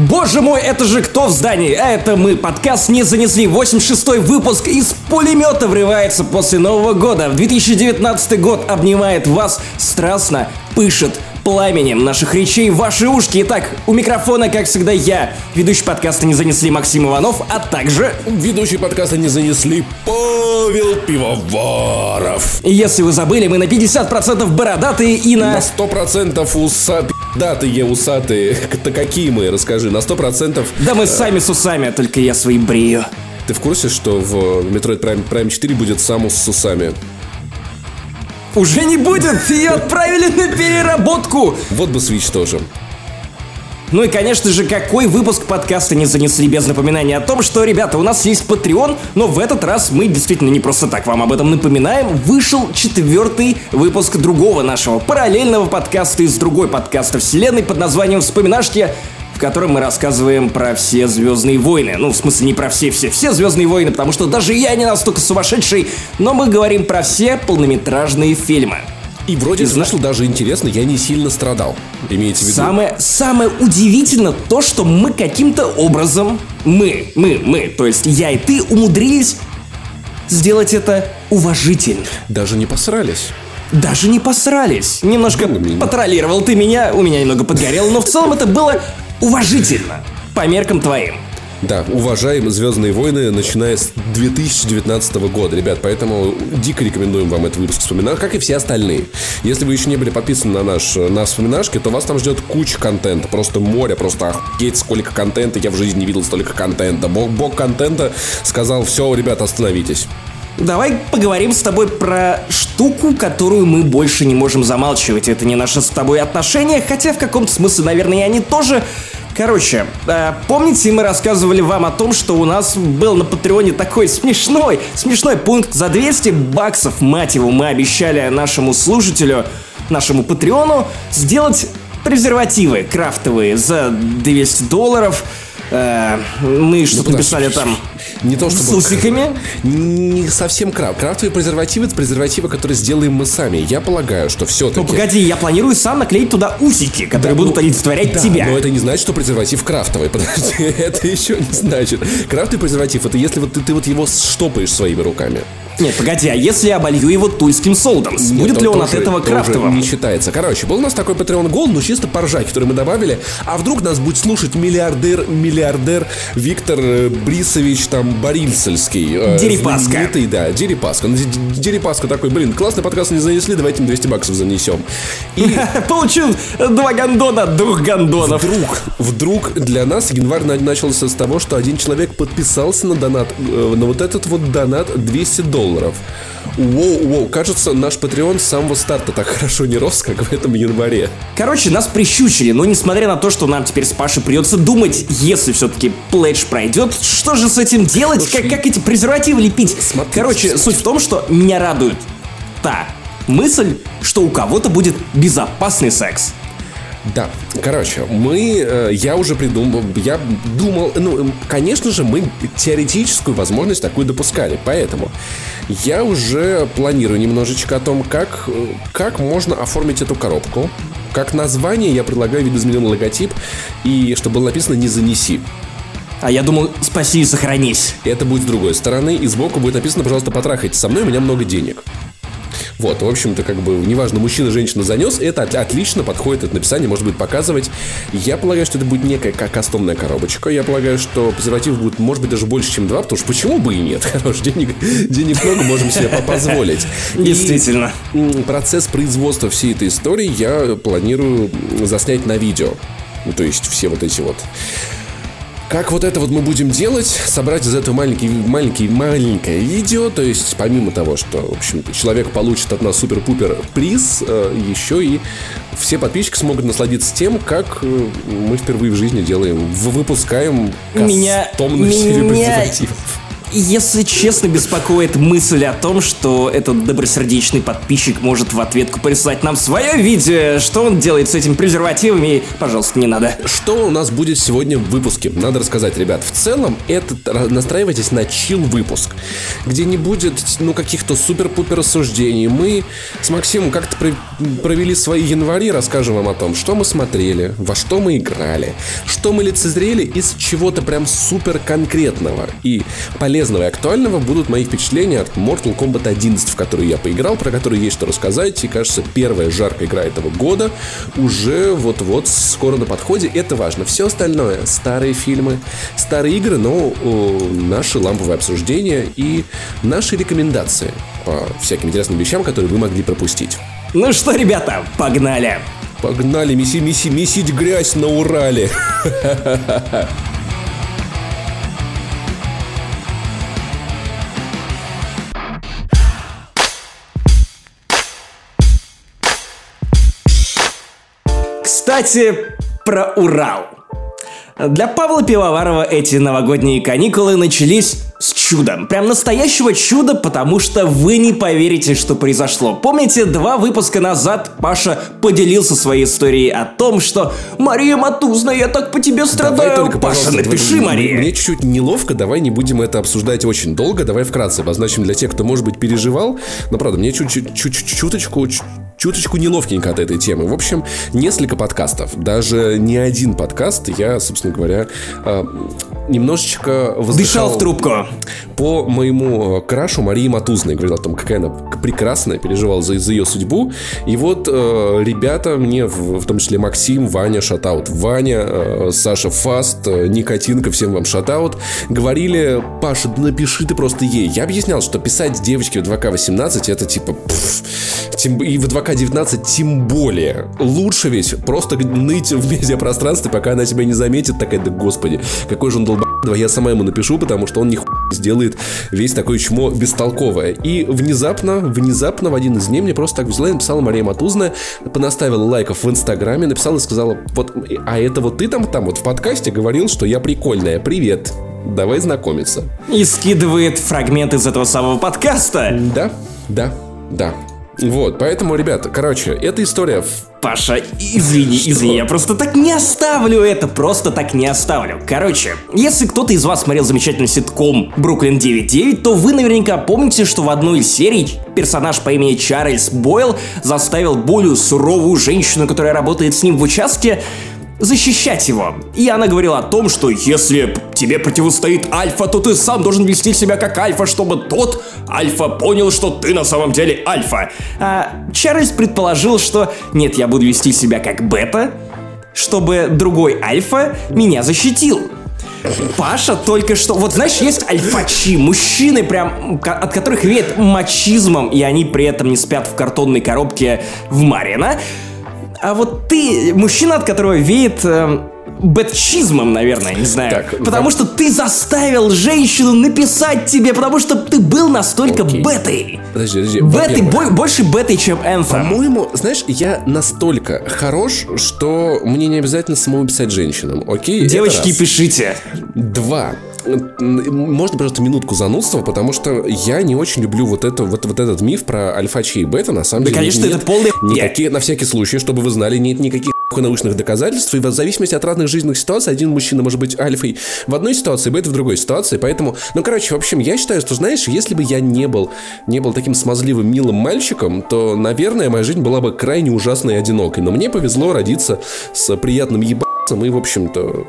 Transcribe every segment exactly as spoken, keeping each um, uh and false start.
Боже мой, это же кто в здании? А это мы, подкаст «Не занесли», восемьдесят шестой выпуск из пулемета врывается после Нового года. В две тысячи девятнадцатый год обнимает вас страстно, пышет пламенем наших речей в ваши ушки. Итак, у микрофона, как всегда, я, ведущий подкаста «Не занесли» Максим Иванов, а также... Ведущий подкаста «Не занесли» Павел Пивоваров. И если вы забыли, мы на пятьдесят процентов бородатые и на... На сто процентов уса... Пи***датые усатые. Это какие мы, расскажи, на сто процентов... Да мы сами с усами, только я свои брею. Ты в курсе, что в Metroid Prime, Prime четыре будет Самус с усами? Уже не будет, ее отправили на переработку. Вот бы Switch тоже. Ну и, конечно же, какой выпуск подкаста «Не занесли» без напоминания о том, что, ребята, у нас есть Patreon, но в этот раз мы действительно не просто так вам об этом напоминаем. Вышел четвертый выпуск другого нашего параллельного подкаста из другой подкаста-вселенной под названием «Вспоминашки», в котором мы рассказываем про все «Звездные войны». Ну, в смысле, не про все-все-все «Звездные войны», потому что даже я не настолько сумасшедший, но мы говорим про все полнометражные фильмы. И вроде вышло даже интересно, я не сильно страдал, имеете в виду. Самое, самое удивительно то, что мы каким-то образом, мы, мы, мы, то есть я и ты умудрились сделать это уважительно. Даже не посрались. Даже не посрались. Немножко потроллировал ты меня, у меня немного подгорело, но в целом это было уважительно, по меркам твоим. Да, уважаем «Звездные войны», начиная с две тысячи девятнадцатого года, ребят, поэтому дико рекомендуем вам этот выпуск вспоминашек, как и все остальные. Если вы еще не были подписаны на наш на вспоминашки, то вас там ждет куча контента, просто море, просто охуеть, сколько контента, я в жизни не видел столько контента. Бог, бог контента сказал: все, ребят, остановитесь. Давай поговорим с тобой про штуку, которую мы больше не можем замалчивать. Это не наши с тобой отношения, хотя в каком-то смысле, наверное, и они тоже. Короче, э, помните, мы рассказывали вам о том, что у нас был на Патреоне такой смешной, смешной пункт. За двести баксов, мать его, мы обещали нашему слушателю, нашему Патреону сделать презервативы крафтовые за двести долларов. Э, мы что-то ну, написали там не то, чтобы... с усиками. Не совсем крафт. Крафтовые презервативы — это презервативы, которые сделаем мы сами. Я полагаю, что все-таки... Ну погоди, я планирую сам наклеить туда усики, которые да, будут ну, олицетворять да, тебя. Но это не значит, что презерватив крафтовый. Подожди, это еще не значит. Крафтовый презерватив — это если вот ты, ты вот его штопаешь своими руками. Нет, погоди, а если я оболью его тульским солдом, будет Нет, ли он тоже, от этого крафтовым? Не считается. Короче, был у нас такой Patreon Gold, ну чисто поржать, который мы добавили. А вдруг нас будет слушать миллиардер, миллиардер Виктор Брисович там Борисовский. Дерипаска. Знаменитый, да, Дерипаска. Дерипаска такой: блин, классный подкаст не занесли, давайте им двести баксов занесем. И получил два гондона от двух гондонов. Вдруг, вдруг для нас январь начался с того, что один человек подписался на донат, на вот этот вот донат двести долларов. Воу, воу, кажется, наш Patreon с самого старта так хорошо не рос, как в этом январе. Короче, нас прищучили, но несмотря на то, что нам теперь с Пашей придется думать, если все-таки пледж пройдет, что же с этим делать, как, как эти презервативы лепить? Смотри, Короче, смотри. суть в том, что меня радует та мысль, что у кого-то будет безопасный секс. Да, короче, мы, э, я уже придумал, я думал, ну, конечно же, мы теоретическую возможность такую допускали, поэтому я уже планирую немножечко о том, как, как можно оформить эту коробку. Как название я предлагаю видоизмененный логотип, и чтобы было написано «Не занеси». А я думал, спаси и сохранись. Это будет с другой стороны, и сбоку будет написано: пожалуйста, потрахайтесь со мной, у меня много денег. Вот, в общем-то, как бы, неважно, мужчина, женщина занес, это от- отлично подходит, это написание может быть показывать. Я полагаю, что это будет некая как кастомная коробочка. Я полагаю, что презерватив будет, может быть, даже больше, чем два, потому что почему бы и нет? Хорош, денег, денег много, можем себе позволить. Действительно. И процесс производства всей этой истории я планирую заснять на видео. Ну, то есть все вот эти вот... Как вот это вот мы будем делать? Собрать из этого маленький, маленький, маленькое видео. То есть, помимо того, что, в общем-то, человек получит от нас супер-пупер приз, еще и все подписчики смогут насладиться тем, как мы впервые в жизни делаем, выпускаем кастомную серию презервативов. Если честно, беспокоит мысль о том, что этот добросердечный подписчик может в ответку прислать нам свое видео, что он делает с этими презервативами, пожалуйста, не надо. Что у нас будет сегодня в выпуске? Надо рассказать, ребят. В целом, это настраивайтесь на чил-выпуск, где не будет, ну, каких-то супер-пупер рассуждений. Мы с Максимом как-то провели свои январи, расскажем вам о том, что мы смотрели, во что мы играли, что мы лицезрели из чего-то прям супер конкретного и полезного и актуального будут мои впечатления от Mortal Kombat одиннадцать, в который я поиграл, про который есть что рассказать. И, кажется, первая жаркая игра этого года уже вот-вот скоро на подходе. Это важно. Все остальное — старые фильмы, старые игры, но о, наши ламповые обсуждения и наши рекомендации по всяким интересным вещам, которые вы могли пропустить. Ну что, ребята, погнали! Погнали, меси, меси, месить грязь на Урале! Кстати, про Урал. Для Павла Пивоварова эти новогодние каникулы начались с чуда. Прям настоящего чуда, потому что вы не поверите, что произошло. Помните, два выпуска назад Паша поделился своей историей о том, что «Мария Матузна, я так по тебе страдаю». Давай только, Паша, пожалуйста, напиши, мне, Мария. Мне чуть-чуть неловко, давай не будем это обсуждать очень долго. Давай вкратце обозначим для тех, кто, может быть, переживал. Но, правда, мне чуть-чуть, чуточку... чуточку неловкенько от этой темы. В общем, несколько подкастов, даже не один подкаст, я, собственно говоря, немножечко воздыхал... Дышал в трубку. По моему крашу Марии Матузной. Говорил о том, какая она прекрасная, переживал за, за ее судьбу. И вот э, ребята мне, в, в том числе Максим, Ваня, шатаут, Ваня, э, Саша Фаст, э, Никотинка, всем вам шатаут, говорили: Паша, да напиши ты просто ей. Я объяснял, что писать девочке в два ка восемнадцать это типа... Пфф, тем, и в два ка девятнадцать тем более. Лучше ведь просто ныть в медиапространстве, пока она тебя не заметит. Такая: да господи, какой же он долб***, я сама ему напишу, потому что он нихуя сделает весь такое чмо бестолковое. И внезапно, внезапно в один из дней мне просто так взяла и написала Мария Матузная, понаставила лайков в Инстаграме, написала и сказала: вот, а это вот ты там, там вот в подкасте говорил, что я прикольная, привет, давай знакомиться. И скидывает фрагмент из этого самого подкаста. Да, да, да. Вот, поэтому, ребята, короче, эта история... Паша, извини, Что? извини, я просто так не оставлю это, просто так не оставлю. Короче, если кто-то из вас смотрел замечательный ситком «Бруклин девять девять», то вы наверняка помните, что в одной из серий персонаж по имени Чарльз Бойл заставил более суровую женщину, которая работает с ним в участке, защищать его. И она говорила о том, что если тебе противостоит альфа, то ты сам должен вести себя как альфа, чтобы тот альфа понял, что ты на самом деле альфа. А Чарльз предположил, что нет, я буду вести себя как бета, чтобы другой альфа меня защитил. Паша только что... Вот знаешь, есть альфачи, мужчины прям, от которых веет мачизмом, и они при этом не спят в картонной коробке в Марина. А вот ты, мужчина, от которого веет э, бэтчизмом, наверное, не знаю. Так, потому да. что ты заставил женщину написать тебе, потому что ты был настолько Окей. бетой. Подожди, подожди. Бетой, бо- больше бетой, чем Энфом. По-моему, знаешь, я настолько хорош, что мне не обязательно самому писать женщинам. Окей? Девочки, пишите. Два. Можно, пожалуйста, минутку занудства, потому что я не очень люблю вот, это, вот, вот этот миф про альфачи и бета. На самом да, деле, конечно, нет это полный... никакие, на всякий случай, чтобы вы знали, нет никаких научных доказательств. И в зависимости от разных жизненных ситуаций один мужчина может быть альфой в одной ситуации, бета в другой ситуации. Поэтому, ну, короче, в общем, я считаю, что, знаешь, если бы я не был, не был таким смазливым, милым мальчиком, то, наверное, моя жизнь была бы крайне ужасной и одинокой. Но мне повезло родиться с приятным ебанцем и, в общем-то...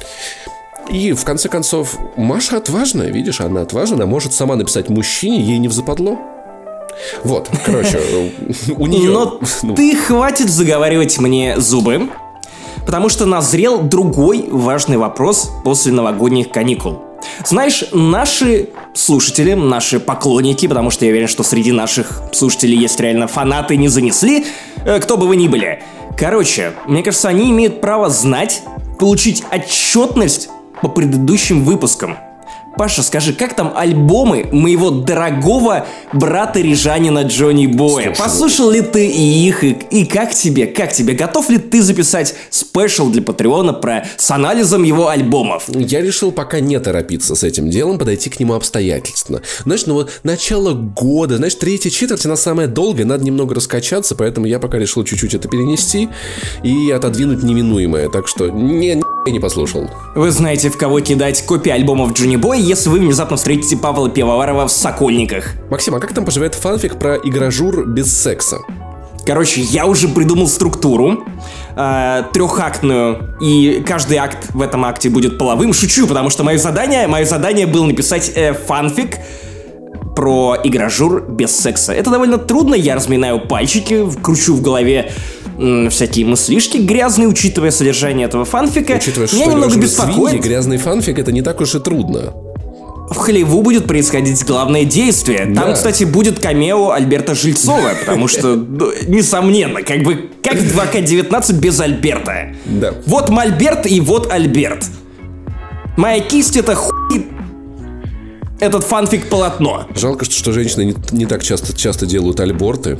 И, в конце концов, Маша отважная, видишь, она отважная, она может сама написать мужчине, ей не взападло. Вот, короче, у нее... Но ты хватит заговаривать мне зубы, потому что назрел другой важный вопрос после новогодних каникул. Знаешь, наши слушатели, наши поклонники, потому что я уверен, что среди наших слушателей есть реально фанаты, не занесли, кто бы вы ни были. Короче, мне кажется, они имеют право знать, получить отчетность по предыдущим выпускам. Паша, скажи, как там альбомы моего дорогого брата рижанина Джонни Боя? Слушай, Послушал ли ты и их, и, и как тебе, как тебе? Готов ли ты записать спешл для Патреона про, с анализом его альбомов? Я решил пока не торопиться с этим делом, подойти к нему обстоятельственно. Знаешь, ну вот начало года, знаешь, третья четверть, она самая долгая, надо немного раскачаться, поэтому я пока решил чуть-чуть это перенести и отодвинуть неминуемое, так что не, не, не послушал. Вы знаете, в кого кидать копии альбомов Джонни Боя, если вы внезапно встретите Павла Пивоварова в Сокольниках. Максим, а как там поживает фанфик про игражур без секса? Короче, я уже придумал структуру э, трехактную, и каждый акт в этом акте будет половым. Шучу, потому что мое задание, мое задание было написать э, фанфик про игражур без секса. Это довольно трудно, я разминаю пальчики, кручу в голове м, всякие мыслишки грязные, учитывая содержание этого фанфика. Учитывая, Меня что немного свиньи, беспокоит. грязный фанфик, это не так уж и трудно. В хлеву будет происходить главное действие. Там, Да. кстати, будет камео Альберта Жильцова, потому что, ну, несомненно, как бы, как два ка девятнадцать без Альберта. Да. Вот Мольберт и вот Альберт. Моя кисть — это хуй... Этот фанфик полотно. Жалко, что, что женщины не, не так часто, часто делают альборты.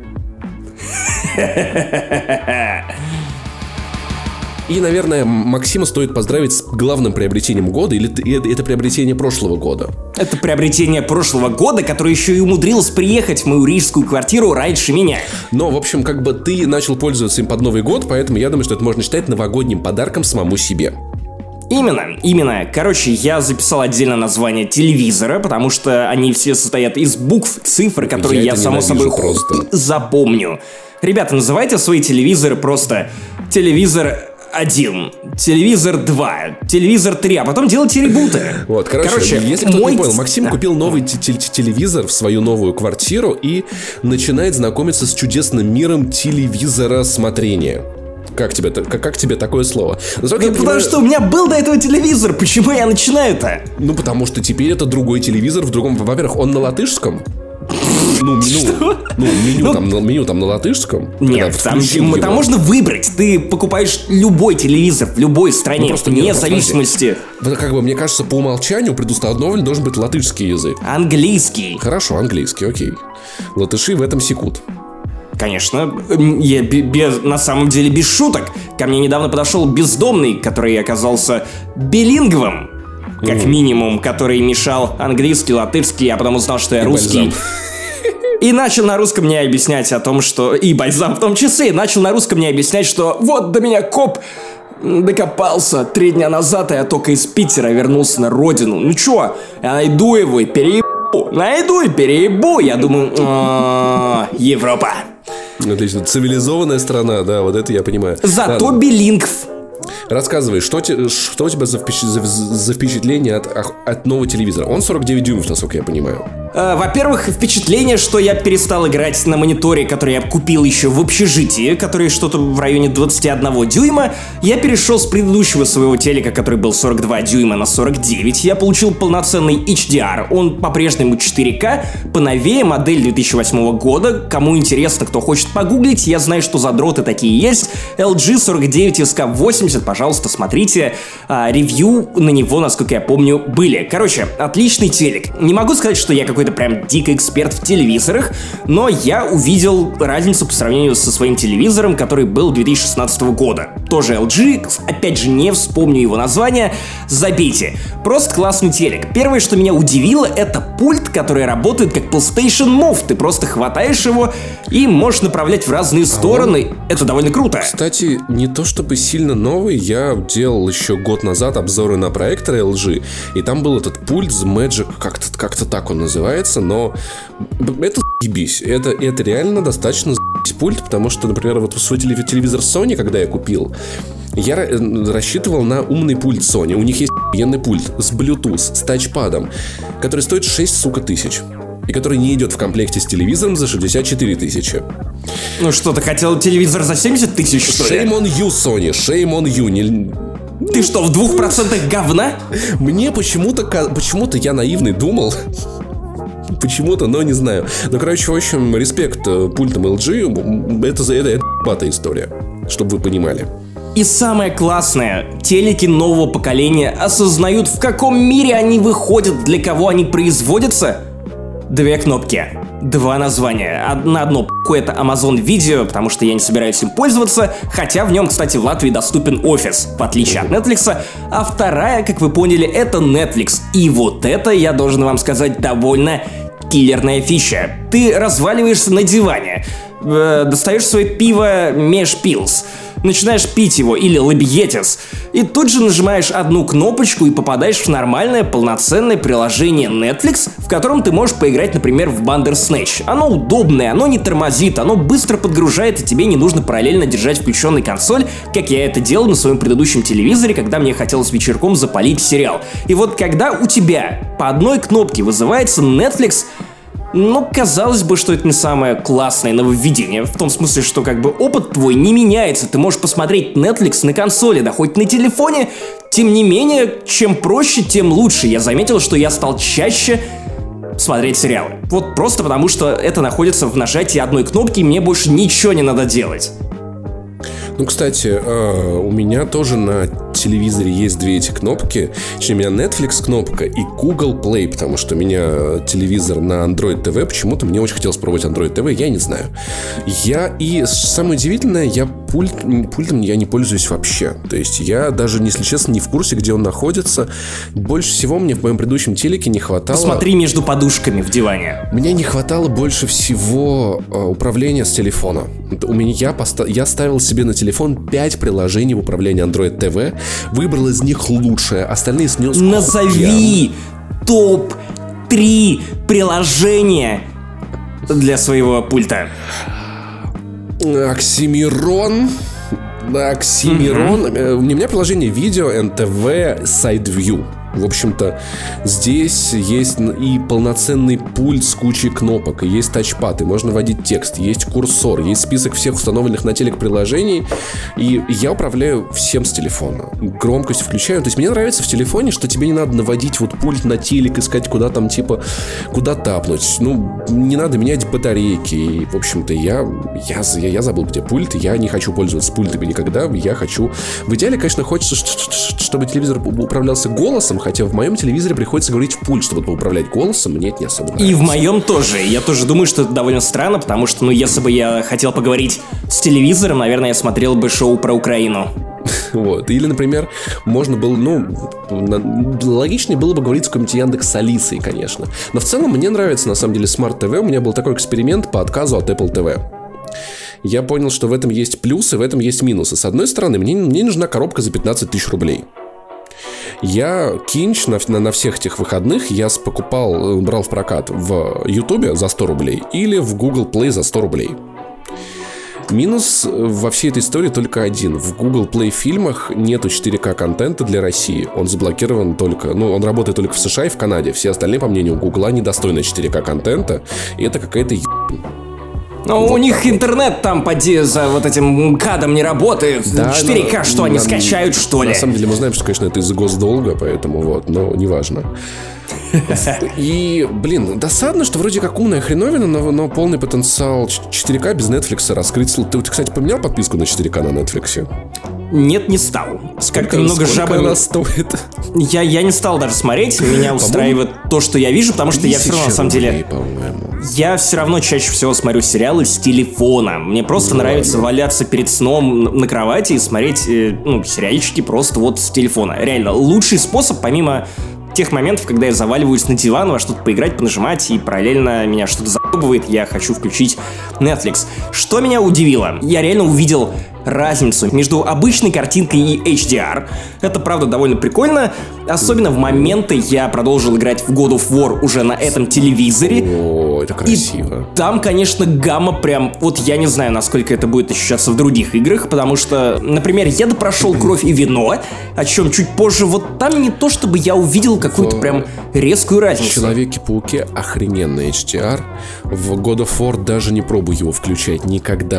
И, наверное, Максима стоит поздравить с главным приобретением года, или это приобретение прошлого года? Это приобретение прошлого года, которое еще и умудрилось приехать в мою рижскую квартиру раньше меня. Но, в общем, как бы ты начал пользоваться им под Новый год, поэтому я думаю, что это можно считать новогодним подарком самому себе. Именно, именно. Короче, я записал отдельно название телевизора, потому что они все состоят из букв, цифр, которые я, я само собой, просто. хуй запомню. Ребята, называйте свои телевизоры просто телевизор один, телевизор два, телевизор три, а потом делайте ребуты. Вот, короче, короче если кто-то мой... не понял, Максим да. купил новый т- т- телевизор в свою новую квартиру и начинает знакомиться с чудесным миром телевизора смотрения. Как тебе, как, как тебе такое слово? Ну, потому понимаю... что у меня был до этого телевизор, почему я начинаю-то? Ну, потому что теперь это другой телевизор в другом... Во-первых, он на латышском. Ну, ну, ну, меню, Ну, там, на- меню там на латышском. Нет, Когда там, включил там его. можно выбрать. Ты покупаешь любой телевизор в любой стране, Ну, просто вне нет, зависимости. Вот как бы, мне кажется, по умолчанию предустановлен должен быть латышский язык. Английский. Хорошо, английский, окей. Латыши в этом секут. Конечно, я бе- без, на самом деле без шуток. Ко мне недавно подошел бездомный, который оказался билингвом, как Мгм. минимум, который мешал английский, латышский, а потом узнал, что я И русский. бальзам. И начал на русском мне объяснять о том, что... И бальзам в том числе. И начал на русском мне объяснять, что вот до меня коп докопался три дня назад, а я только из Питера вернулся на родину. Ну чё, я найду его и переебу. Найду и переебу. Я думаю, «А, Европа. Отлично. Цивилизованная страна, да, вот это я понимаю. Зато Ладно. билингв. Рассказывай, что, те- что у тебя за, впечат- за- за впечатление от, от нового телевизора? Он сорок девять дюймов, насколько я понимаю. Э, Во-первых, впечатление, что я перестал играть на мониторе, который я купил еще в общежитии, который что-то в районе двадцать один дюйма. Я перешел с предыдущего своего телека, который был сорок два дюйма, на сорок девять. Я получил полноценный эйч ди ар. Он по-прежнему четыре ка, поновее, модель две тысячи восьмого года. Кому интересно, кто хочет погуглить, я знаю, что задроты такие есть. эл джи сорок девять эс ка восемьдесят, пожалуйста, смотрите. А, ревью на него, насколько я помню, были. Короче, отличный телек. Не могу сказать, что я какой-то прям дикий эксперт в телевизорах, но я увидел разницу по сравнению со своим телевизором, который был две тысячи шестнадцатого года. Тоже эл джи, опять же, не вспомню его название, забейте. Просто классный телек. Первое, что меня удивило, это пульт, который работает как PlayStation Move. Ты просто хватаешь его и можешь направлять в разные стороны. Это довольно круто. Кстати, не то чтобы сильно новый, я делал еще год назад обзоры на проектор эл джи, и там был этот пульт The Magic, как-то, как-то так он называется, но это заебись, это, это реально достаточно заебись пульт, потому что, например, вот свой телевизор Sony, когда я купил, я рассчитывал на умный пульт Sony. У них есть охуенный пульт с Bluetooth, с тачпадом, который стоит шесть, сука, тысяч. И который не идет в комплекте с телевизором за шестьдесят четыре тысячи. Ну что, ты хотел телевизор за семьдесят тысяч, что ли? Shame on you, Sony, shame on you. Не... Ты что, в двух процентах говна? Мне почему-то, почему-то я наивный думал. Почему-то, но не знаю. Ну, короче, в общем, респект пультам эл джи. Это за это, это ебатая история, чтобы вы понимали. И самое классное, телеки нового поколения осознают, в каком мире они выходят, для кого они производятся. Две кнопки, два названия. На одно п***ку это Amazon Video, потому что я не собираюсь им пользоваться, хотя в нем, кстати, в Латвии доступен офис, в отличие от Netflix. А вторая, как вы поняли, это Netflix. И вот это, я должен вам сказать, довольно киллерная фича. Ты разваливаешься на диване, э, достаешь свое пиво Меж Пилс, начинаешь пить его или Лабиетис, и тут же нажимаешь одну кнопочку и попадаешь в нормальное полноценное приложение Netflix, в котором ты можешь поиграть, например, в Bandersnatch. Оно удобное, оно не тормозит, оно быстро подгружает, и тебе не нужно параллельно держать включенный консоль, как я это делал на своем предыдущем телевизоре, когда мне хотелось вечерком запалить сериал. И вот когда у тебя по одной кнопке вызывается Netflix, ну, казалось бы, что это не самое классное нововведение, в том смысле, что как бы опыт твой не меняется, ты можешь посмотреть Netflix на консоли, да хоть на телефоне, тем не менее, чем проще, тем лучше. Я заметил, что я стал чаще смотреть сериалы. Вот просто потому, что это находится в нажатии одной кнопки, и мне больше ничего не надо делать. Ну, кстати, э, у меня тоже на телевизоре есть две эти кнопки. Точнее, у меня Netflix кнопка и Google Play, потому что у меня телевизор на Android ти ви. Почему-то мне очень хотелось пробовать Android ти ви, я не знаю. Я и самое удивительное, я пульт, пультом я не пользуюсь вообще. То есть я даже, если честно, не в курсе, где он находится. Больше всего мне в моем предыдущем телеке не хватало... Посмотри между подушками в диване. Мне не хватало больше всего э, управления с телефона. У меня я, поста... я ставил себе на телефон пять приложений в управлении Android ти ви, выбрал из них лучшее, остальные снес. Назови топ три приложения для своего пульта. Оксимирон. Оксимирон. Uh-huh. У меня приложение видео, эн ти ви, SideView. В общем-то, здесь есть и полноценный пульт с кучей кнопок, и есть тачпад, и можно вводить текст, есть курсор, есть список всех установленных на телек приложений, и я управляю всем с телефона. Громкость включаю. То есть мне нравится в телефоне, что тебе не надо наводить вот пульт на телек, искать, куда там, типа, куда тапнуть. Ну, не надо менять батарейки. И, в общем-то, я, я, я, я забыл, где пульт, я не хочу пользоваться пультами никогда. Я хочу... В идеале, конечно, хочется, чтобы телевизор управлялся голосом, хотя в моем телевизоре приходится говорить в пульт, чтобы поуправлять голосом, мне это не особо нравится. И в моем тоже. Я тоже думаю, что это довольно странно, потому что, ну, если бы я хотел поговорить с телевизором, наверное, я смотрел бы шоу про Украину. Вот. Или, например, можно было, ну, логичнее было бы говорить с каким-нибудь Яндекс с Алисой, конечно. Но в целом мне нравится, на самом деле, Smart ти ви. У меня был такой эксперимент по отказу от Apple ти ви. Я понял, что в этом есть плюсы, в этом есть минусы. С одной стороны, мне, мне нужна коробка за пятнадцать тысяч рублей. Я кинч на, на, на всех этих выходных я покупал, брал в прокат в Ютубе за сто рублей или в Google Play за сто рублей. Минус во всей этой истории только один. В Google Play фильмах нету четыре ка контента для России. Он заблокирован только... Ну, он работает только в США и в Канаде. Все остальные, по мнению Гугла, недостойны четыре ка контента. И это какая-то ебань. Но вот у них вот. Интернет там поди за вот этим кадом не работает. Да, четыре ка, но, что они на, скачают, что ли? На самом деле мы знаем, что, конечно, это из-за госдолга, поэтому вот, но неважно. И, блин, досадно, что вроде как умная хреновина, но, но полный потенциал четыре ка без Netflix раскрыть. Ты, кстати, поменял подписку на четыре ка на Netflix? Нет, не стал. Как-то немного жабы. Она стоит? Я, я не стал даже смотреть. Меня устраивает то, что я вижу, потому что я все равно, на самом деле... Я все равно чаще всего смотрю сериалы с телефона. Мне просто ну, нравится ладно. валяться перед сном на кровати и смотреть э, ну, сериальчики просто вот с телефона. Реально, лучший способ, помимо тех моментов, когда я заваливаюсь на диван, во что-то поиграть, понажимать, и параллельно меня что-то заебывает, я хочу включить Netflix. Что меня удивило? Я реально увидел разницу между обычной картинкой и эйч ди ар. Это, правда, довольно прикольно. Особенно в моменты я продолжил играть в God of War уже на этом телевизоре. О, это красиво. И там, конечно, гамма прям... Вот я не знаю, насколько это будет ощущаться в других играх, потому что, например, я допрошел «Кровь и вино», о чем чуть позже. Вот там не то, чтобы я увидел какую-то прям резкую разницу. В «Человеке-пауке» охрененный эйч ди ар. В God of War даже не пробуй его включать никогда, блядь, в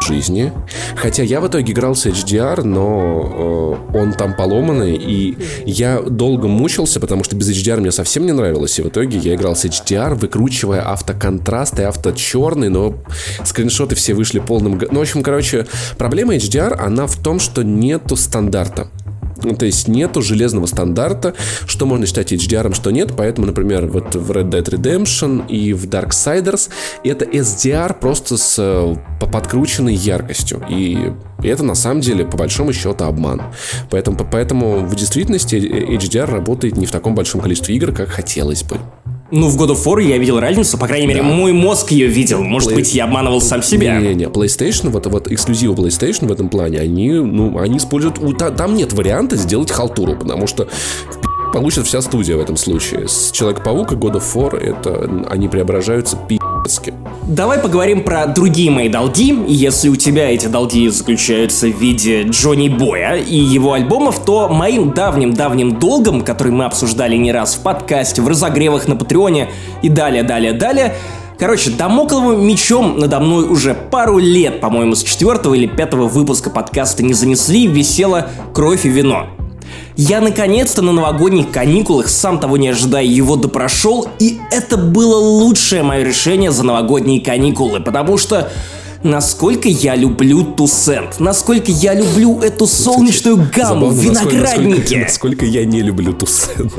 жизни. Хотя я в итоге играл с эйч ди ар, но э, он там поломанный, и я долго мучился, потому что без эйч ди ар мне совсем не нравилось, и в итоге я играл с эйч ди ар, выкручивая автоконтраст и авточерный, но скриншоты все вышли полным... Ну, в общем, короче, проблема эйч ди ар, она в том, что нету стандарта. То есть нету железного стандарта, что можно считать эйч ди ар, что нет. Поэтому, например, вот в Red Dead Redemption и в Darksiders это эс ди ар просто с подкрученной яркостью. И это на самом деле по большому счету обман. Поэтому, поэтому в действительности эйч ди ар работает не в таком большом количестве игр, как хотелось бы. Ну, в God of War я видел разницу, по крайней мере, да. Мой мозг ее видел. Может Play... быть, я обманывал сам себя. Не-не-не, PlayStation, вот, вот эксклюзивы PlayStation в этом плане, они, ну, они используют... Там нет варианта сделать халтуру, потому что получит вся студия в этом случае. С Человек-паук и God of War это, они преображаются пи***ски. Давай поговорим про другие мои долги. Если у тебя эти долги заключаются в виде Джонни Боя и его альбомов, то моим давним-давним долгом, который мы обсуждали не раз в подкасте, в разогревах на Патреоне и далее-далее-далее, короче, дамокловым мечом надо мной уже пару лет, по-моему, с четвертого или пятого выпуска подкаста не занесли, висела «Кровь и вино». Я наконец-то на новогодних каникулах, сам того не ожидая, его допрошел, и это было лучшее мое решение за новогодние каникулы, потому что насколько я люблю Тусент, насколько я люблю эту солнечную гамму в винограднике. Насколько, насколько я не люблю Тусент.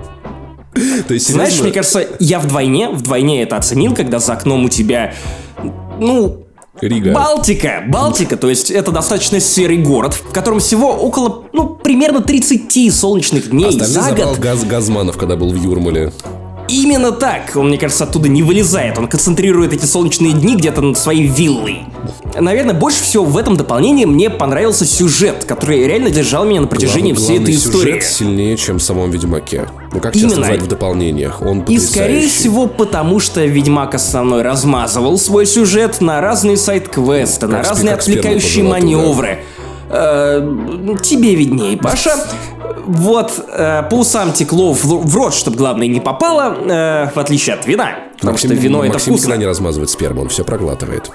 То есть, знаешь, серьезно? Мне кажется, я вдвойне, вдвойне это оценил, когда за окном у тебя, ну... Рига. Балтика, Балтика, то есть это достаточно серый город, в котором всего около, ну, примерно тридцать солнечных дней Остальные за забрал год. Газ, Газманов, когда был в Юрмале. Именно так, он, мне кажется, оттуда не вылезает, он концентрирует эти солнечные дни где-то над своей виллой. Наверное, больше всего в этом дополнении мне понравился сюжет, который реально держал меня на протяжении Глав, всей этой истории. Сюжет сильнее, чем в самом Ведьмаке. Ну, как часто бывает в дополнениях, он потрясающий. И, скорее всего, потому что Ведьмак основной размазывал свой сюжет на разные сайд-квесты, как на разные отвлекающие маневры. Э, тебе виднее, Паша. Вот, э, по усам текло в, в рот, чтобы главное не попало, э, в отличие от вина. Потому Максим, что вино Максим это вкусно. Максим никогда не размазывает сперму, он все проглатывает.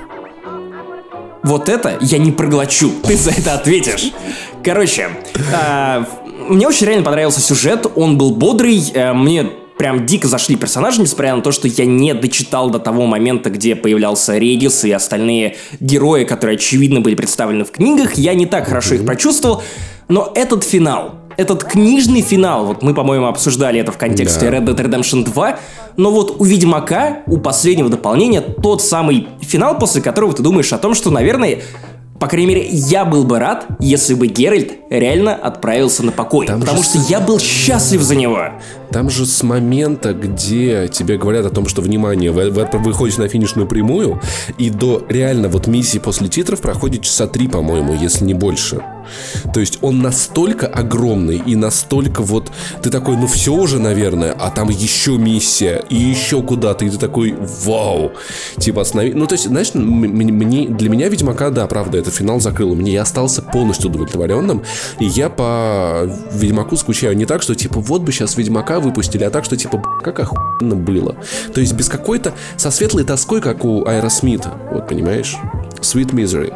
Вот это я не проглочу, ты за это ответишь. Короче, э, мне очень реально понравился сюжет, он был бодрый, э, мне прям дико зашли персонажи, несмотря на то, что я не дочитал до того момента, где появлялся Редис и остальные герои, которые, очевидно, были представлены в книгах, я не так хорошо их прочувствовал, но этот финал, этот книжный финал, вот мы, по-моему, обсуждали это в контексте да. Red Dead Redemption два, но вот у Ведьмака, у последнего дополнения, тот самый финал, после которого ты думаешь о том, что, наверное, по крайней мере, я был бы рад, если бы Геральт реально отправился на покой, там потому что с... я был счастлив за него. Там же с момента, где тебе говорят о том, что, внимание, вы, вы выходите на финишную прямую, и до реально вот миссии после титров проходит часа три, по-моему, если не больше. То есть он настолько огромный и настолько вот... Ты такой, ну все уже, наверное, а там еще миссия, и еще куда-то, и ты такой, вау. Типа останови... Ну, то есть, знаешь, мне, для меня Ведьмака, да, правда, этот финал закрыл. Мне я остался полностью удовлетворенным, и я по Ведьмаку скучаю не так, что типа вот бы сейчас Ведьмака выпустили, а так, что типа, как охуенно было. То есть без какой-то, со светлой тоской, как у Аэросмита, вот понимаешь? Sweet Misery.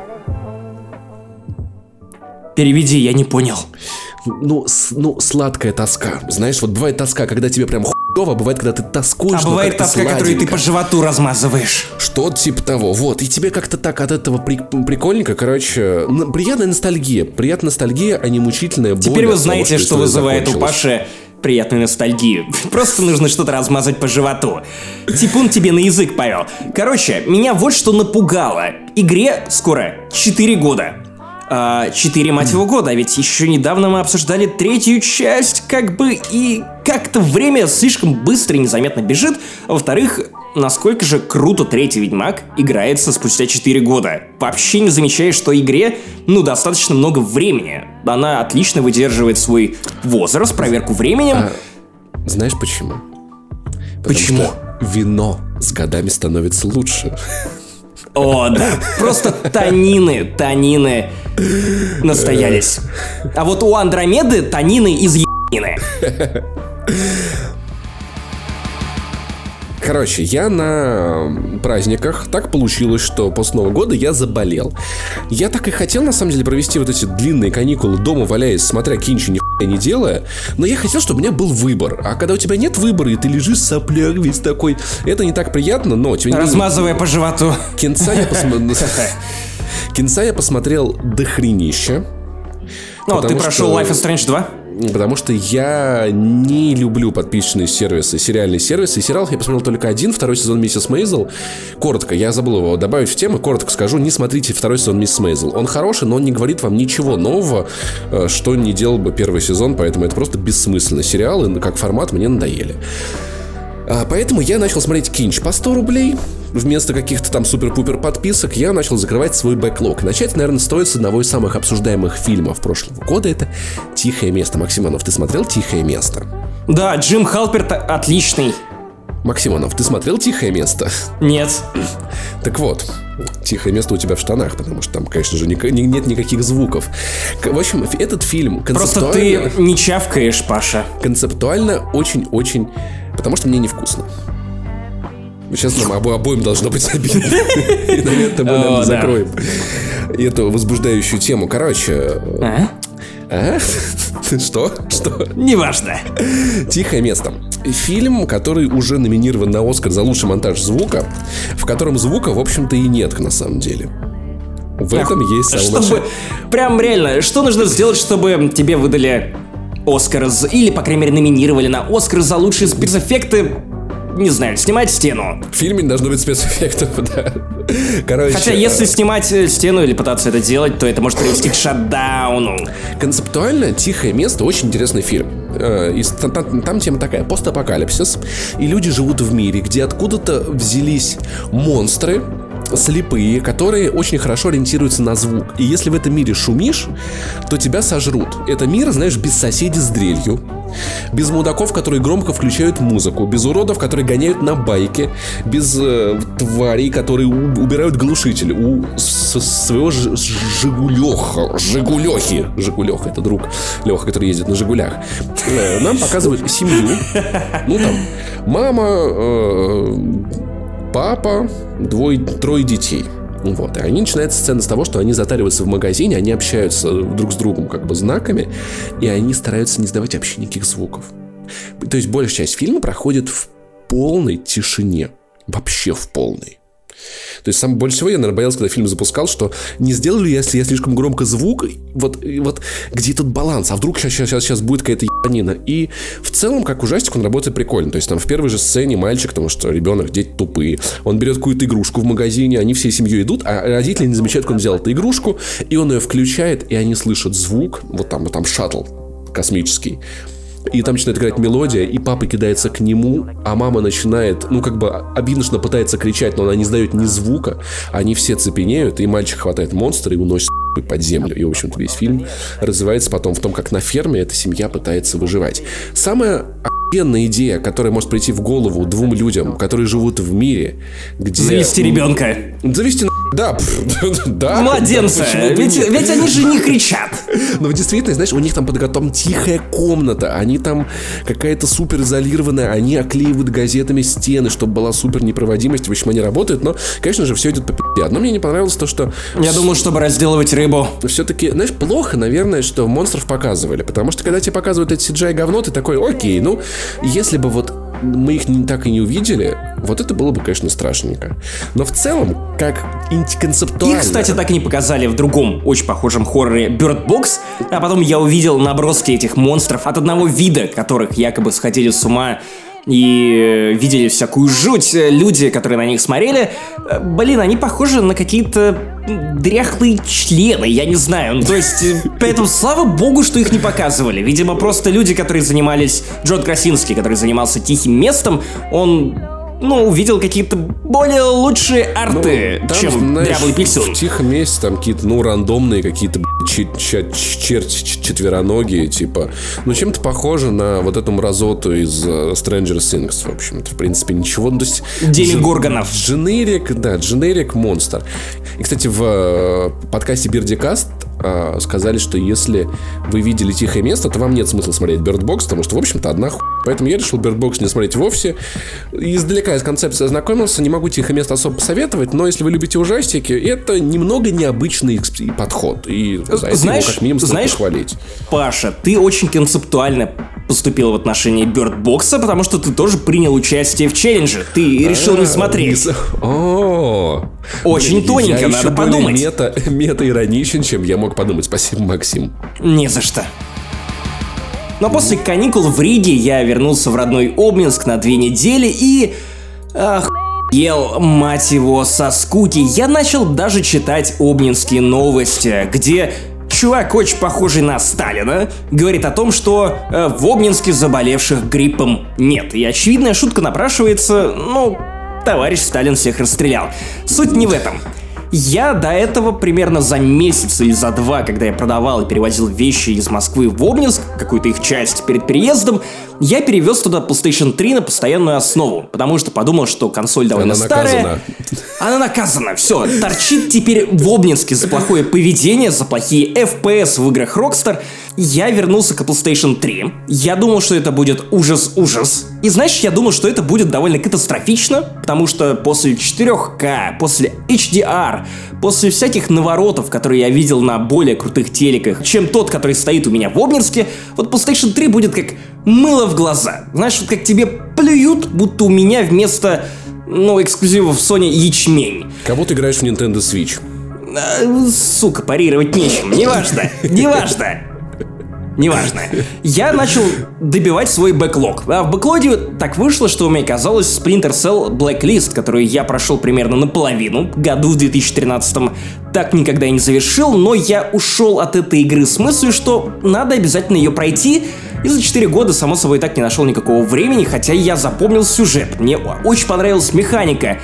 Переведи, я не понял. Ну, с, ну, сладкая тоска. Знаешь, вот бывает тоска, когда тебе прям хуёво, а бывает, когда ты тоскуешь. А бывает тоска, сладенько, которую ты по животу размазываешь. Что-то типа того. Вот, и тебе как-то так от этого при, прикольненько, короче, приятная ностальгия. Приятная ностальгия, а не мучительная боль. Теперь вы знаете, того, что, что вызывает у Паши приятную ностальгию. Просто нужно что-то размазать по животу. Типун тебе на язык повел. Короче, меня вот что напугало. Игре скоро четыре года. Четыре, мать его, года, а ведь еще недавно мы обсуждали третью часть, как бы, и как-то время слишком быстро и незаметно бежит. А во-вторых, насколько же круто третий Ведьмак играется спустя четыре года. Вообще не замечаешь, что игре, ну, достаточно много времени. Она отлично выдерживает свой возраст, проверку временем. А, знаешь почему? Потому почему? Что вино с годами становится лучше. О, да, просто танины, танины настоялись. А вот у Андромеды танины из ебанины. Короче, я на праздниках, так получилось, что после Нового года я заболел. Я так и хотел, на самом деле, провести вот эти длинные каникулы дома, валяясь, смотря кинчи, нихуя не делая. Но я хотел, чтобы у меня был выбор. А когда у тебя нет выбора, и ты лежишь в соплях весь такой, это не так приятно, но... Размазывая по животу. Кинца я посмотрел... Кинца я посмотрел дохренища. Ну, ты прошел Life is Strange два? Потому что я не люблю подписочные сервисы, сериальные сервисы. И сериал я посмотрел только один, второй сезон «Миссис Мейзел». Коротко, я забыл его добавить в тему, коротко скажу, не смотрите второй сезон «Миссис Мейзел». Он хороший, но он не говорит вам ничего нового, что не делал бы первый сезон, поэтому это просто бессмысленный сериал, и как формат мне надоели. Поэтому я начал смотреть кинч по сто рублей. Вместо каких-то там супер-пупер подписок я начал закрывать свой бэклог. Начать, наверное, стоит с одного из самых обсуждаемых фильмов прошлого года. Это «Тихое место». Максимонов, ты смотрел «Тихое место»? Да, Джим Халперт отличный. Максимонов, ты смотрел «Тихое место»? Нет. Так вот, «Тихое место» у тебя в штанах, потому что там, конечно же, ни- нет никаких звуков. В общем, этот фильм концептуально... Просто ты не чавкаешь, Паша. Концептуально очень-очень... Потому что мне невкусно. Сейчас нам обо- обоим должно быть обидно. И на этом мы, наверное, закроем эту возбуждающую тему. Короче... А? Что? Что? Неважно. «Тихое место». Фильм, который уже номинирован на Оскар за лучший монтаж звука, в котором звука, в общем-то, и нет, на самом деле. В этом есть самое Чтобы... Прям реально, что нужно сделать, чтобы тебе выдали Оскар, или, по крайней мере, номинировали на Оскар за лучшие спецэффекты? Не знаю, снимать стену. В фильме не должно быть спецэффектов, да. Короче, Хотя, если снимать стену или пытаться это делать, то это может привести к шатдауну. Концептуально «Тихое место» очень интересный фильм. И там, там тема такая: постапокалипсис. И люди живут в мире, где откуда-то взялись монстры слепые, которые очень хорошо ориентируются на звук. И если в этом мире шумишь, то тебя сожрут. Это мир, знаешь, без соседей с дрелью, без мудаков, которые громко включают музыку, без уродов, которые гоняют на байке, без э, тварей, которые у- убирают глушитель. У с- своего ж- Жигулеха, Жигулехи, Жигулеха, это друг Леха, который ездит на Жигулях. Э, нам показывают семью. Ну там, мама, э, папа, двое, трое детей. Вот. И они начинаются сцена с того, что они затариваются в магазине, они общаются друг с другом как бы знаками, и они стараются не издавать вообще никаких звуков. То есть большая часть фильма проходит в полной тишине. Вообще в полной. То есть, сам больше всего я, наверное, боялся, когда фильм запускал, что не сделаю ли я, если я слишком громко звук, вот, вот где тут баланс, а вдруг сейчас, сейчас, сейчас будет какая-то ебанина. И в целом, как ужастик, он работает прикольно. То есть, там в первой же сцене мальчик, потому что ребенок, дети тупые, он берет какую-то игрушку в магазине, они всей семьей идут, а родители не замечают, как он взял эту игрушку, и он ее включает, и они слышат звук, вот там, вот там шаттл космический. И там начинает играть мелодия, и папа кидается к нему, а мама начинает, ну, как бы обидно пытается кричать, но она не издает ни звука. Они все цепенеют, и мальчик хватает монстра и уносит под землю. И, в общем-то, весь фильм развивается потом в том, как на ферме эта семья пытается выживать. Самая охуенная идея, которая может прийти в голову двум людям, которые живут в мире, где... Завести ребенка. Завести, да, да. Младенца. Ведь, ведь они же не кричат. Но в действительности, знаешь, у них там под готовом тихая комната, они там какая-то супер изолированная, они оклеивают газетами стены, чтобы была супер непроводимость. В общем, они работают, но, конечно же, все идет по пи***е. Но мне не понравилось то, что... Я думал, чтобы разделывать рыбу. Все-таки, знаешь, плохо, наверное, что монстров показывали. Потому что, когда тебе показывают это си джи ай-говно, ты такой: окей, ну, если бы вот мы их не, так и не увидели, вот это было бы, конечно, страшненько. Но в целом, как концептуально... Их, кстати, так и не показали в другом очень похожем хорроре Bird Box, а потом я увидел наброски этих монстров от одного вида, которых якобы сходили с ума и видели всякую жуть. Люди, которые на них смотрели, блин, они похожи на какие-то дряхлые члены, я не знаю. Ну, то есть, поэтому слава богу, что их не показывали. Видимо, просто люди, которые занимались... Джон Красинский, который занимался «Тихим местом», он... ну, увидел какие-то более лучшие арты, ну, там, чем знаешь, дряблый пиксель. В «Тихом месте» там какие-то, ну, рандомные какие-то черти четвероногие, типа. Ну, чем-то похоже на вот эту мразоту из uh, Stranger Things, в общем-то. В принципе, ничего. Ну, то есть... Деми Горгонов. Дженерик, да, дженерик монстр. И, кстати, в uh, подкасте Бердикаст э, сказали, что если вы видели «Тихое место», то вам нет смысла смотреть Bird Box, потому что, в общем-то, одна хуйня. Поэтому я решил Bird Box не смотреть вовсе. Издалека с концепцией ознакомился, не могу «Тихое место» особо посоветовать, но если вы любите ужастики, это немного необычный подход. И за это знаешь, его как минимум стоит похвалить. Паша, ты очень концептуально поступил в отношении Bird Box'а, потому что ты тоже принял участие в челлендже. Ты решил не смотреть. О, очень тоненько, надо подумать. Мета, мета-ироничен, чем я мог подумать. Спасибо, Максим. Не за что. Но после каникул в Риге я вернулся в родной Обнинск на две недели и... Ах, ел, мать его, со скуки. Я начал даже читать обнинские новости, где чувак, очень похожий на Сталина, говорит о том, что э, в Обнинске заболевших гриппом нет. И очевидная шутка напрашивается, ну, товарищ Сталин всех расстрелял. Суть не в этом. Я до этого примерно за месяц или за два, когда я продавал и перевозил вещи из Москвы в Обнинск, какую-то их часть перед переездом, я перевез туда PlayStation три на постоянную основу, потому что подумал, что консоль довольно Она старая. наказана. Она наказана, все, торчит теперь в Обнинске за плохое поведение, за плохие эф пи эс в играх Rockstar. Я вернулся к PlayStation три. Я думал, что это будет ужас-ужас. И знаешь, я думал, что это будет довольно катастрофично, потому что после четыре ка, после эйч ди ар, после всяких наворотов, которые я видел на более крутых телеках, чем тот, который стоит у меня в Обнинске, вот PlayStation три будет как мыло в глаза. Знаешь, вот как тебе плюют, будто у меня вместо, ну, эксклюзивов Sony ячмень. Кого ты играешь в Nintendo Switch? А, сука, парировать нечем. Неважно, неважно. Неважно. Я начал добивать свой бэклог. А в бэклоге так вышло, что у меня оказалось Splinter Cell Blacklist, который я прошел примерно наполовину, году в две тысячи тринадцатом. Так никогда и не завершил, но я ушел от этой игры с мыслью, что надо обязательно ее пройти. И за четыре года, само собой, так не нашел никакого времени, хотя я запомнил сюжет. Мне очень понравилась механика.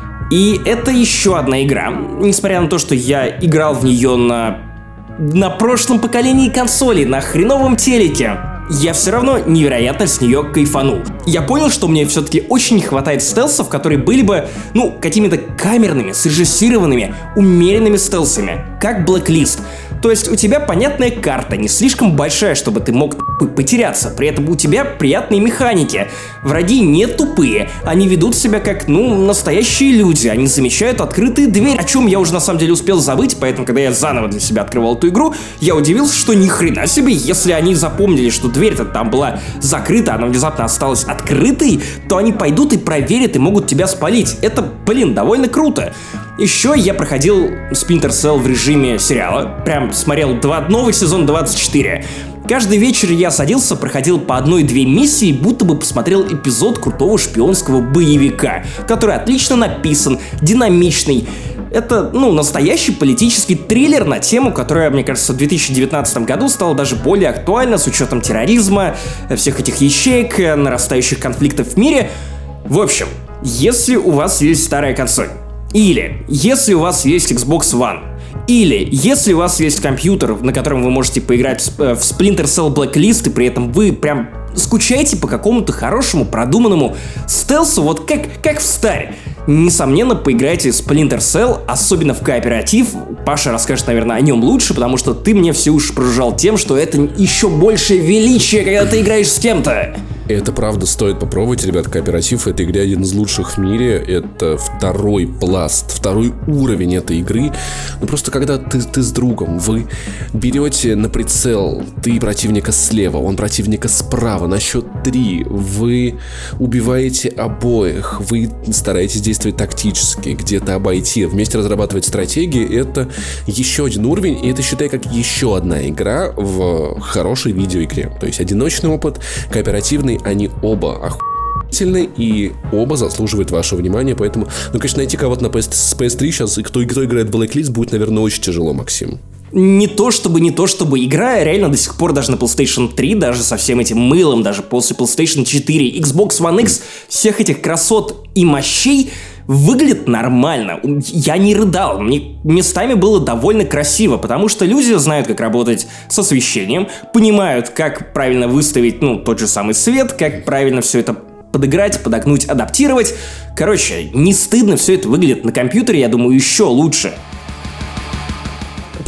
И это еще одна игра. Несмотря на то, что я играл в нее на... на прошлом поколении консолей, на хреновом телеке, я все равно невероятно с нее кайфанул. Я понял, что мне все-таки очень не хватает стелсов, которые были бы, ну, какими-то камерными, срежиссированными, умеренными стелсами, как Blacklist. То есть у тебя понятная карта, не слишком большая, чтобы ты мог потеряться. При этом у тебя приятные механики. Враги не тупые, они ведут себя как, ну, настоящие люди. Они замечают открытые двери, о чем я уже на самом деле успел забыть, поэтому, когда я заново для себя открывал эту игру, я удивился, что ни хрена себе, если они запомнили, что дверь-то там была закрыта, она внезапно осталась открытой, то они пойдут и проверят и могут тебя спалить. Это, блин, довольно круто. Еще я проходил Splinter Cell в режиме сериала. Прям смотрел два, новый сезон двадцать четыре. Каждый вечер я садился, проходил по одной-две миссии, будто бы посмотрел эпизод крутого шпионского боевика, который отлично написан, динамичный. Это, ну, настоящий политический триллер на тему, которая, мне кажется, в две тысячи девятнадцатом году стала даже более актуальна с учетом терроризма, всех этих ячеек, нарастающих конфликтов в мире. В общем, если у вас есть старая консоль, или если у вас есть Xbox One, или если у вас есть компьютер, на котором вы можете поиграть в Splinter Cell Blacklist, и при этом вы прям скучаете по какому-то хорошему, продуманному стелсу, вот как, как в старе, несомненно, поиграйте в Splinter Cell, особенно в кооператив. Паша расскажет, наверное, о нем лучше, потому что ты мне все уши прожужжал тем, что это еще большее величие, когда ты играешь с кем-то. Это правда стоит попробовать, ребят. Кооператив в этой игре один из лучших в мире. Это второй пласт, второй уровень этой игры. Ну просто когда ты, ты с другом, вы берете на прицел, ты противника слева, он противника справа, на счет три, вы убиваете обоих, вы стараетесь действовать тактически, где-то обойти, вместе разрабатывать стратегии. Это еще один уровень, и это, считай, как еще одна игра в хорошей видеоигре. То есть одиночный опыт, кооперативный, они оба охуительны и оба заслуживают вашего внимания, поэтому, ну, конечно, найти кого-то на пи эс три сейчас, и кто, кто играет в Blacklist, будет, наверное, очень тяжело, Максим. Не то чтобы, не то чтобы. Игра реально до сих пор даже на PlayStation три, даже со всем этим мылом, даже после PlayStation четыре, Xbox One X, всех этих красот и мощей выглядит нормально. Я не рыдал, мне местами было довольно красиво, потому что люди знают, как работать с освещением, понимают, как правильно выставить, ну, тот же самый свет, как правильно все это подыграть, подогнуть, адаптировать. Короче, не стыдно все это выглядит на компьютере, я думаю, еще лучше.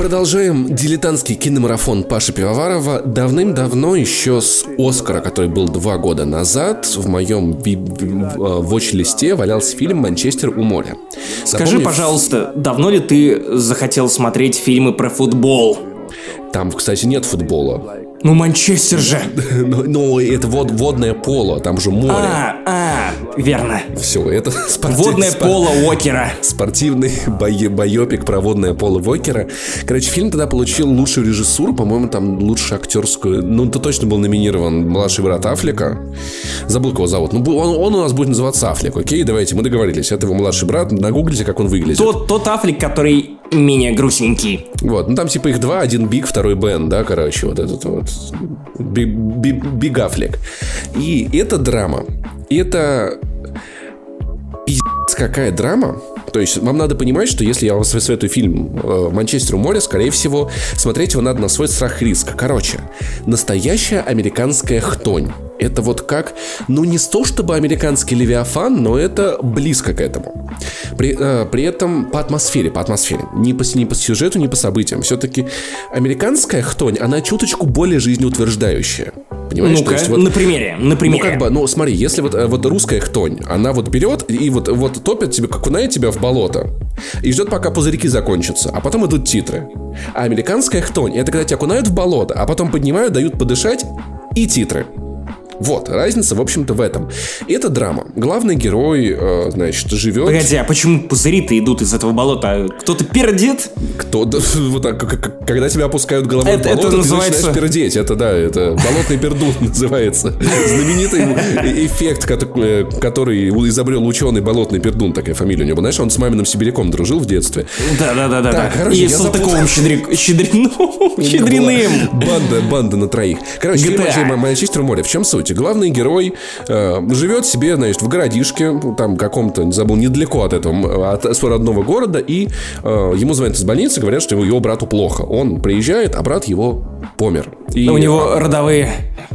Продолжаем дилетантский киномарафон Паши Пивоварова. Давным-давно, еще с Оскара, который был два года назад, в моем watch-листе валялся фильм «Манчестер у моря». Скажи, Напомню... пожалуйста, давно ли ты захотел смотреть фильмы про футбол? Там, кстати, нет футбола. Ну, Манчестер же. Ну, ну это вод, водное поло, там же море. А, а, верно. Все, это спортив... Водное спор... поло Уокера. Спортивный бой... бойопик про водное поло Уокера. Короче, фильм тогда получил лучшую режиссуру, по-моему, там лучшую актерскую. Ну, то точно был номинирован младший брат Аффлека. Забыл, кого зовут. Ну, он, он у нас будет называться Аффлек, окей? Давайте, мы договорились. Это его младший брат. Нагуглите, как он выглядит. Тот, тот Аффлек, который менее грустненький. Вот, ну там типа их два, один Биг, второй Бен, да, короче, вот этот вот Биг Аффлек. И это драма. Это пиздец какая драма. То есть вам надо понимать, что если я вам советую фильм «Манчестер у моря», скорее всего, смотреть его надо на свой страх и риск. Короче, настоящая американская хтонь. Это вот как, ну не то чтобы американский Левиафан, но это близко к этому. При, э, при этом по атмосфере, по атмосфере, не по, не по сюжету, не по событиям. Все-таки американская хтонь, она чуточку более жизнеутверждающая. Понимаешь? Ну-ка, есть, вот, на примере, на примере. Ну как бы, ну смотри, если вот, вот русская хтонь, она вот берет и вот, вот топит тебя, окунает тебя в болото и ждет, пока пузырьки закончатся, а потом идут титры. А американская хтонь, это когда тебя окунают в болото, а потом поднимают, дают подышать и титры. Вот, разница, в общем-то, в этом. Это драма. Главный герой, э, значит, живет... Погоди, а почему пузыри-то идут из этого болота? Кто-то пердит? Кто? Да, вот так, когда тебя опускают головой это, в болото, это ты называется... начинаешь пердеть. Это, да, это болотный пердун называется. Знаменитый эффект, который изобрел ученый болотный пердун, такая фамилия у него. Знаешь, он с маминым сибиряком дружил в детстве. Да-да-да. И с Салтыковым Щедриным. Банда, банда на троих. Короче, фильм «Манчестер у моря». В чем суть? Главный герой э, живет себе, значит, в городишке, там каком-то, не забыл, недалеко от этого, от своего родного города, и э, ему звонят из больницы, говорят, что его, его брату плохо. Он приезжает, а брат его помер. И, у него родовые.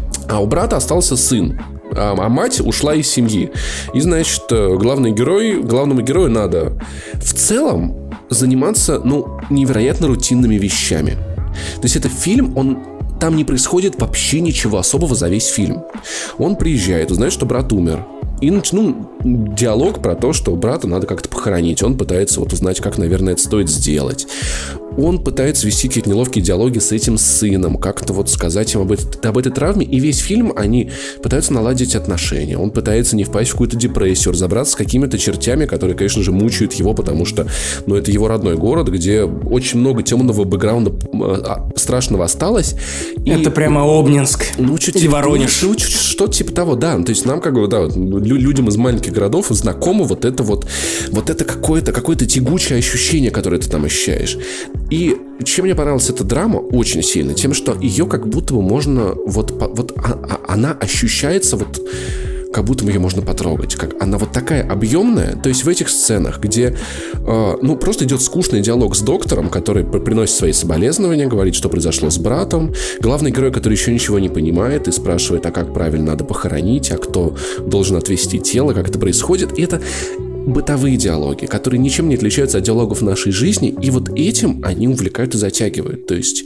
А у брата остался сын. А, а мать ушла из семьи. И, значит, главный герой, главному герою надо в целом заниматься, ну, невероятно рутинными вещами. То есть это фильм, он... Там не происходит вообще ничего особого за весь фильм. Он приезжает, узнает, что брат умер. И, ну, диалог про то, что брата надо как-то похоронить. Он пытается вот узнать, как, наверное, это стоит сделать. Он пытается вести какие-то неловкие диалоги с этим сыном, как-то вот сказать им об, этой, об этой травме. И весь фильм они пытаются наладить отношения. Он пытается не впасть в какую-то депрессию, разобраться с какими-то чертями, которые, конечно же, мучают его, потому что, ну, это его родной город, где очень много темного бэкграунда страшного осталось. Это и, прямо Обнинск. Ну, чуть, или Воронеж. Ну, чуть, что-то типа того, да. То есть нам, как бы, да, людям из маленьких городов знакомо вот это вот, вот это какое-то, какое-то тягучее ощущение, которое ты там ощущаешь. И чем мне понравилась эта драма очень сильно, тем, что ее как будто бы можно, вот, вот а, а, она ощущается вот как будто бы ее можно потрогать. Как она вот такая объемная. То есть в этих сценах, где э, ну просто идет скучный диалог с доктором, который приносит свои соболезнования, говорит, что произошло с братом. Главный герой, который еще ничего не понимает и спрашивает, а как правильно надо похоронить, а кто должен отвезти тело, как это происходит. И это бытовые диалоги, которые ничем не отличаются от диалогов в нашей жизни, и вот этим они увлекают и затягивают. То есть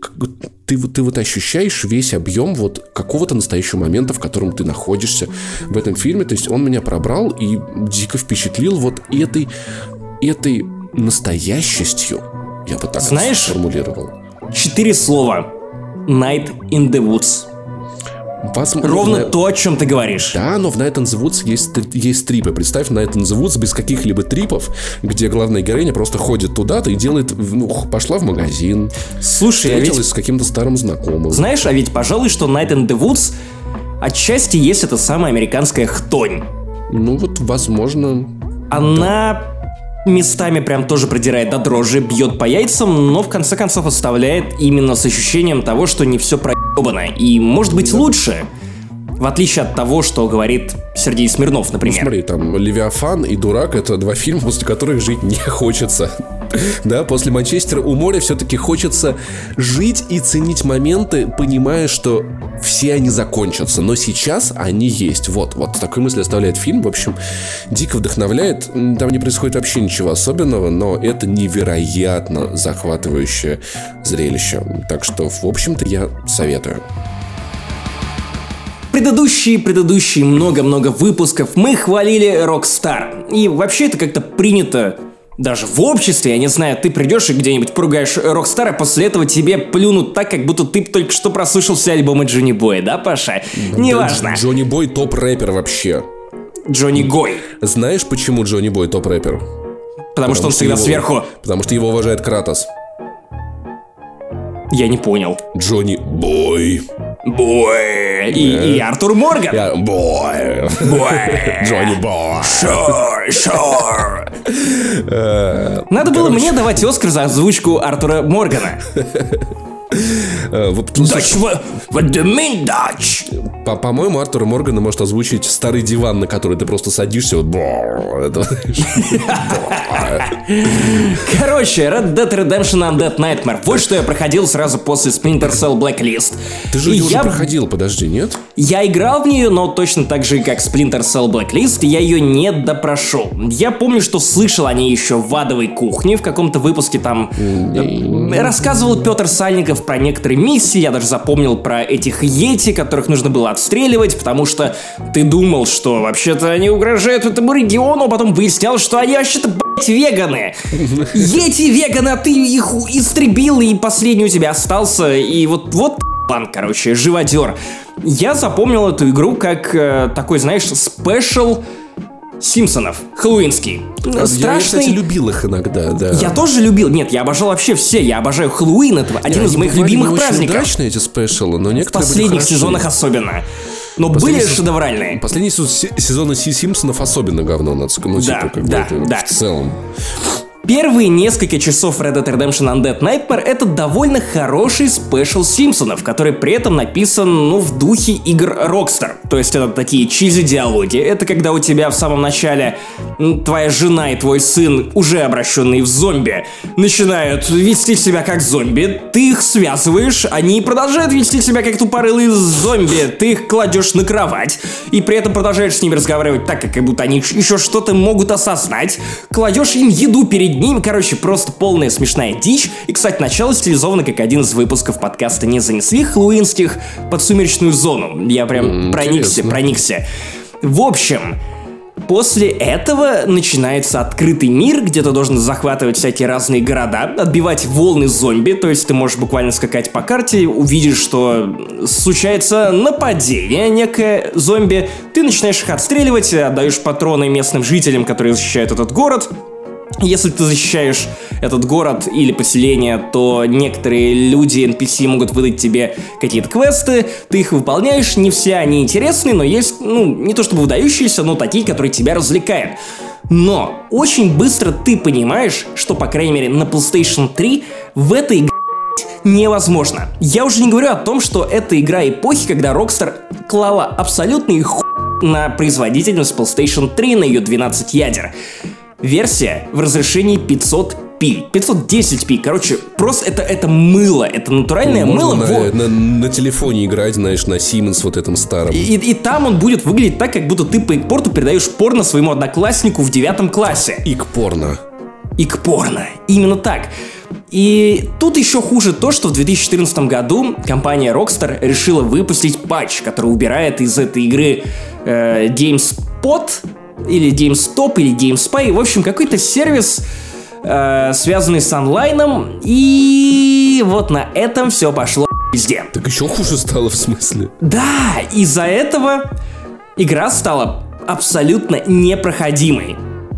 ты, ты вот ощущаешь весь объем вот какого-то настоящего момента, в котором ты находишься в этом фильме. То есть он меня пробрал и дико впечатлил вот этой, этой настоящестью. Я вот так Знаешь, сформулировал. Четыре слова. Night in the Woods. Возможно, ровно то, о чем ты говоришь. Да, но в Night in the Woods есть, есть трипы. Представь Night in the Woods без каких-либо трипов, где главная героиня просто ходит туда-то и делает, ну, пошла в магазин. Слушай, встретилась а ведь... с каким-то старым знакомым. Знаешь, а ведь, пожалуй, что Night in the Woods отчасти есть эта самая американская хтонь. Ну вот, возможно. Она... местами прям тоже продирает до дрожи, бьет по яйцам, но в конце концов оставляет именно с ощущением того, что не все проебано. И может быть лучше. В отличие от того, что говорит Сергей Смирнов, например. Ну, смотри, там «Левиафан» и «Дурак» — это два фильма, после которых жить не хочется. Да, после «Манчестера у моря» все-таки хочется жить и ценить моменты, понимая, что все они закончатся, но сейчас они есть. Вот, вот такой мысль оставляет фильм. В общем, дико вдохновляет. Там не происходит вообще ничего особенного, но это невероятно захватывающее зрелище. Так что, в общем-то, я советую. Предыдущие, предыдущие много-много выпусков мы хвалили Rockstar. И вообще это как-то принято даже в обществе. Я не знаю, ты придешь и где-нибудь поругаешь Rockstar, а после этого тебе плюнут так, как будто ты только что прослушал все альбомы Джонни Боя, да, Паша? Да, неважно. Джонни Бой топ-рэпер вообще. Джонни Гой. Знаешь, почему Джонни Бой топ-рэпер? Потому, потому что он всегда его, сверху. Потому что его уважает Кратос. Я не понял. Джонни Бой. Бой. И, и Артур Морган. Я... Бой. Бой. Джонни Бой. Sure, sure. Надо было мне давать Оскар за озвучку Артура Моргана. Dutch, what do you mean, Dutch? По- по-моему, Артура Моргана может озвучить старый диван, на который ты просто садишься. Вот. Короче, Red Dead Redemption Undead Nightmare. Вот что я проходил сразу после Splinter Cell Blacklist. Ты же ее уже проходил, подожди, нет? Я играл в нее, но точно так же, как Splinter Cell Blacklist, я ее не допрошел. Я помню, что слышал о ней еще в адовой кухне, в каком-то выпуске там рассказывал Петр Сальников про некоторые миссии. Я даже запомнил про этих йети, которых нужно было отстреливать, потому что ты думал, что вообще-то они угрожают этому региону, а потом выяснял, что они вообще-то, блять, веганы. Йети веганы, а ты их истребил, и последний у тебя остался, и вот, вот план, короче, живодер. Я запомнил эту игру как э, такой, знаешь, спешл Симпсонов, хэллоуинский. Страшный. Я, кстати, любил их иногда, да. Я тоже любил. Нет, я обожал вообще все. Я обожаю Хэллоуин. Это один из моих любимых не праздников. Очень удачные эти спешалы, но некоторые в последних сезонах особенно. Но были сезон... шедевральные. Последние сезоны Симпсонов особенно говно, надо сказать. Ну, да, типа, как да, бы, да. в целом. Первые несколько часов Red Dead Redemption Undead Nightmare — это довольно хороший спешл Симпсонов, который при этом написан, ну, в духе игр Rockstar. То есть это такие чизи-диалоги. Это когда у тебя в самом начале твоя жена и твой сын, уже обращенные в зомби, начинают вести себя как зомби. Ты их связываешь, они продолжают вести себя как тупорылые зомби. Ты их кладешь на кровать и при этом продолжаешь с ними разговаривать так, как будто они еще что-то могут осознать. Кладешь им еду перед ними, короче, просто полная смешная дичь. И, кстати, начало стилизовано как один из выпусков подкаста «Не занесли» хэллоуинских под сумеречную зону. Я прям mm, проникся, интересно. проникся. В общем, после этого начинается открытый мир, где ты должен захватывать всякие разные города, отбивать волны зомби, то есть ты можешь буквально скакать по карте, увидишь, что случается нападение некое зомби, ты начинаешь их отстреливать, отдаешь патроны местным жителям, которые защищают этот город. Если ты защищаешь этот город или поселение, то некоторые люди, эн пи си, могут выдать тебе какие-то квесты, ты их выполняешь, не все они интересны, но есть, ну, не то чтобы выдающиеся, но такие, которые тебя развлекают. Но очень быстро ты понимаешь, что, по крайней мере, на PlayStation три в этой игре невозможно. Я уже не говорю о том, что это игра эпохи, когда Rockstar клала абсолютный хуй на производительность PlayStation три, на ее двенадцать ядер. Версия в разрешении пятьсот пи, пятьсот десять пи, короче, просто это, это мыло, это натуральное ну, мыло. На, в... на, на телефоне играть, знаешь, на Siemens вот этом старом. И, и, и там он будет выглядеть так, как будто ты по экпорту передаешь порно своему однокласснику в девятом классе. И к порно. И к порно, именно так. И тут еще хуже то, что в две тысячи четырнадцатом году компания Rockstar решила выпустить патч, который убирает из этой игры э, GameSpot, или GameStop, или GameSpy, в общем, какой-то сервис, э, связанный с онлайном, и вот на этом все пошло везде. Так еще хуже стало, в смысле? Да, из-за этого игра стала абсолютно непроходимой.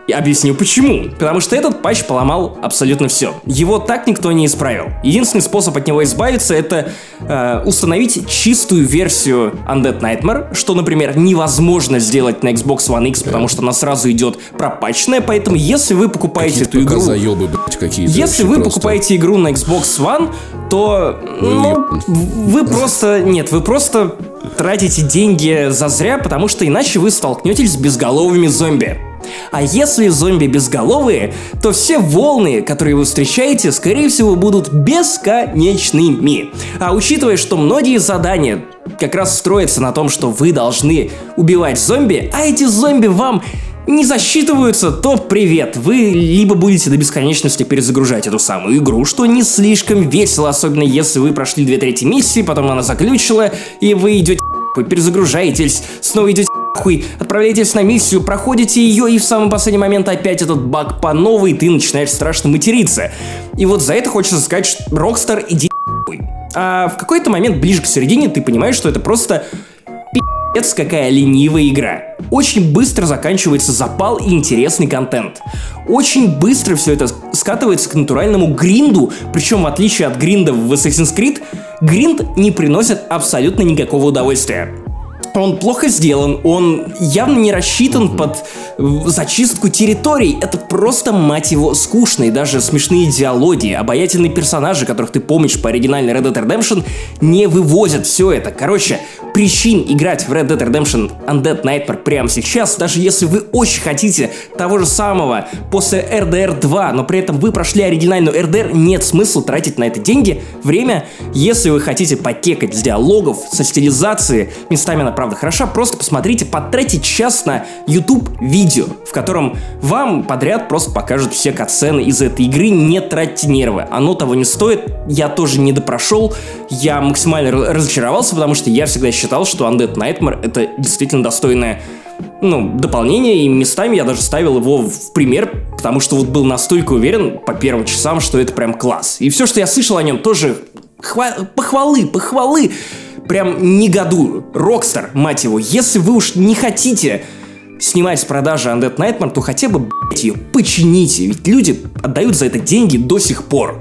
Объясню почему. Потому что этот патч поломал абсолютно все. Его так никто не исправил. Единственный способ от него избавиться — это э, установить чистую версию Undead Nightmare, что, например, невозможно сделать на Xbox One X, потому что она сразу идет пропатченная. Поэтому если вы покупаете какие-то эту игру... заебы, блядь, какие-то. Если вы просто... покупаете игру на Xbox One, то ну, вы просто... Нет, вы просто тратите деньги зазря, потому что иначе вы столкнетесь с безголовыми зомби. А если зомби безголовые, то все волны, которые вы встречаете, скорее всего, будут бесконечными. А учитывая, что многие задания как раз строятся на том, что вы должны убивать зомби, а эти зомби вам не засчитываются, то привет, вы либо будете до бесконечности перезагружать эту самую игру, что не слишком весело, особенно если вы прошли две трети миссии, потом она заглючила, и вы идете вы перезагружаетесь, снова идете хуй, отправляетесь на миссию, проходите ее, и в самый последний момент опять этот баг по новой, и ты начинаешь страшно материться. И вот за это хочется сказать, что Rockstar, иди хуй. А в какой-то момент ближе к середине ты понимаешь, что это просто пи***ц какая ленивая игра. Очень быстро заканчивается запал и интересный контент. Очень быстро все это скатывается к натуральному гринду, причем в отличие от гринда в Assassin's Creed, гринд не приносит абсолютно никакого удовольствия. Он плохо сделан, он явно не рассчитан под зачистку территорий. Это просто, мать его, скучно. И даже смешные диалоги, обаятельные персонажи, которых ты помнишь по оригинальной Red Dead Redemption, не вывозят все это. Короче, причин играть в Red Dead Redemption Undead Nightmare прямо сейчас, даже если вы очень хотите того же самого после эр дэ эр два, но при этом вы прошли оригинальную эр дэ эр, нет смысла тратить на это деньги, время. Если вы хотите покекать с диалогов, со стилизацией, местами она правда хороша, просто посмотрите, потратьте час на YouTube видео, в котором вам подряд просто покажут все катсцены из этой игры. Не тратьте нервы, оно того не стоит. Я тоже не допрошел, я максимально разочаровался, потому что я всегда считал, что Undead Nightmare это действительно достойное, ну, дополнение, и местами я даже ставил его в пример, потому что вот был настолько уверен по первым часам, что это прям класс. И все, что я слышал о нем, тоже хва- похвалы, похвалы. Прям негодую. Rockstar, мать его, если вы уж не хотите снимать с продажи Undead Nightmare, то хотя бы, блять, ее почините, ведь люди отдают за это деньги до сих пор.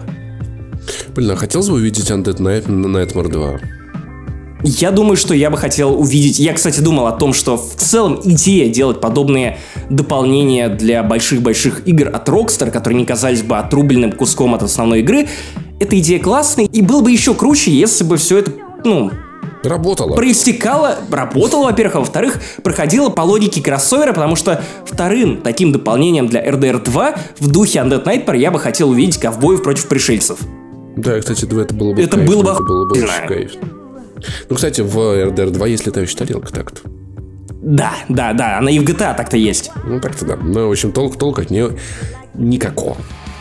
Блин, а хотелось бы увидеть Undead Nightmare два? Я думаю, что я бы хотел увидеть... Я, кстати, думал о том, что в целом идея делать подобные дополнения для больших-больших игр от Rockstar, которые не казались бы отрубленным куском от основной игры, эта идея классная, и было бы еще круче, если бы все это, ну... Работало. Проистекало, работало, во-первых, а во-вторых, проходило по логике кроссовера, потому что вторым таким дополнением для эр дэ эр два в духе Undead Nightmare я бы хотел увидеть ковбоев против пришельцев. Да, кстати, это было бы Это кайф, было бы это было бы очень охуенно. кайф. Ну, кстати, в эр дэ эр два есть летающая тарелка так-то. Да, да, да, она и в джи ти эй так-то есть. Ну, так-то да. Ну, в общем, толк, толк от нее никакого.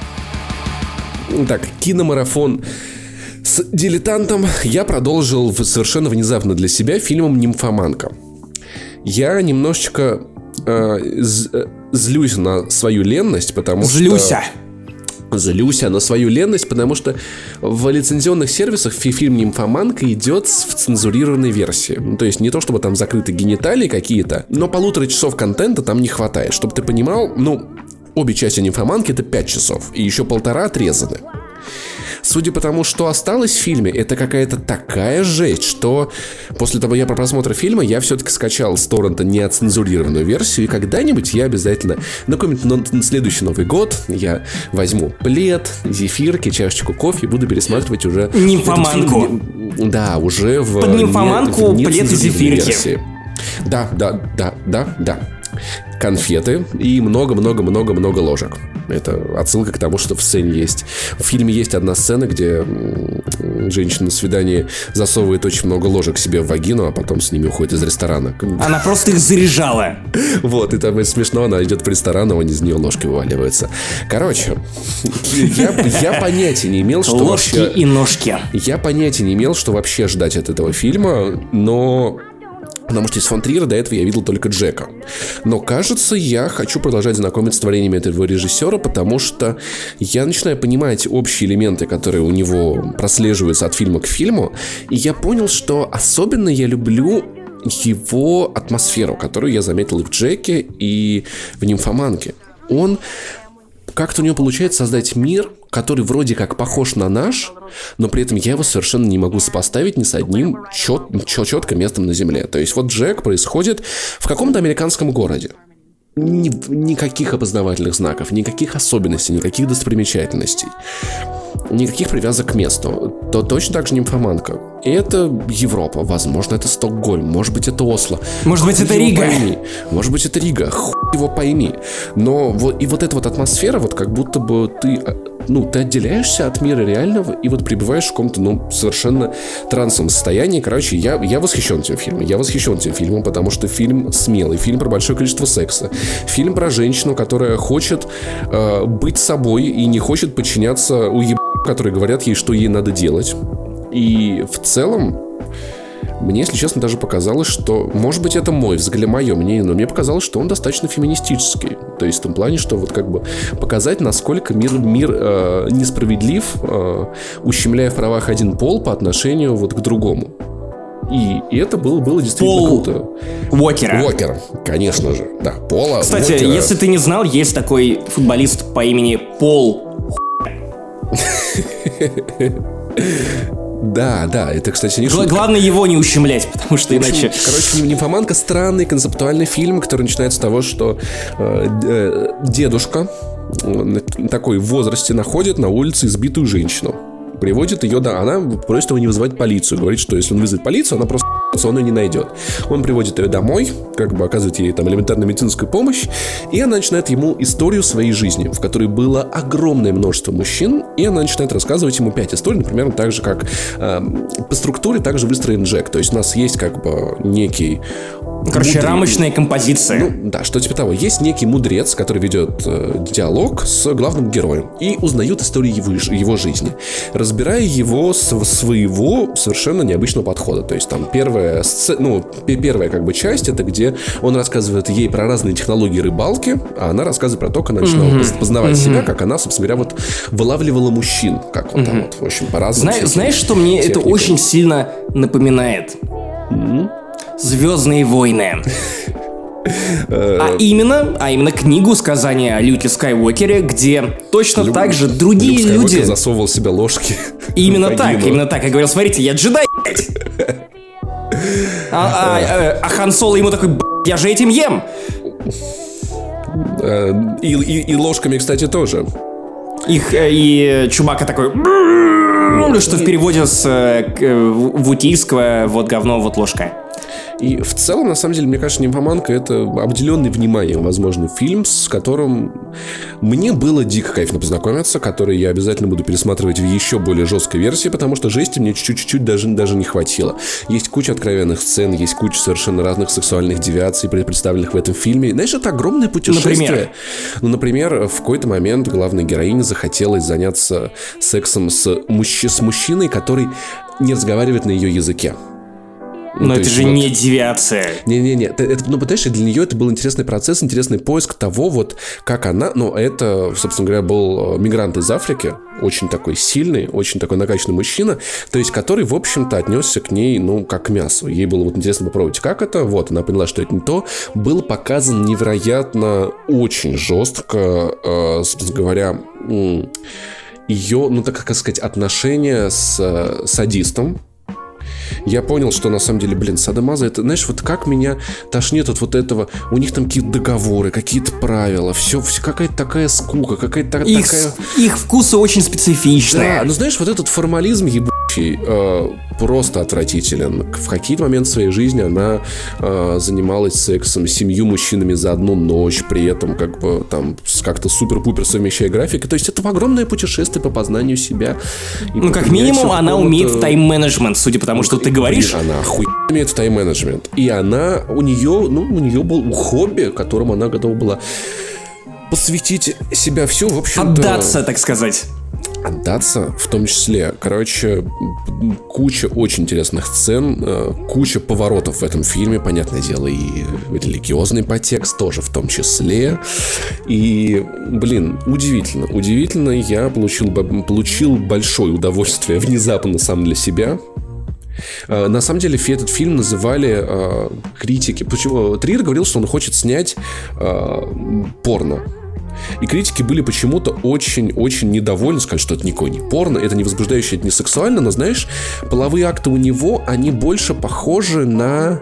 Так, киномарафон с дилетантом я продолжил совершенно внезапно для себя фильмом «Нимфоманка». Я немножечко э, з- злюсь на свою ленность, потому Злюся. что... Злюся на свою ленность, потому что в лицензионных сервисах фильм «Нимфоманка» идет в цензурированной версии. Ну, то есть не то, чтобы там закрыты гениталии какие-то, но полутора часов контента там не хватает. Чтобы ты понимал, ну, обе части «Нимфоманки» — это пять часов, и еще полтора отрезаны. Судя по тому, что осталось в фильме, это какая-то такая жесть, что после того я про просмотра фильма я все-таки скачал с торрента неоцензурированную версию, и когда-нибудь я обязательно на какой-нибудь на следующий Новый год я возьму плед, зефирки, чашечку кофе и буду пересматривать уже «Нимфоманку». Да, уже в Под «Нимфоманку» не, плед и зефирки. Версии. Да, да, да, да, да. Конфеты и много-много-много-много ложек. Это отсылка к тому, что в сцене есть. В фильме есть одна сцена, где женщина на свидании засовывает очень много ложек себе в вагину, а потом с ними уходит из ресторана. Она просто их заряжала. Вот, и там это смешно, она идет в ресторан, а из нее ложки вываливаются. Короче, я, я понятия не имел, что ложки вообще... и ножки. Я понятия не имел, что вообще ждать от этого фильма, но... Потому что из фон Триера до этого я видел только Джека. Но, кажется, я хочу продолжать знакомиться с творениями этого режиссера, потому что я начинаю понимать общие элементы, которые у него прослеживаются от фильма к фильму. И я понял, что особенно я люблю его атмосферу, которую я заметил и в Джеке, и в «Нимфоманке». он... Как-то у него получается создать мир, который вроде как похож на наш, но при этом я его совершенно не могу сопоставить ни с одним чет, чет, четко местом на Земле. То есть вот Джек происходит в каком-то американском городе. Ни, никаких опознавательных знаков, никаких особенностей, никаких достопримечательностей. Никаких привязок к месту. То точно так же нимфоманка. И это Европа. Возможно, это Стокгольм. Может быть, это Осло. Может быть, это Рига. Пойми. Может быть, это Рига. Хуй его пойми. Но вот, и вот эта вот атмосфера, вот как будто бы ты, ну, ты отделяешься от мира реального и вот пребываешь в каком-то, ну, совершенно трансовом состоянии. Короче, я, я восхищен этим фильмом. Я восхищен этим фильмом, потому что фильм смелый. Фильм про большое количество секса. Фильм про женщину, которая хочет э, быть собой и не хочет подчиняться уеб... которые говорят ей, что ей надо делать. И в целом, мне, если честно, даже показалось, что, может быть, это мой взгляд, мое мнение, но мне показалось, что он достаточно феминистический. То есть в том плане, что вот как бы показать, насколько мир, мир э, несправедлив, э, ущемляя в правах один пол по отношению вот к другому. И, и это было, было действительно Пол круто. Уокера. Уокер, конечно же. Да, Пола Кстати, Уокера. если ты не знал, есть такой футболист по имени Пол. Да, да, это, кстати, не шутка. Главное его не ущемлять, потому что иначе... Короче, «Нимфоманка» — странный концептуальный фильм, который начинается с того, что э, э, дедушка э, такой в возрасте находит на улице избитую женщину. Приводит ее, да, она просит его не вызывать полицию. Говорит, что если он вызовет полицию, она просто он ее не найдет. Он приводит ее домой, как бы оказывает ей там элементарную медицинскую помощь, и она начинает ему историю своей жизни, в которой было огромное множество мужчин, и она начинает рассказывать ему пять историй, например, так же, как э, по структуре также выстроен Джек. То есть у нас есть как бы некий... Короче, мудрец. рамочная композиция. Ну, да, что типа того. Есть некий мудрец, который ведет э, диалог с главным героем и узнает историю его, его жизни, разбирая его с своего совершенно необычного подхода. То есть там первая, сцена, ну, первая как бы часть, это где он рассказывает ей про разные технологии рыбалки, а она рассказывает про то, как она начинала mm-hmm. познавать mm-hmm. себя, как она, собственно говоря, вот вылавливала мужчин, как вот mm-hmm. там вот, в общем, по-разному. Зна- знаешь, что мне техникам. Это очень сильно напоминает? Mm-hmm. «Звездные войны». А именно, а именно книгу «Сказания о Люке Скайуокере», где точно Лю... так же другие Люк люди... Скайуокер засовывал себе ложки. Именно так, именно так. Я говорил, смотрите, я джедай, блядь. А, а, а, а Хан Соло ему такой, я же этим ем. И, и, и ложками, кстати, тоже. Их, и Чубака такой... Что в переводе с вутийского «вот говно, вот ложка». И в целом, на самом деле, мне кажется, «Нимфоманка» — это обделенный вниманием, возможно, фильм, с которым мне было дико кайфно познакомиться, который я обязательно буду пересматривать в еще более жесткой версии, потому что жести мне чуть-чуть даже, даже не хватило. Есть куча откровенных сцен, есть куча совершенно разных сексуальных девиаций, представленных в этом фильме. Знаешь, это огромное путешествие. Например? Ну, например, в какой-то момент главной героине захотелось заняться сексом с, мужч... с мужчиной, который не разговаривает на ее языке. Но ну, это же вот... не девиация. Не-не-не, это, это, ну, понимаешь, для нее это был интересный процесс, интересный поиск того, вот, как она, ну, это, собственно говоря, был мигрант из Африки, очень такой сильный, очень такой накачанный мужчина, то есть, который, в общем-то, отнесся к ней, ну, как к мясу. Ей было вот интересно попробовать, как это, вот, она поняла, что это не то. Был показан невероятно очень жестко, э, собственно говоря, ее, ну, так как сказать, отношения с э, садистом. Я понял, что на самом деле, блин, садомаза, это, знаешь, вот как меня тошнит от вот этого. У них там какие-то договоры, какие-то правила, все, все какая-то такая скука, какая-то их, такая... Их вкусы очень специфичные. Да, ну знаешь, вот этот формализм ебучий э, просто отвратителен. В какие-то моменты своей жизни она э, занималась сексом с семью мужчинами за одну ночь, при этом как бы там как-то супер-пупер совмещая графики. То есть это огромное путешествие по познанию себя. Ну, как минимум, она умеет тайм-менеджмент, судя по тому, что ты говоришь. Она охуенно умеет в тайм-менеджмент. И она, у нее, ну, у нее был хобби, которому она готова была посвятить себя все, в общем-то... Отдаться, так сказать. Отдаться в том числе. Короче, куча очень интересных сцен, куча поворотов в этом фильме, понятное дело, и религиозный подтекст тоже в том числе. И, блин, удивительно. Удивительно, я получил, получил большое удовольствие внезапно сам для себя. На самом деле этот фильм называли э, критики. Почему? Триер говорил, что он хочет снять э, порно. И критики были почему-то очень-очень недовольны. Сказали, что это никакое не порно, это не возбуждающе, это не сексуально. Но, знаешь, половые акты у него, они больше похожи на...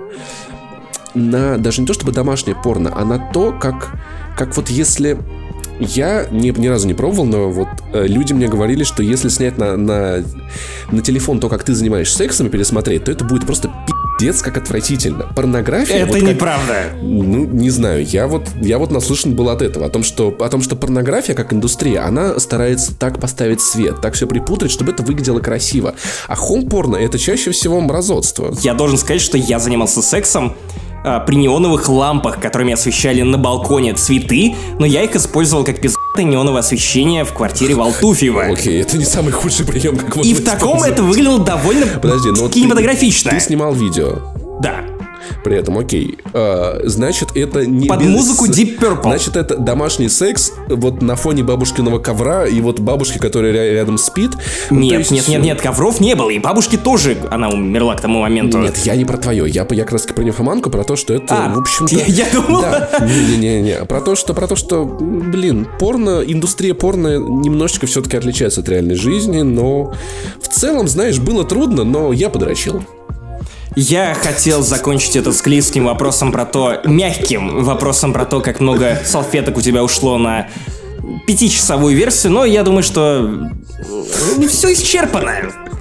на даже не то чтобы домашнее порно, а на то, как, как вот если... Я ни, ни разу не пробовал, но вот э, люди мне говорили, что если снять на, на, на телефон то, как ты занимаешься сексом, и пересмотреть, то это будет просто пиздец, как отвратительно. Порнография... Это вот неправда. Как, ну, не знаю, я вот, я вот наслышан был от этого, о том, что, о том, что порнография, как индустрия, она старается так поставить свет, так все припутать, чтобы это выглядело красиво. А хоум-порно — это чаще всего мразотство. Я должен сказать, что я занимался сексом при неоновых лампах, которыми освещали на балконе цветы, но я их использовал как пиздатое неоновое освещение в квартире Валтуфьева. Окей, это не самый худший прием, как можно И в таком это выглядело довольно Подожди, но кинематографично. Ты, ты снимал видео. Да. При этом, окей. А, значит, это не... Под без... музыку Deep Purple. Значит, это домашний секс вот на фоне бабушкиного ковра и вот бабушки, которая ря- рядом спит. Нет, ну, есть... нет, нет, нет, ковров не было. И бабушки тоже, она умерла к тому моменту. Нет, я не про твое. Я, я как раз про нимфоманку, про то, что это, а, в общем-то... Я, я думал... Да, не-не-не. Про то, что, про то, что, блин, порно, индустрия порно немножечко все-таки отличается от реальной жизни, но в целом, знаешь, было трудно, но я подрочил. Я хотел закончить это склизким вопросом про то, мягким вопросом про то, как много салфеток у тебя ушло на пятичасовую версию, но я думаю, что все исчерпано.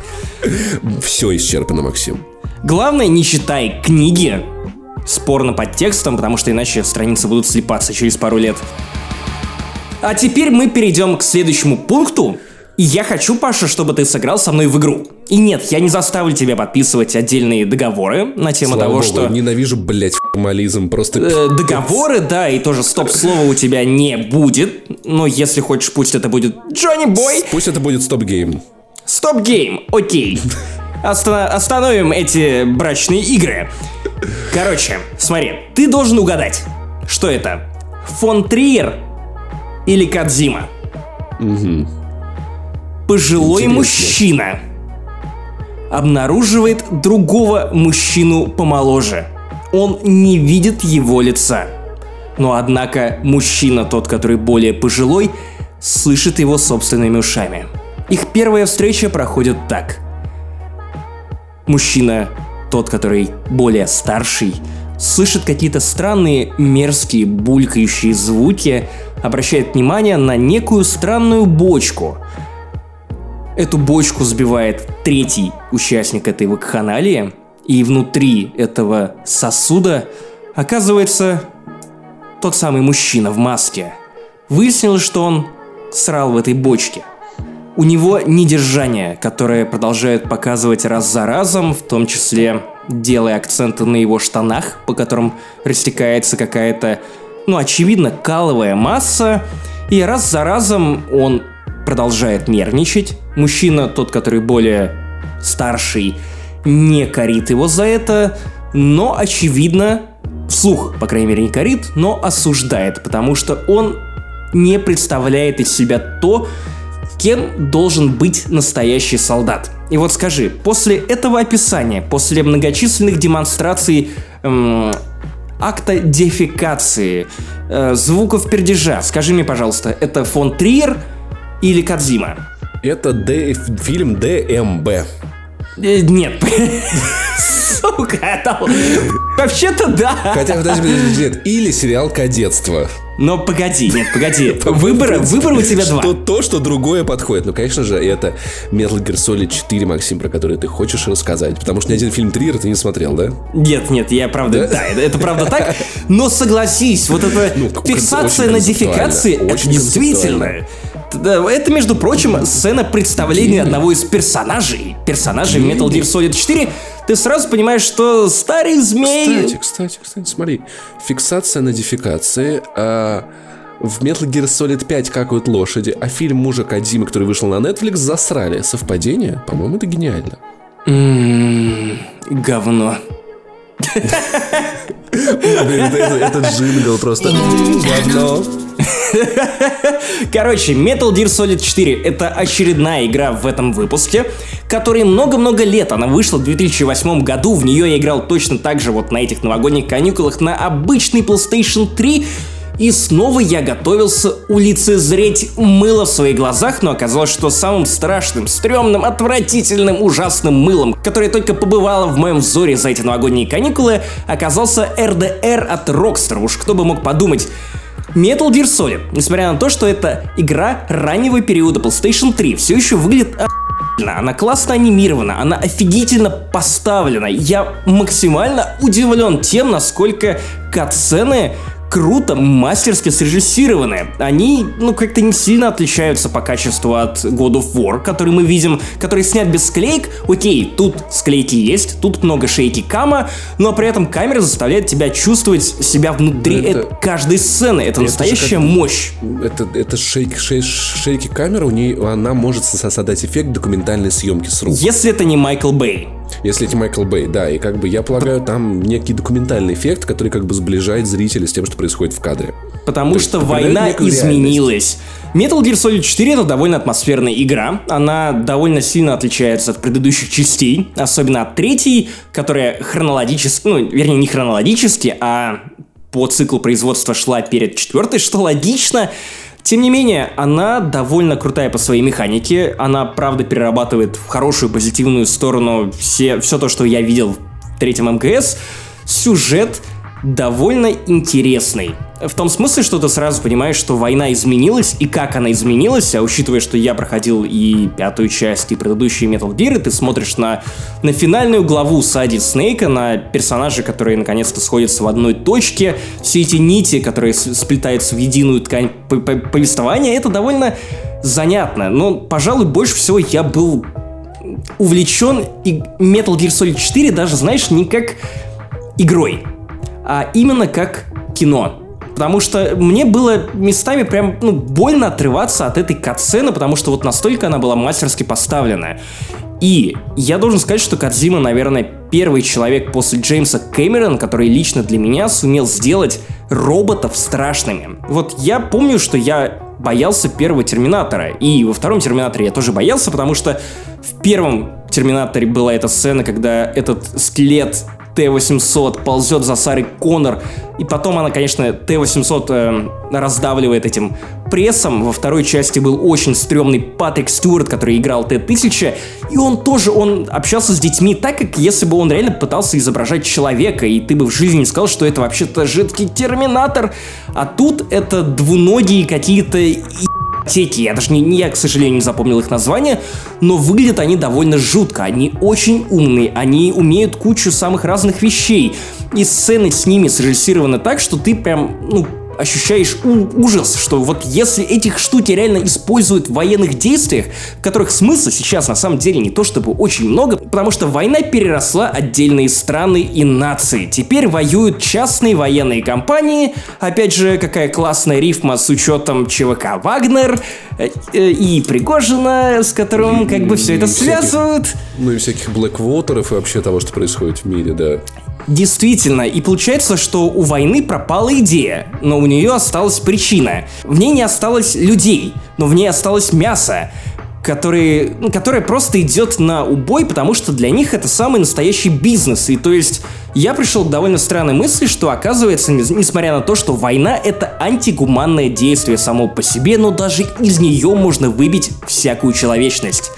Все исчерпано, Максим. Главное, не читай книги с порно-подтекстом, потому что иначе страницы будут слипаться через пару лет. А теперь мы перейдем к следующему пункту. И я хочу, Паша, чтобы ты сыграл со мной в игру. И нет, я не заставлю тебя подписывать отдельные договоры на тему Слава того, богу, что... ненавижу, блять, формализм, просто... Э, договоры, да, и тоже стоп-слова у тебя не будет. Но если хочешь, пусть это будет Джонни Бой. Пусть это будет стоп-гейм. Стоп-гейм, окей. Оста- остановим эти брачные игры. Короче, смотри, ты должен угадать, что это, фон Триер или Кодзима. Угу. Пожилой Интересно. мужчина обнаруживает другого мужчину помоложе. Он не видит его лица. Но однако мужчина, тот, который более пожилой, слышит его собственными ушами. Их первая встреча проходит так. Мужчина, тот, который более старший, слышит какие-то странные, мерзкие, булькающие звуки, обращает внимание на некую странную бочку. Эту бочку сбивает третий участник этой вакханалии, и внутри этого сосуда оказывается тот самый мужчина в маске. Выяснилось, что он срал в этой бочке. У него недержание, которое продолжает показывать раз за разом, в том числе делая акценты на его штанах, по которым растекается какая-то, ну, очевидно, каловая масса, и раз за разом он продолжает нервничать. Мужчина, тот, который более старший, не корит его за это, но, очевидно, вслух, по крайней мере, не корит, но осуждает, потому что он не представляет из себя то, кем должен быть настоящий солдат. И вот скажи, после этого описания, после многочисленных демонстраций эм, акта дефекации, э, звуков пердежа, скажи мне, пожалуйста, это фон Триер или Кодзима? Это Д... фильм ДМБ. Э, нет. Сука, это... Вообще-то да. Хотя, подожди, подожди, нет. Или сериал «Кадетство». Но погоди, нет, погоди. Выбора, выбора у тебя два. Что то, что другое подходит. Ну, конечно же, это Metal Gear Solid четыре, Максим, про который ты хочешь рассказать. Потому что ни один фильм Триера ты не смотрел, да? Нет, нет, я правда... Да, да это, это правда так. Но согласись, вот эта ну, фиксация на дефекации, это действительно... Это, между прочим, сцена представления одного из персонажей. Персонажей в Metal Gear Solid четыре. Ты сразу понимаешь, что старый змей... Кстати, кстати, кстати, смотри. Фиксация на дефекации. А в Metal Gear Solid пять какают лошади, а фильм мужа Кодзимы, который вышел на Netflix, засрали. Совпадение? По-моему, это гениально. Ммм... Говно. Этот джингл просто... Говно. Короче, Metal Gear Solid четыре — это очередная игра в этом выпуске, которой много-много лет. Она вышла в две тысячи восьмом году, в нее я играл точно так же вот на этих новогодних каникулах на обычный PlayStation три. И снова я готовился улицезреть мыло в своих глазах, но оказалось, что самым страшным, стрёмным, отвратительным, ужасным мылом, которое только побывало в моем взоре за эти новогодние каникулы, оказался эр дэ эр от Rockstar. Уж кто бы мог подумать. Metal Gear Solid, несмотря на то, что это игра раннего периода PlayStation три, все еще выглядит охуенно. Она классно анимирована, она офигительно поставлена. Я максимально удивлен тем, насколько катсцены круто, мастерски срежиссированы. Они, ну, как-то не сильно отличаются по качеству от God of War, который мы видим, который снят без склеек. Окей, тут склейки есть, тут много шейки кама, но при этом камера заставляет тебя чувствовать себя внутри это, это, каждой сцены. Это, это настоящая как, мощь. Это, это шейк, шей, шейки камеры, у нее, она может создать эффект документальной съемки с рук. Если это не Майкл Бэй. Если это Майкл Бэй, да, и как бы я полагаю, там некий документальный эффект, который как бы сближает зрителя с тем, что происходит в кадре. Потому То что война изменилась. Metal Gear Solid четыре — это довольно атмосферная игра. Она довольно сильно отличается от предыдущих частей, особенно от третьей, которая хронологически, ну, вернее, не хронологически, а по циклу производства шла перед четвертой, что логично. Тем не менее, она довольно крутая по своей механике. Она, правда, перерабатывает в хорошую, позитивную сторону все, все то, что я видел в третьем эм ка эс. Сюжет довольно интересный. В том смысле, что ты сразу понимаешь, что война изменилась, и как она изменилась, а учитывая, что я проходил и пятую часть, и предыдущие Metal Gear, ты смотришь на, на финальную главу Сади Снейка, на персонажей, которые наконец-то сходятся в одной точке, все эти нити, которые сплетаются в единую ткань повествования, это довольно занятно. Но, пожалуй, больше всего я был увлечен и Metal Gear Solid четыре даже, знаешь, не как игрой, а именно как кино. Потому что мне было местами прям, ну, больно отрываться от этой катсцены, потому что вот настолько она была мастерски поставлена. И я должен сказать, что Кодзима, наверное, первый человек после Джеймса Кэмерона, который лично для меня сумел сделать роботов страшными. Вот я помню, что я боялся первого Терминатора, и во втором Терминаторе я тоже боялся, потому что в первом Терминаторе была эта сцена, когда этот скелет Т восемьсот ползет за Сарой Коннор, и потом она, конечно, Т восемьсот э, раздавливает этим прессом. Во второй части был очень стрёмный Патрик Стюарт, который играл Т тысяча, и он тоже, он общался с детьми так, как если бы он реально пытался изображать человека, и ты бы в жизни не сказал, что это вообще-то жидкий Терминатор, а тут это двуногие какие-то теки. Я даже не, не я, к сожалению, не запомнил их название, но выглядят они довольно жутко. Они очень умные, они умеют кучу самых разных вещей. И сцены с ними срежиссированы так, что ты прям, ну, ощущаешь у- ужас, что вот если этих штуки реально используют в военных действиях, в которых смысла сейчас на самом деле не то чтобы очень много, потому что война переросла отдельные страны и нации. Теперь воюют частные военные компании, опять же, какая классная рифма с учетом ЧВК «Вагнер» э, э, и Пригожина, с которым как бы все это связывают. Ну и всяких Блэквотеров и вообще того, что происходит в мире, да. Действительно, и получается, что у войны пропала идея, но у нее осталась причина. В ней не осталось людей, но в ней осталось мясо, которые, ну, которое просто идет на убой, потому что для них это самый настоящий бизнес. И то есть я пришел к довольно странной мысли, что оказывается, несмотря на то, что война — это антигуманное действие само по себе, но даже из нее можно выбить всякую человечность.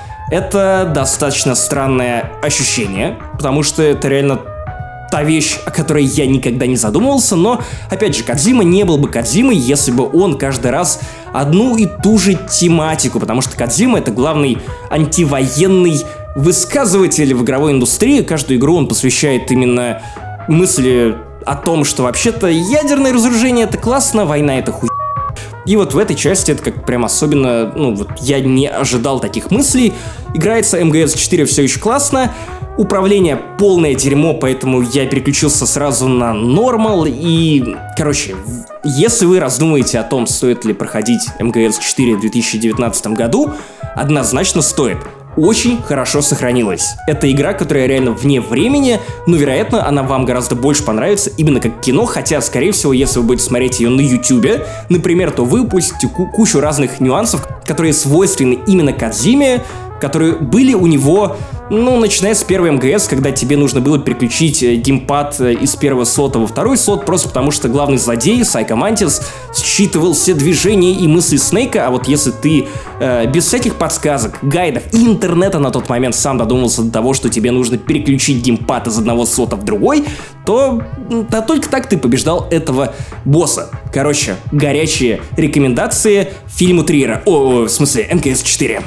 Это достаточно странное ощущение, потому что это реально та вещь, о которой я никогда не задумывался, но, опять же, Кодзима не был бы Кодзимой, если бы он каждый раз одну и ту же тематику, потому что Кодзима — это главный антивоенный высказыватель в игровой индустрии. Каждую игру он посвящает именно мысли о том, что вообще-то ядерное разоружение — это классно, война — это хуй. И вот в этой части это как прям особенно, ну вот я не ожидал таких мыслей. Играется эм гэ эс четыре все еще классно. Управление полное дерьмо, поэтому я переключился сразу на нормал. И, короче, если вы раздумываете о том, стоит ли проходить эм гэ эс четыре в две тысячи девятнадцатом году, однозначно стоит. Очень хорошо сохранилась. Это игра, которая реально вне времени, но, вероятно, она вам гораздо больше понравится именно как кино, хотя, скорее всего, если вы будете смотреть ее на ютубе, например, то вы упустите ку- кучу разных нюансов, которые свойственны именно Кодзиме, которые были у него, ну, начиная с первой эм гэ эс, когда тебе нужно было переключить геймпад из первого слота во второй слот, просто потому что главный злодей, Сайко Мантис, считывал все движения и мысли Снейка, а вот если ты э, без всяких подсказок, гайдов и интернета на тот момент сам додумался до того, что тебе нужно переключить геймпад из одного слота в другой, то да, только так ты побеждал этого босса. Короче, горячие рекомендации фильму Триера, о, в смысле, эм ка эс четыре.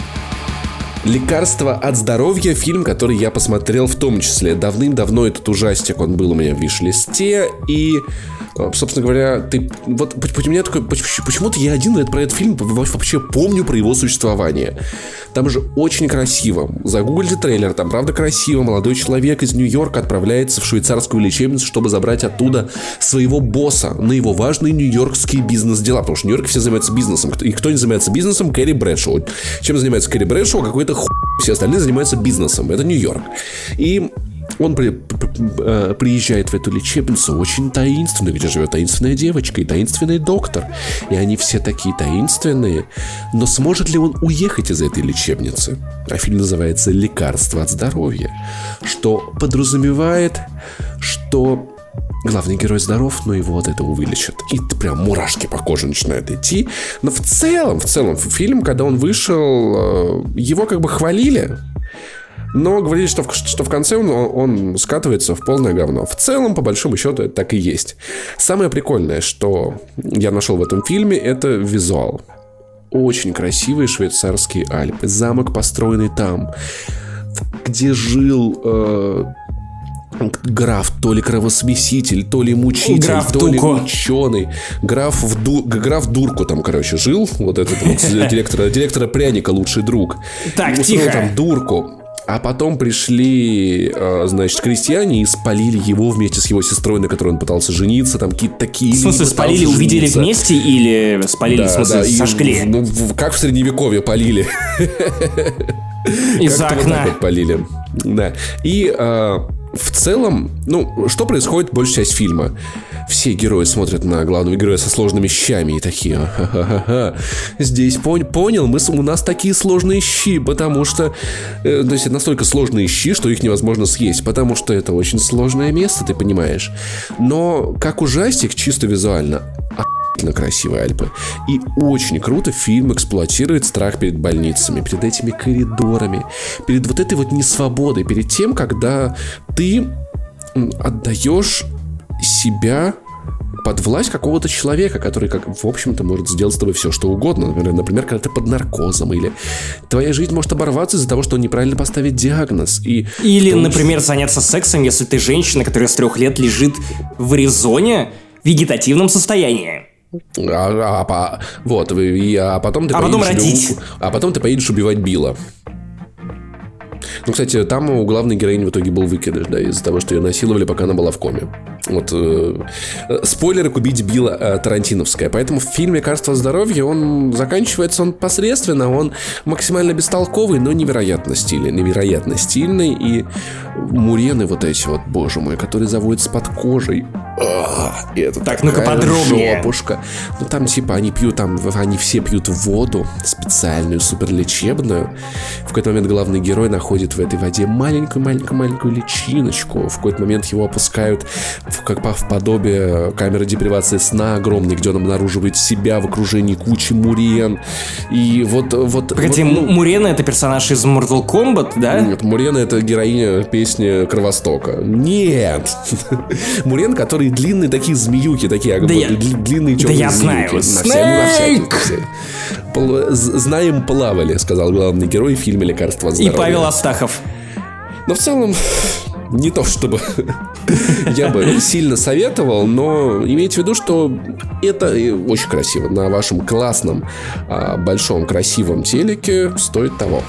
«Лекарство от здоровья» — фильм, который я посмотрел в том числе. Давным-давно этот ужастик, он был у меня в виш-листе. И, собственно говоря, ты... Вот у меня такой... Почему-то я один про этот фильм вообще помню про его существование. Там же очень красиво. Загуглите трейлер, там правда красиво. Молодой человек из Нью-Йорка отправляется в швейцарскую лечебницу, чтобы забрать оттуда своего босса на его важные нью-йоркские бизнес-дела. Потому что в Нью-Йорке все занимаются бизнесом. И кто не занимается бизнесом? Кэрри Брэдшоу. Чем занимается Кэрри Брэдшоу? Какой-то хуй. Все остальные занимаются бизнесом. Это Нью-Йорк. И он при, при, приезжает в эту лечебницу очень таинственно, где живет таинственная девочка и таинственный доктор. И они все такие таинственные. Но сможет ли он уехать из этой лечебницы? А фильм называется «Лекарство от здоровья», что подразумевает, что главный герой здоров, но его от этого вылечат. И ты прям мурашки по коже начинают идти. Но в целом, в целом, фильм, когда он вышел, его как бы хвалили. Но говорили, что в, что в конце он, он скатывается в полное говно. В целом, по большому счету, это так и есть. Самое прикольное, что я нашел в этом фильме, это визуал. Очень красивые швейцарские Альпы. Замок, построенный там, где жил... Э, граф, то ли кровосмеситель, то ли мучитель, граф то ли Туко. ученый. Граф в ду... граф Дурку там, короче, жил. Вот этот вот директора, директора пряника, лучший друг. Так, устроил тихо. там дурку. А потом пришли, значит, крестьяне и спалили его вместе с его сестрой, на которой он пытался жениться. Там какие-то такие... В смысле, спалили, увидели вместе или спалили, да, в смысле, да, сожгли? И, ну, как в Средневековье полили. Из окна. Вот так вот полили. Да. И... В целом, ну, что происходит большая часть фильма? Все герои смотрят на главного героя со сложными щами и такие: ха-ха-ха, здесь пон- понял, мы, у нас такие сложные щи, потому что... Э, то есть это настолько сложные щи, что их невозможно съесть, потому что это очень сложное место, ты понимаешь. Но как ужастик, чисто визуально, охуительно красивые Альпы. И очень круто фильм эксплуатирует страх перед больницами, перед этими коридорами, перед вот этой вот несвободой, перед тем, когда ты отдаешь себя под власть какого-то человека, который, как, в общем-то, может сделать с тобой все, что угодно. Например, например, когда ты под наркозом, или твоя жизнь может оборваться из-за того, что он неправильно поставит диагноз. И или, том, например, заняться сексом, если ты женщина, которая с трех лет лежит в Аризоне в вегетативном состоянии. А, а, а, вот, и, а потом ты а поедешь потом родить. убив... а потом ты поедешь убивать Билла. Ну, кстати, там у главной героини в итоге был выкидыш, да, из-за того, что ее насиловали, пока она была в коме. Вот, э, спойлеры к «Убить Билла» э, тарантиновская. Поэтому в фильме «Лекарство от здоровья» он заканчивается, он посредственно, он максимально бестолковый, но невероятно стильный, невероятно стильный. И мурены вот эти вот, боже мой, которые заводятся под кожей. А, и это так, ну-ка подробнее. Жопушка. Ну, там типа они пьют, там, они все пьют воду специальную, суперлечебную. В какой-то момент главный герой находит в этой воде маленькую-маленькую-маленькую личиночку. В какой-то момент его опускают в, как в подобие камеры депривации сна огромной, где он обнаруживает себя в окружении кучи мурен. И вот... вот Погоди, вот, ну, Мурена — это персонаж из Mortal Kombat, да? Нет, Мурена — это героиня песни Кровостока. Нет! Мурен, которые длинные такие змеюки, такие да я... длинные черные да я змеюки. знаю. Пол... Знаем, плавали, сказал главный герой в фильме «Лекарство от здоровья». И Павел Астахов. Но в целом, не то чтобы я бы сильно советовал, но имейте в виду, что это очень красиво. На вашем классном, большом, красивом телеке стоит того.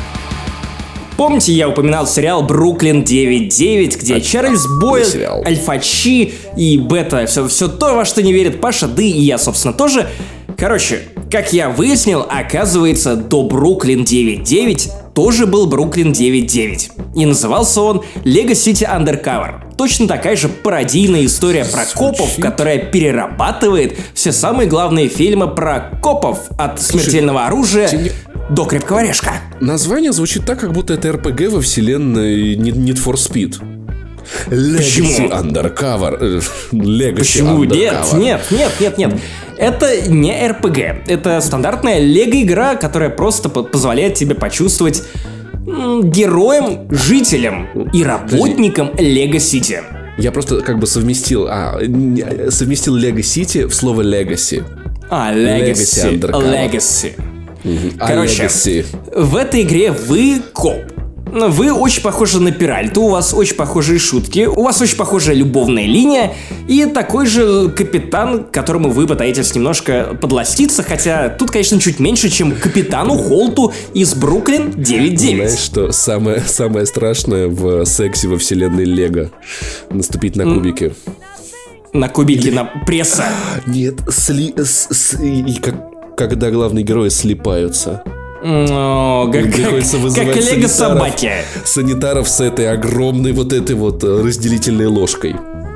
Помните, я упоминал сериал «Бруклин девять девять», где а, Чарльз Бойл, Аль Пачино и Бета, все, все то, во что не верит Паша, да и я, собственно, тоже. Короче, как я выяснил, оказывается, до «Бруклин девять девять» тоже был «Бруклин девять девять». И назывался он «Lego City Undercover». Точно такая же пародийная история про копов, которая перерабатывает все самые главные фильмы про копов, от «Смертельного оружия» до крепкого орешка. Название звучит так, как будто это эр пи джи во вселенной Need for Speed. Legacy Undercover. Legacy Почему? Undercover. Нет, нет, нет, нет, нет. Это не эр пи джи. Это стандартная лего-игра, которая просто позволяет тебе почувствовать героем, жителем и работником Лего Сити. Я просто как бы совместил, а, совместил Лего Сити в слово Legacy. А, Legacy. Legacy. Угу. Короче, Legacy. В этой игре вы коп. Вы очень похожи на Перальту, у вас очень похожие шутки, у вас очень похожая любовная линия и такой же капитан, которому вы пытаетесь немножко подластиться, хотя тут, конечно, чуть меньше, чем капитану Холту из Бруклин девять девять. Знаешь, что самое, самое страшное в сексе во вселенной Лего? Наступить на кубики. На кубики, Или... на пресса. Нет, сли... с, с, и как, когда главные герои слипаются. О, как, как, как лего-собаки. Санитаров с этой огромной вот этой вот разделительной ложкой.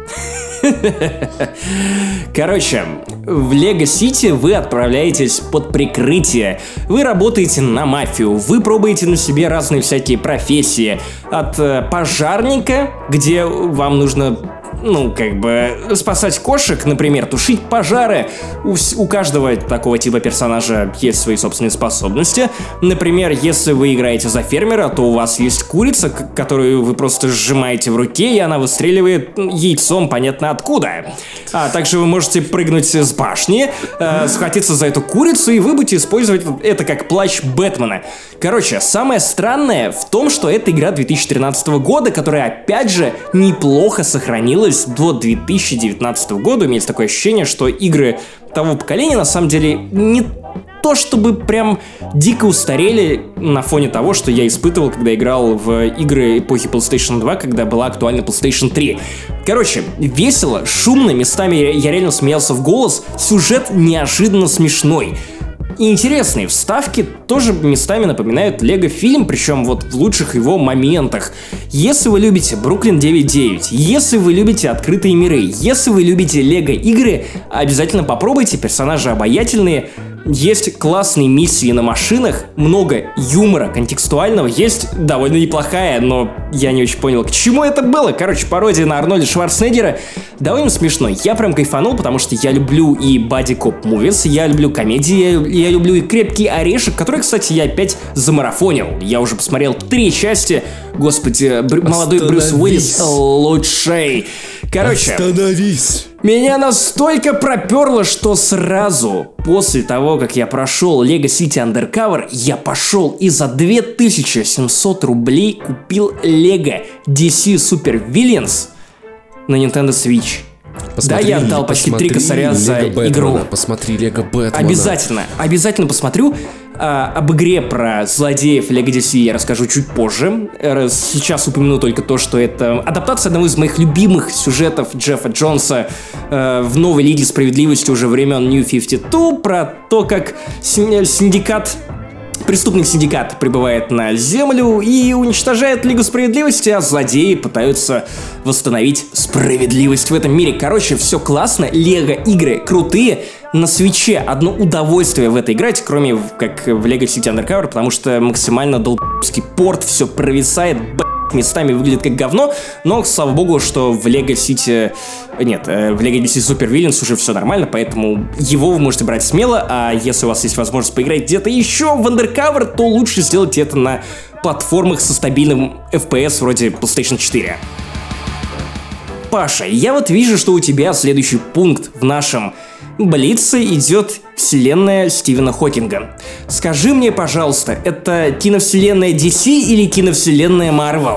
Короче, в Лего Сити вы отправляетесь под прикрытие. Вы работаете на мафию, вы пробуете на себе разные всякие профессии. От пожарника, где вам нужно... Ну, как бы, спасать кошек, например, тушить пожары. У, у каждого такого типа персонажа есть свои собственные способности. Например, если вы играете за фермера, то у вас есть курица, которую вы просто сжимаете в руке, и она выстреливает яйцом понятно откуда. А также вы можете прыгнуть с башни, э, схватиться за эту курицу, и вы будете использовать это как плащ Бэтмена. Короче, самое странное в том, что это игра две тысячи тринадцатого года, которая, опять же, неплохо сохранилась до две тысячи девятнадцатого года. Имеется такое ощущение, что игры того поколения на самом деле не то чтобы прям дико устарели на фоне того, что я испытывал, когда играл в игры эпохи PlayStation два, когда была актуальна PlayStation три. Короче, весело, шумно, местами я реально смеялся в голос, сюжет неожиданно смешной. И интересные вставки тоже местами напоминают Лего-фильм, причем вот в лучших его моментах. Если вы любите Бруклин девять девять, если вы любите открытые миры, если вы любите Лего-игры, обязательно попробуйте, персонажи обаятельные. Есть классные миссии на машинах, много юмора контекстуального, есть довольно неплохая, но я не очень понял, к чему это было. Короче, пародия на Арнольда Шварценеггера довольно смешной. Я прям кайфанул, потому что я люблю и боди-коп-мувис, я люблю комедии, я, я люблю и крепкий орешек, который, кстати, я опять замарафонил. Я уже посмотрел три части. Господи, бр- молодой Брюс Уиллис лучший. Короче, остановись. Меня настолько проперло, что сразу после того, как я прошел Lego City Undercover, я пошел и за две тысячи семьсот рублей купил Lego ди си Super Villains на Nintendo Switch. Посмотри, да, я отдал почти три косаря за Лего игру. Бэтмена, посмотри Лего Бэтмена. Обязательно, обязательно посмотрю. А, об игре про злодеев Lego ди си я расскажу чуть позже. Сейчас упомяну только то, что это адаптация одного из моих любимых сюжетов Джеффа Джонса э, в новой Лиге Справедливости уже времен New пятьдесят два, про то, как синдикат, преступный синдикат прибывает на Землю и уничтожает Лигу Справедливости, а злодеи пытаются восстановить справедливость в этом мире. Короче, все классно, Лего-игры крутые. На Свитче одно удовольствие в это играть, кроме как в Lego City Undercover, потому что максимально долб***ский порт, все провисает, б***ь, местами выглядит как говно, но, слава богу, что в Lego City... Нет, в Lego ди си Super Villains уже все нормально, поэтому его вы можете брать смело, а если у вас есть возможность поиграть где-то еще в Undercover, то лучше сделать это на платформах со стабильным эф пи эс вроде PlayStation четыре. Паша, я вот вижу, что у тебя следующий пункт в нашем Блице идет вселенная Стивена Хокинга. Скажи мне, пожалуйста, это киновселенная ди си или киновселенная Marvel?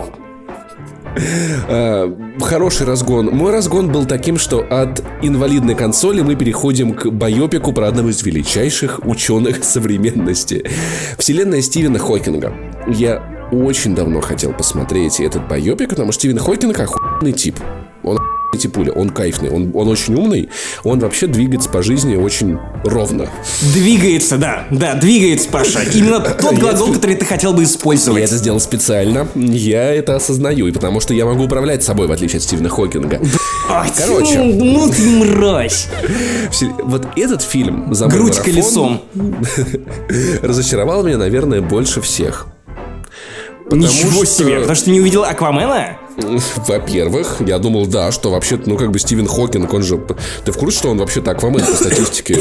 А, хороший разгон. Мой разгон был таким, что от инвалидной консоли мы переходим к байопику про одного из величайших ученых современности. Вселенная Стивена Хокинга. Я очень давно хотел посмотреть этот байопик, потому что Стивен Хокинг охуенный тип. Он эти пули. Он кайфный, он, он очень умный, он вообще двигается по жизни очень ровно. Двигается, да, да, двигается, Паша. Именно тот глагол, который ты хотел бы использовать. Я это сделал специально, я это осознаю, и потому что я могу управлять собой, в отличие от Стивена Хокинга. Короче. Ну ты мразь. Вот этот фильм «За мой Грудь марафон» колесом разочаровал меня, наверное, больше всех. Ничего что... себе, потому что ты не увидел Аквамена? Во-первых, я думал, да, что вообще-то, ну, как бы Стивен Хокинг, он же... Ты в курсе, что он вообще-то Аквамен по статистике?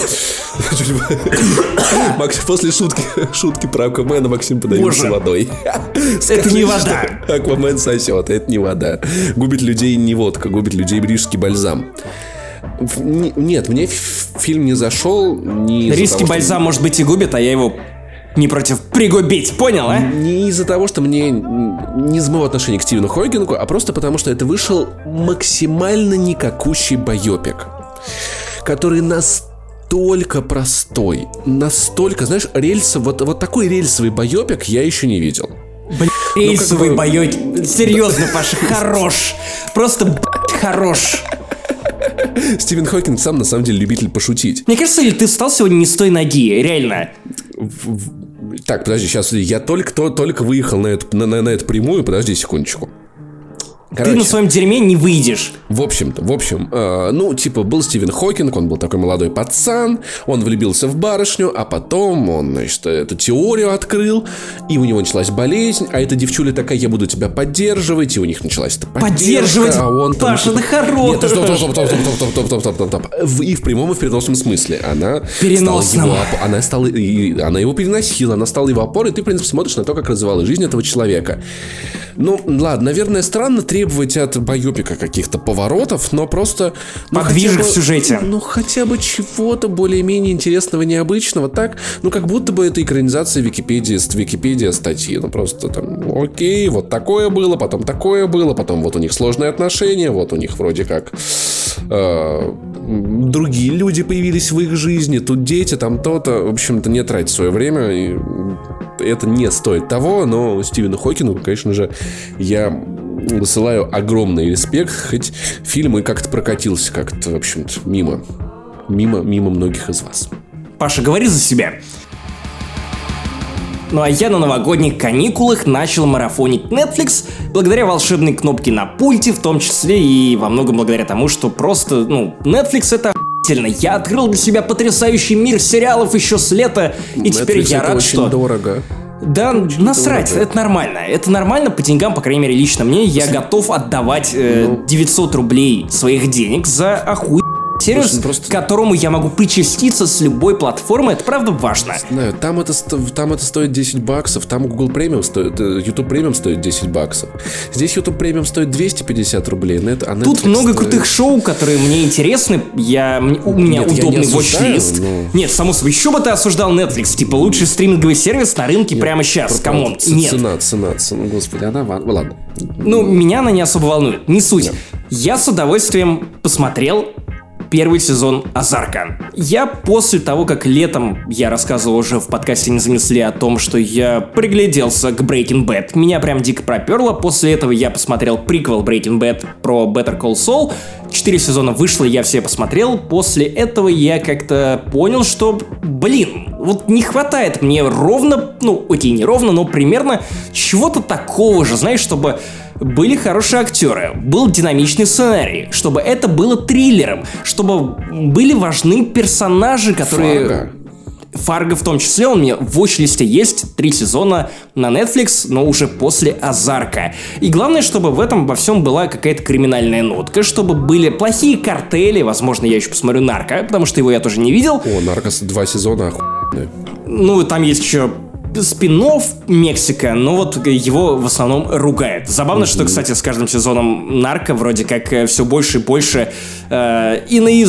После шутки шутки про Аквамена Максим подавился водой. Это не вода. Аквамен сосет, это не вода. Губит людей не водка, губит людей рижский бальзам. Нет, мне фильм не зашел. Рижский бальзам, может быть, и губит, а я его... не против пригубить, понял, а? Не из-за того, что мне не из моего отношения к Стивену Хокингу, а просто потому, что это вышел максимально никакущий байопик, который настолько простой, настолько, знаешь, рельсовый, вот, вот такой рельсовый байопик я еще не видел. Блин, рельсовый ну, байопик, серьезно, Паша, хорош, просто, блядь, хорош. Стивен Хокинг сам, на самом деле, любитель пошутить. Мне кажется, или ты встал сегодня не с той ноги, реально. Так, подожди, сейчас я только, только выехал на эту, на, на, на эту прямую, подожди секундочку. Короче, ты на своем дерьме не выйдешь. В общем-то, в общем, э, ну, типа, был Стивен Хокинг, он был такой молодой пацан, он влюбился в барышню, а потом он, значит, эту теорию открыл, и у него началась болезнь, а эта девчуля такая, я буду тебя поддерживать, и у них началась эта поддержка. Поддерживать? А он там, Паша, да хорош! Нет, стоп, стоп, стоп, стоп, стоп, стоп, стоп, стоп, стоп, стоп. И в прямом и в переносном смысле. Она Переносном. Стала его, она, стала, и, она его переносила, она стала его опорой, и ты, в принципе, смотришь на то, как развивалась жизнь этого человека. Ну, ладно, наверное, странно требовать от байопика каких-то поворотов, но просто... Ну, подвижек бы, в сюжете. Ну, хотя бы чего-то более-менее интересного, необычного, так? Ну, как будто бы это экранизация Википедии, Википедия статьи. Ну, просто там, окей, вот такое было, потом такое было, потом вот у них сложные отношения, вот у них вроде как... Э, другие люди появились в их жизни, тут дети, там то-то. В общем-то, не тратить свое время, и это не стоит того, но Стивену Хокингу, конечно же, я высылаю огромный респект, хоть фильм и как-то прокатился, как-то, в общем-то, мимо, мимо, мимо многих из вас. Паша, говори за себя. Ну а я на новогодних каникулах начал марафонить Netflix благодаря волшебной кнопке на пульте, в том числе и во многом благодаря тому, что просто, ну, Netflix это охуительно. Я открыл для себя потрясающий мир сериалов еще с лета, и Netflix теперь я рад, очень что... дорого. Да, очень насрать, дорого. Это нормально. Это нормально по деньгам, по крайней мере, лично мне. Я готов отдавать э, ну... девятьсот рублей своих денег за охуительный сервис, ну, просто... к которому я могу причаститься с любой платформы. Это правда важно. Знаю, там это, там это стоит десять баксов, там Google Premium стоит, YouTube Premium стоит десять баксов. Здесь YouTube Premium стоит двести пятьдесят рублей. Нет, а Тут много стоит... крутых шоу, которые мне интересны. Я, у меня Нет, удобный watch-лист. Но... Нет, само собой, еще бы ты осуждал Netflix. Типа, лучший стриминговый сервис на рынке Нет, прямо сейчас. Камон. Нет. Цена, цена, цена. Господи, она... Ладно. Ну, меня она не особо волнует. Не суть. Нет. Я с удовольствием посмотрел первый сезон Озарка. Я после того, как летом я рассказывал уже в подкасте «Не занесли» о том, что я пригляделся к Breaking Bad, меня прям дико проперло. После этого я посмотрел приквел Breaking Bad про Better Call Saul. Четыре сезона вышло, я все посмотрел. После этого я как-то понял, что, блин, вот не хватает мне ровно, ну, окей, не ровно, но примерно чего-то такого же, знаешь, чтобы были хорошие актеры, был динамичный сценарий, чтобы это было триллером, чтобы были важны персонажи, которые... Фарго. Фарго в том числе, он у меня в watch-листе есть, три сезона на Netflix, но уже после Озарка. И главное, чтобы в этом во всем была какая-то криминальная нотка, чтобы были плохие картели, возможно, я еще посмотрю Нарко, потому что его я тоже не видел. О, Наркос два сезона охуенные. Ну, там есть еще... спин-офф Мексика, но вот его в основном ругают. Забавно, mm-hmm. что, кстати, с каждым сезоном Нарко вроде как все больше и больше э,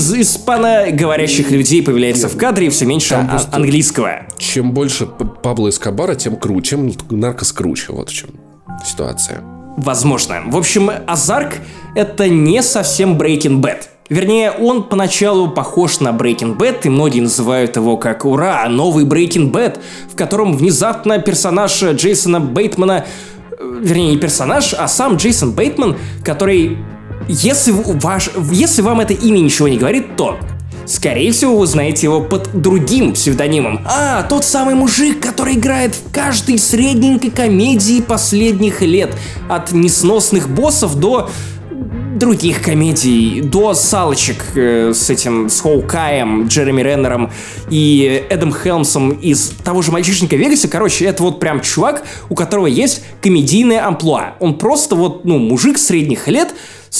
иноиспаноговорящих людей появляется mm-hmm. в кадре, и все меньше а- английского. Чем больше Пабло Эскобара, тем круче, чем Наркос круче, вот в чем ситуация. Возможно. В общем, Озарк — это не совсем Breaking Bad. Вернее, он поначалу похож на Breaking Bad, и многие называют его как «Ура! Новый Breaking Bad», в котором внезапно персонаж Джейсона Бейтмана, вернее, не персонаж, а сам Джейсон Бейтман, который если, ваш, если вам это имя ничего не говорит, то, скорее всего, вы знаете его под другим псевдонимом. А, тот самый мужик, который играет в каждой средненькой комедии последних лет. От несносных боссов до других комедий, до салочек э, с этим, с Хоукаем, Джереми Реннером и Эдом Хелмсом из того же «Мальчишника в Вегасе». Короче, это вот прям чувак, у которого есть комедийное амплуа. Он просто вот, ну, мужик средних лет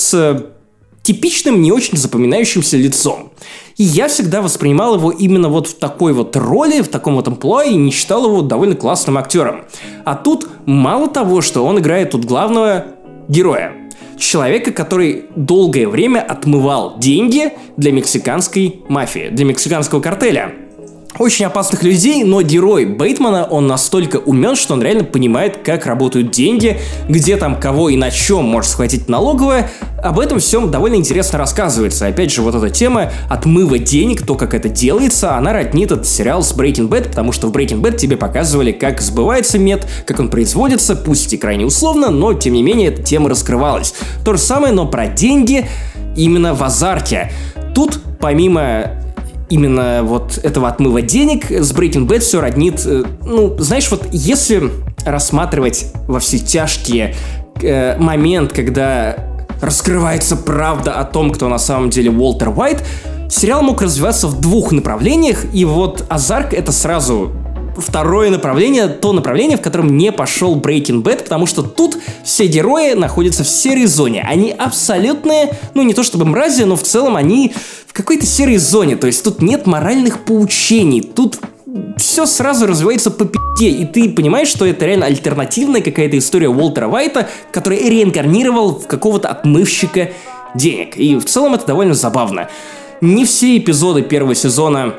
с типичным, не очень запоминающимся лицом. И я всегда воспринимал его именно вот в такой вот роли, в таком вот амплуа, и не считал его довольно классным актером. А тут мало того, что он играет тут главного героя. Человека, который долгое время отмывал деньги для мексиканской мафии, для мексиканского картеля. Очень опасных людей, но герой Бейтмана, он настолько умен, что он реально понимает, как работают деньги, где там кого и на чем может схватить налоговая. Об этом всем довольно интересно рассказывается. Опять же, вот эта тема отмыва денег, то, как это делается, она роднит этот сериал с Breaking Bad, потому что в Breaking Bad тебе показывали, как сбывается мед, как он производится, пусть и крайне условно, но тем не менее эта тема раскрывалась. То же самое, но про деньги именно в Озарке. Тут, помимо именно вот этого отмыва денег, с Breaking Bad все роднит, э, ну, знаешь, вот если рассматривать во все тяжкие э, момент, когда раскрывается правда о том, кто на самом деле Уолтер Уайт, сериал мог развиваться в двух направлениях, и вот Озарк — это сразу второе направление, то направление, в котором не пошел Breaking Bad, потому что тут все герои находятся в серой зоне. Они абсолютные, ну не то чтобы мрази, но в целом они в какой-то серой зоне. То есть тут нет моральных поучений, тут все сразу развивается по пи***е, и ты понимаешь, что это реально альтернативная какая-то история Уолтера Уайта, который реинкарнировал в какого-то отмывщика денег. И в целом это довольно забавно. Не все эпизоды первого сезона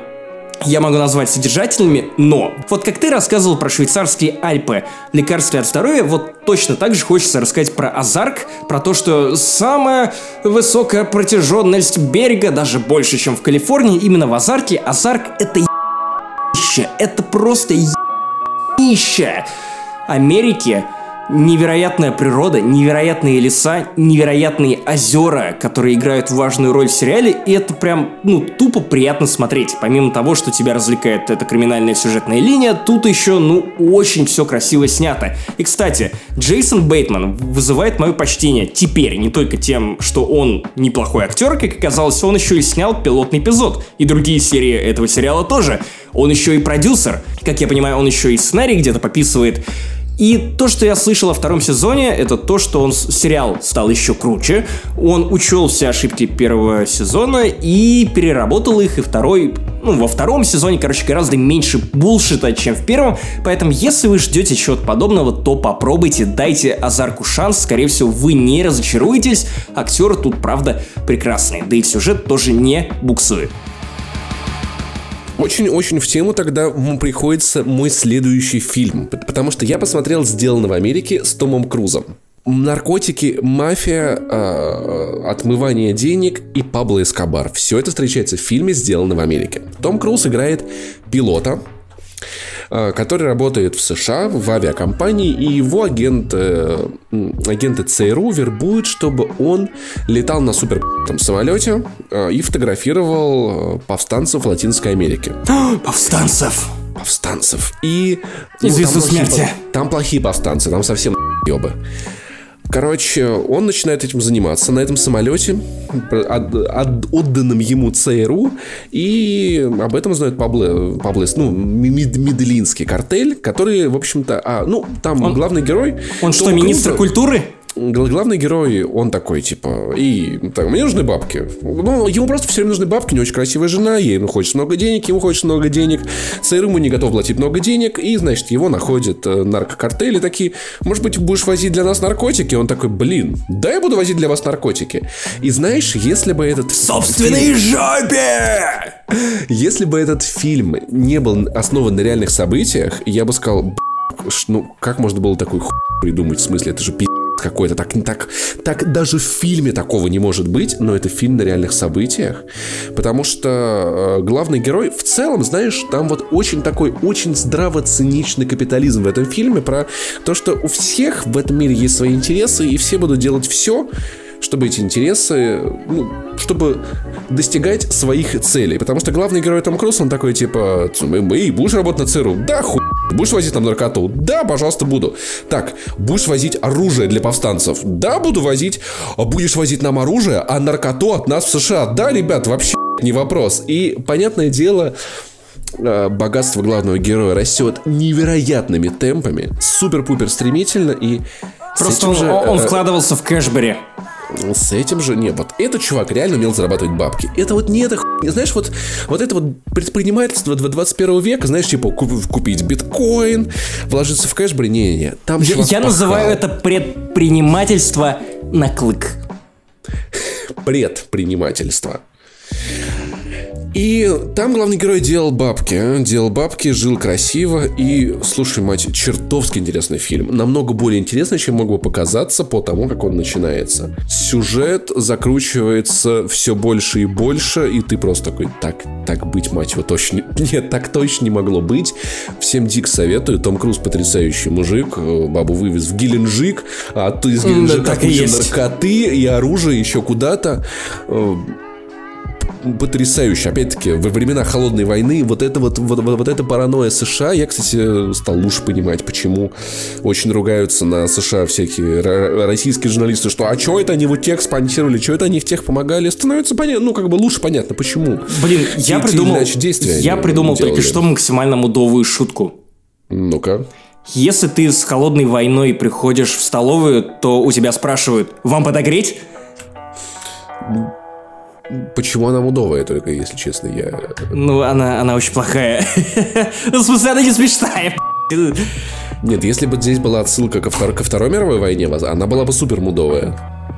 я могу назвать содержательными, но вот как ты рассказывал про швейцарские Альпы, лекарства от здоровья, вот точно так же хочется рассказать про Озарк, про то, что самая высокая протяженность берега, даже больше, чем в Калифорнии, именно в Озарке. Озарк — это е***ище, это просто е***ище Америки. Невероятная природа, невероятные леса, невероятные озера, которые играют важную роль в сериале, и это прям, ну, тупо приятно смотреть. Помимо того, что тебя развлекает эта криминальная сюжетная линия, тут еще, ну, очень все красиво снято. И, кстати, Джейсон Бейтман вызывает мое почтение теперь, не только тем, что он неплохой актер, как оказалось, он еще и снял пилотный эпизод, и другие серии этого сериала тоже. Он еще и продюсер, как я понимаю, он еще и сценарий где-то пописывает. И то, что я слышал о втором сезоне, это то, что он, сериал стал еще круче. Он учел все ошибки первого сезона и переработал их, и второй, ну, во втором сезоне, короче, гораздо меньше булшита, чем в первом. Поэтому, если вы ждете чего-то подобного, то попробуйте, дайте Озарку шанс. Скорее всего, вы не разочаруетесь. Актеры тут, правда, прекрасные. Да и сюжет тоже не буксует. Очень-очень в тему тогда приходится мой следующий фильм, потому что я посмотрел «Сделано в Америке» с Томом Крузом. Наркотики, мафия, э, отмывание денег и Пабло Эскобар. Все это встречается в фильме «Сделано в Америке». Том Круз играет пилота, э, который работает в США, в авиакомпании, и его агент, э, агенты ЦРУ вербуют, чтобы он летал на супер там, самолете э, и фотографировал повстанцев в Латинской Америке. Повстанцев! Повстанцев. И... Известно смерти. Там плохие повстанцы, там совсем ебы. Короче, он начинает этим заниматься на этом самолете, от, от, отданном ему ЦРУ, и об этом знает Пабло, Пабло ну, Медельинский картель, который, в общем-то, а, ну, там он, главный герой... Он что, министр Круза, культуры? Главный герой, он такой, типа, и так, мне нужны бабки. Ну, ему просто все время нужны бабки, у него очень красивая жена, ей ему хочется много денег, ему хочется много денег. ЦРУ ему не готов платить много денег, и, значит, его находят наркокартели такие, может быть, будешь возить для нас наркотики? Он такой, блин, да я буду возить для вас наркотики. И знаешь, если бы этот... В собственной фильм... жопе! Если бы этот фильм не был основан на реальных событиях, я бы сказал, ну, как можно было такой хуй придумать, в смысле, это же пи***. Какой-то так, так, так даже в фильме такого не может быть, но это фильм на реальных событиях, потому что э, главный герой в целом, знаешь, там вот очень такой, очень здраво-циничный капитализм в этом фильме про то, что у всех в этом мире есть свои интересы, и все будут делать все, чтобы эти интересы, ну, чтобы достигать своих целей. Потому что главный герой Том Круз, он такой, типа, эй, будешь работать на ЦРУ? Да, хуй. Будешь возить там наркоту? Да, пожалуйста, буду. Так, будешь возить оружие для повстанцев? Да, буду возить. А будешь возить нам оружие, а наркоту от нас в США? Да, ребят, вообще не вопрос. И, понятное дело, богатство главного героя растет невероятными темпами, супер-пупер стремительно, и просто он, же, он э, вкладывался в Кэшбери. С этим же, не, вот этот чувак реально умел зарабатывать бабки. Это вот не это хуйня, знаешь, вот, вот это вот предпринимательство двадцать первого века, знаешь, типа купить биткоин, вложиться в Кэшбери, не-не-не. Там я я называю это предпринимательство на клык. Предпринимательство. И там главный герой делал бабки, делал бабки, жил красиво. И, слушай, мать, чертовски интересный фильм. Намного более интересный, чем мог бы показаться по тому, как он начинается. Сюжет закручивается все больше и больше. И ты просто такой, так, так быть, мать его, точно. Нет, так точно не могло быть. Всем дико советую. Том Круз потрясающий мужик. Бабу вывез в Геленджик. А ты из Геленджика куча наркоты и оружие еще куда-то. Потрясающе. Опять-таки, во времена холодной войны вот это вот, вот, вот эта паранойя США, я, кстати, стал лучше понимать, почему очень ругаются на США всякие российские журналисты, что а что это они вот тех спонсировали, что это они в тех помогали, становится понятно, ну, как бы лучше понятно, почему. Блин, я и, придумал, я придумал только что максимально мудовую шутку. Ну-ка. Если ты с холодной войной приходишь в столовую, то у тебя спрашивают, вам подогреть? Почему она мудовая, только, если честно, я... Ну, она, она очень плохая. В смысле, она не смешная. Нет, если бы здесь была отсылка ко, втор- ко Второй мировой войне, она была бы супер мудовая.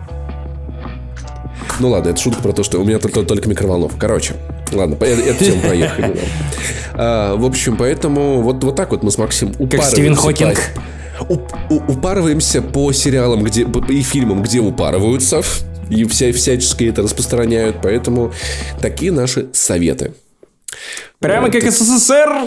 Ну ладно, это шутка про то, что у меня только, только микроволновка. Короче, ладно, эту тему проехали. А, в общем, поэтому вот, вот так вот мы с Максим упарываемся. Как Стивен Хокинг. По, у, упарываемся по сериалам где, и фильмам, где упарываются. И вся, всячески это распространяют. Поэтому такие наши советы. Прямо вот. Как СССР.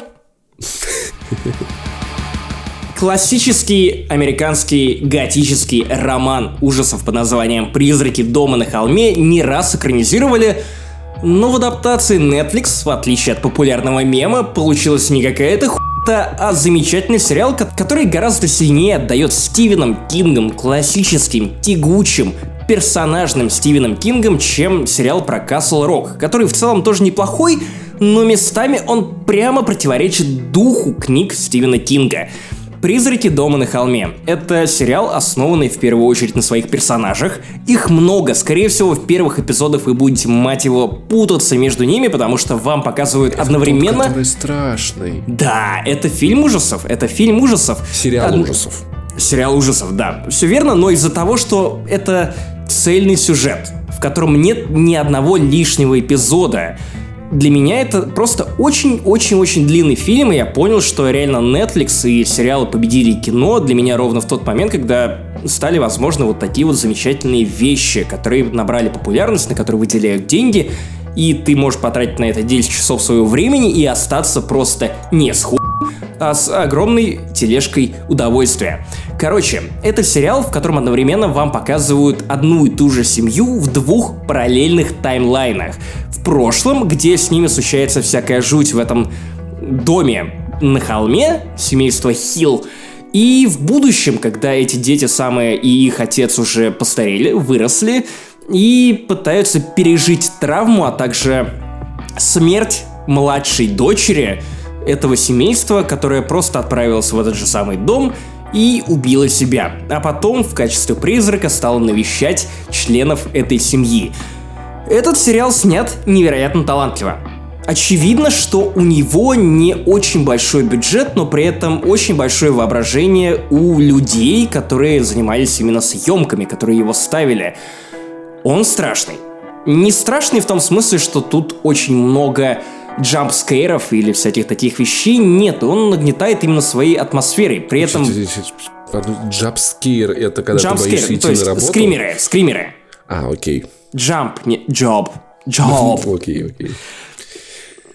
Классический американский готический роман ужасов под названием «Призраки дома на холме» не раз экранизировали, но в адаптации Netflix, в отличие от популярного мема, получилась не какая-то хуйта, а замечательный сериал, который гораздо сильнее отдает Стивеном Кингом, классическим, тягучим, персонажным Стивеном Кингом, чем сериал про Касл Рок, который в целом тоже неплохой, но местами он прямо противоречит духу книг Стивена Кинга. «Призраки дома на холме» — это сериал, основанный в первую очередь на своих персонажах. Их много, скорее всего, в первых эпизодах вы будете, мать его, путаться между ними, потому что вам показывают это одновременно... Тот, который страшный. Да, это фильм ужасов, это фильм ужасов. Сериал Од... ужасов. Сериал ужасов, да. Все верно, но из-за того, что это цельный сюжет, в котором нет ни одного лишнего эпизода, для меня это просто очень-очень-очень длинный фильм, и я понял, что реально Netflix и сериалы победили кино для меня ровно в тот момент, когда стали возможны вот такие вот замечательные вещи, которые набрали популярность, на которые выделяют деньги, и ты можешь потратить на это десять часов своего времени и остаться просто не с хуй, а с огромной тележкой удовольствия. Короче, это сериал, в котором одновременно вам показывают одну и ту же семью в двух параллельных таймлайнах. В прошлом, где с ними случается всякая жуть в этом доме на холме, семейство Хилл, и в будущем, когда эти дети самые и их отец уже постарели, выросли и пытаются пережить травму, а также смерть младшей дочери этого семейства, которое просто отправилось в этот же самый дом и убила себя, а потом в качестве призрака стала навещать членов этой семьи. Этот сериал снят невероятно талантливо. Очевидно, что у него не очень большой бюджет, но при этом очень большое воображение у людей, которые занимались именно съемками, которые его ставили. Он страшный. Не страшный в том смысле, что тут очень много джампскейров или всяких таких вещей. Нет, он нагнетает именно своей атмосферой. При этом... Джампскейр — это когда Jump ты боишься scare, идти то есть на работу? скримеры, скримеры. А, окей. Джамп, не джоб. Джоб. Окей, окей.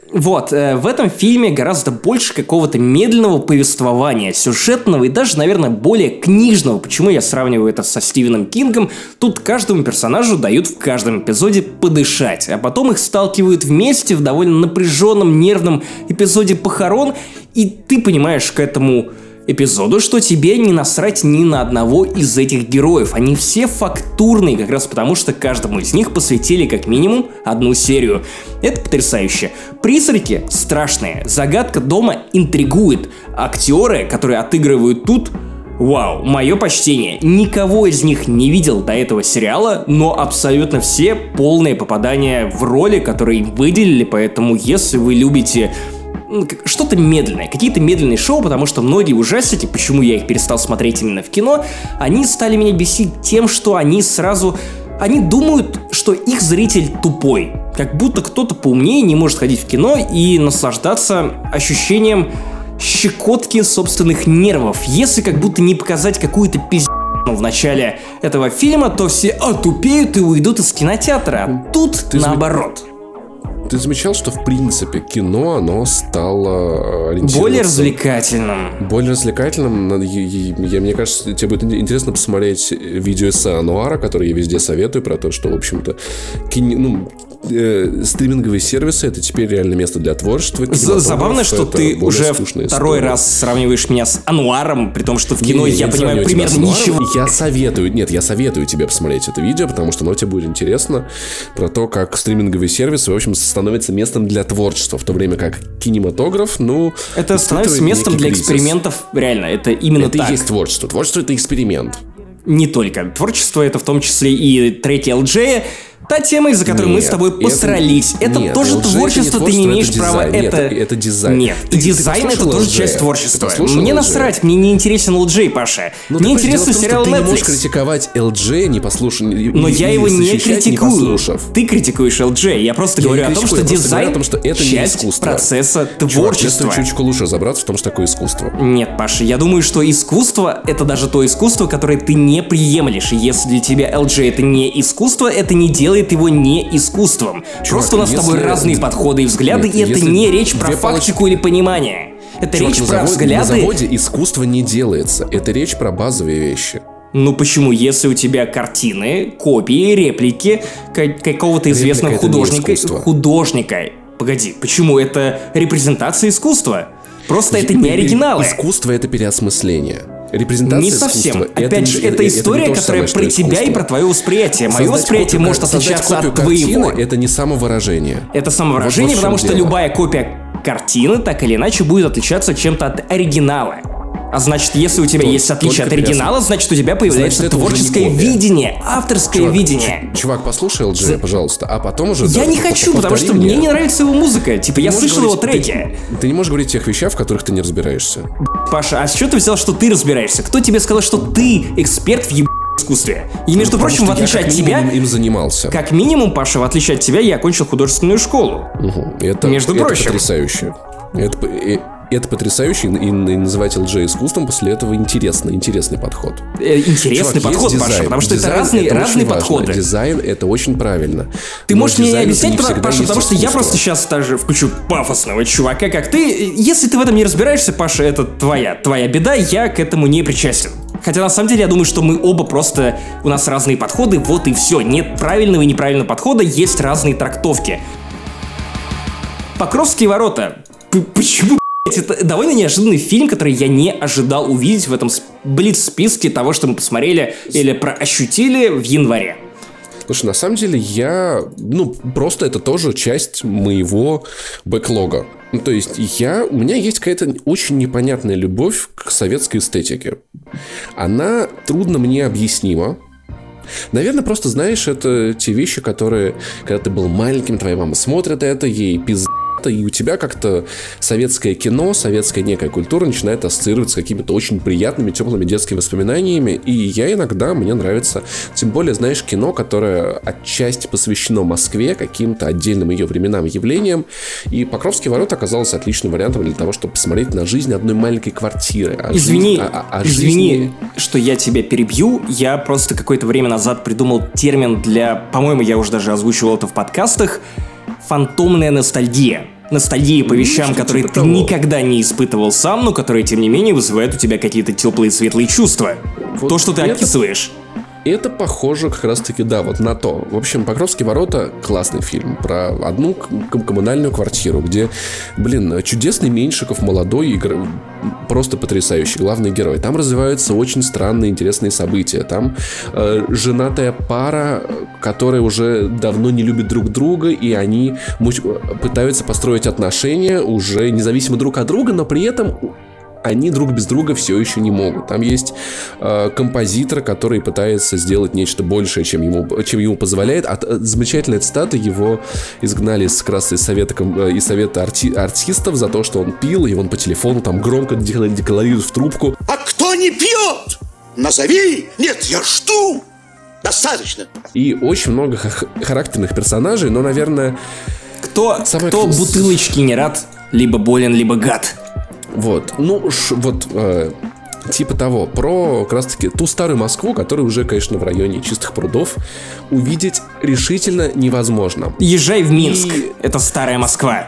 Вот, э, в этом фильме гораздо больше какого-то медленного повествования, сюжетного и даже, наверное, более книжного. Почему я сравниваю это со Стивеном Кингом? Тут каждому персонажу дают в каждом эпизоде подышать, а потом их сталкивают вместе в довольно напряженном, нервном эпизоде похорон, и ты понимаешь к этому эпизоду, что тебе не насрать ни на одного из этих героев. Они все фактурные, как раз потому, что каждому из них посвятили как минимум одну серию. Это потрясающе. Призраки страшные, загадка дома интригует. Актеры, которые отыгрывают тут, вау, мое почтение. Никого из них не видел до этого сериала, но абсолютно все полные попадания в роли, которые им выделили, поэтому если вы любите что-то медленное, какие-то медленные шоу, потому что многие ужастики, почему я их перестал смотреть именно в кино, они стали меня бесить тем, что они сразу... Они думают, что их зритель тупой. Как будто кто-то поумнее не может ходить в кино и наслаждаться ощущением щекотки собственных нервов. Если как будто не показать какую-то пиздец в начале этого фильма, то все отупеют и уйдут из кинотеатра. А тут Ты наоборот. Ты замечал, что в принципе кино, оно стало ориентироваться... Более развлекательным. Более развлекательным. Я, я, мне кажется, тебе будет интересно посмотреть видео эссе Ануара, которые я везде советую, про то, что, в общем-то, кино... ну, э, стриминговые сервисы — это теперь реально место для творчества. Забавно, что ты уже второй история. раз сравниваешь меня с Ануаром, при том, что в кино не, я, я понимаю примерно ничего. Я советую, нет, я советую тебе посмотреть это видео, потому что оно тебе будет интересно, про то, как стриминговые сервисы, в общем, становится местом для творчества, в то время как кинематограф, ну... Это становится местом для кризис. экспериментов, реально, это именно это так. Это и есть творчество. Творчество — это эксперимент. Не только. Творчество — это в том числе и треки эл джей, та тема, из-за которой нет, мы с тобой посрались. Это, это нет, тоже эл джей творчество, это ты не имеешь права. Нет, это... это, это дизайн. Нет, ты, дизайн ты это тоже эл джей? Часть творчества. Мне насрать, мне не интересен эл джей, Паша. Ну, мне интересен сериал Netflix. Ты не можешь Netflix. критиковать эл джей, не послушав. Но не, я не его не критикую. Не ты критикуешь эл джей. Я просто я говорю о том, что дизайн о том, что это часть не процесса творчества. Чувак, чуть-чуть лучше разобраться в том, что такое искусство. Нет, Паша, я думаю, что искусство — это даже то искусство, которое ты не приемлешь. И если для тебя эл джей это не искусство, это не делает его не искусством. Чувак, просто у нас с тобой разные подходы и взгляды, Нет, и это не речь про фактику палочки... или понимание. Это Чувак, речь про заводе, взгляды. На заводе искусство не делается. Это речь про базовые вещи. Ну почему, если у тебя картины, копии, реплики какого-то известного Реплика художника, художника, погоди, почему это репрезентация искусства? Просто и, это не оригиналы. Искусство — это переосмысление. Репрезентация не совсем. Искусства. Опять это, же, это, это история, это которая самое, про тебя и про твое восприятие. Мое создать восприятие копию, может отличаться от твоего. Картины — это не самовыражение. Это самовыражение, вот потому что дело. любая копия картины так или иначе будет отличаться чем-то от оригинала. А значит, если у тебя Тол- есть отличие от оригинала, переос... значит, у тебя появляется значит, творческое видение, авторское чувак, видение. Чувак, послушай эл джей, пожалуйста, а потом уже... Я да, не хочу, потому что мне не нравится его музыка. Типа, ты я слышал говорить, его треки. Ты, ты не можешь говорить о тех вещах, в которых ты не разбираешься. Паша, а с чего ты взял, что ты разбираешься? Кто тебе сказал, что ты эксперт в ебаном искусстве? И, между ну, прочим, в отличие от тебя... им занимался. Как минимум, Паша, в отличие от тебя, я окончил художественную школу. Угу. Это, между это прочим. потрясающе. Это... Это потрясающе, и, и называть эл джей искусством после этого интересно, интересный подход. Интересный Чувак, подход, Паша, потому что дизайн, это разные, это разные подходы. Важно. Дизайн — это очень правильно. Ты Но можешь мне не объяснять, Паша, потому искусство. что я просто сейчас даже включу пафосного чувака, как ты. Если ты в этом не разбираешься, Паша, это твоя, твоя беда, я к этому не причастен. Хотя на самом деле я думаю, что мы оба просто... У нас разные подходы, вот и все. Нет правильного и неправильного подхода, есть разные трактовки. Покровские ворота. П- почему... Это довольно неожиданный фильм, который я не ожидал увидеть в этом блиц-списке того, что мы посмотрели или проощутили в январе. Слушай, на самом деле я... Ну, просто это тоже часть моего бэклога. Ну, то есть я... У меня есть какая-то очень непонятная любовь к советской эстетике. Она трудно мне объяснима. Наверное, просто, знаешь, это те вещи, которые... Когда ты был маленьким, твоя мама смотрит это, ей пиздец. И у тебя как-то советское кино, советская некая культура начинает ассоциироваться с какими-то очень приятными, теплыми детскими воспоминаниями. И я иногда, мне нравится, тем более, знаешь, кино, которое отчасти посвящено Москве, каким-то отдельным ее временам и явлениям. И «Покровские ворота» оказалось отличным вариантом для того, чтобы посмотреть на жизнь одной маленькой квартиры. А извини, жизнь, а, а извини, жизни... что я тебя перебью. Я просто какое-то время назад придумал термин для... По-моему, я уже даже озвучивал это в подкастах. Фантомная ностальгия. ностальгия по вещам, которые типа ты того. никогда не испытывал сам, но которые, тем не менее, вызывают у тебя какие-то теплые, светлые чувства. Вот То, что ты это- описываешь. Это похоже как раз-таки, да, вот на то. В общем, «Покровские ворота» — классный фильм про одну ком- коммунальную квартиру, где, блин, чудесный Меньшиков, молодой, игр... просто потрясающий главный герой. Там развиваются очень странные, интересные события. Там э, женатая пара, которая уже давно не любит друг друга, и они муж- пытаются построить отношения уже независимо друг от друга, но при этом они друг без друга все еще не могут. Там есть э, композитор, который пытается сделать нечто большее, чем ему, чем ему позволяет. От, от, замечательная цитата: его изгнали из, как раз из совета, э, из совета арти, артистов за то, что он пил, и он по телефону там громко декларирует в трубку. А кто не пьет? Назови! Нет, я жду! Достаточно! И очень много х- характерных персонажей, но, наверное... Кто, Самое кто класс- бутылочки не рад, либо болен, либо гад. Вот, ну, ш, вот, э, типа того, про как раз-таки ту старую Москву, которая уже, конечно, в районе Чистых прудов, увидеть решительно невозможно. Езжай в Минск, И- это старая Москва.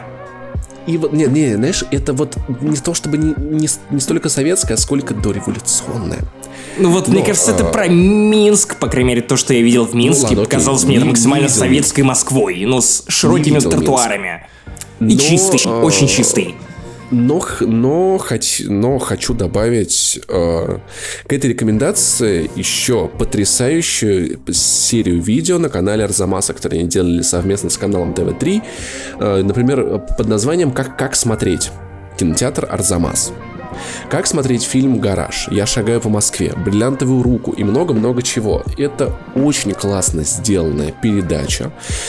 И вот, не, не, знаешь, это вот не то чтобы не, не, не столько советская, сколько дореволюционная. Ну вот, мне Но, кажется, это а- про Минск, по крайней мере, то, что я видел в Минске, ладно, окей, показалось мне это не- максимально не видел. советской Москвой, но с широкими видел тротуарами. И Но, чистый, а, очень чистый. Но, х- но, хоч- но хочу добавить э, к этой рекомендации еще потрясающую серию видео на канале Арзамаса, которые они делали совместно с каналом тэ вэ три. Э, например, под названием «Как, «Как смотреть». Кинотеатр Арзамас. Как смотреть фильм «Гараж», «Я шагаю по Москве», «Бриллиантовую руку» и много-много чего. Это очень классно сделанная передача,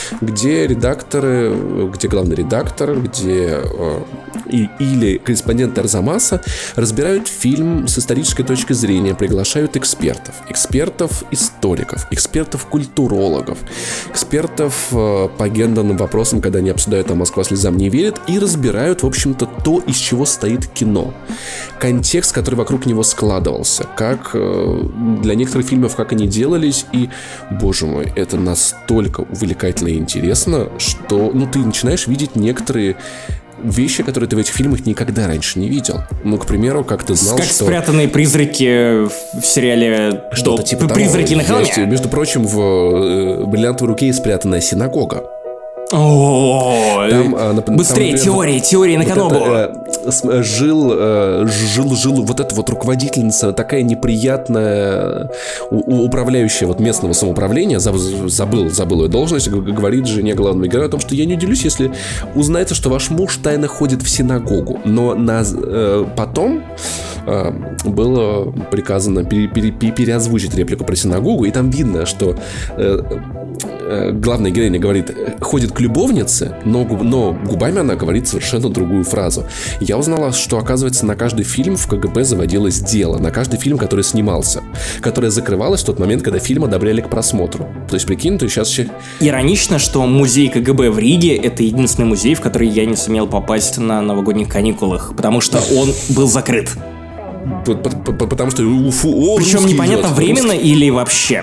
где редакторы, где главный редактор, где э, и, или корреспонденты Арзамаса разбирают фильм с исторической точки зрения, приглашают экспертов, экспертов-историков, экспертов-культурологов, экспертов э, по гендерным вопросам, когда они обсуждают «А Москва слезам не верит», и разбирают, в общем-то, то, из чего стоит кино. Контекст, который вокруг него складывался, как э, для некоторых фильмов, как они делались, и, боже мой, это настолько увлекательно и интересно, что, ну, ты начинаешь видеть некоторые вещи, которые ты в этих фильмах никогда раньше не видел. Ну, к примеру, как ты знал, Как что... спрятанные призраки в сериале Что-то «До- типа «Призраки того. на холме». Есть, между прочим, в э, «Бриллиантовой руке» спрятанная синагога. О, Там, а, нап- быстрее, там, теории, теории на вот Канобу. это, э, с- э, жил, э, жил, жил вот эта вот руководительница, такая неприятная, у- у- управляющая вот местного самоуправления, заб- забыл, забыл ее должность, г- говорит жене главного героя о том, что я не удивлюсь, если узнается, что ваш муж тайно ходит в синагогу. Но на, э, потом э, было приказано пере- пере- пере- переозвучить реплику про синагогу, и там видно, что э, э, главная героиня говорит, ходит к любовнице, но, губ- но губами она говорит совершенно другую фразу. Я узнала, что, оказывается, на каждый фильм в ка гэ бэ заводилось дело, на каждый фильм, который снимался, которое закрывалось в тот момент, когда фильм одобряли к просмотру. То есть, прикинь, ты сейчас... Иронично, что музей ка гэ бэ в Риге — это единственный музей, в который я не сумел попасть на новогодних каникулах, потому что он был закрыт. Потому что... Фу, о, Причем русский непонятно, идет, временно русский. или вообще.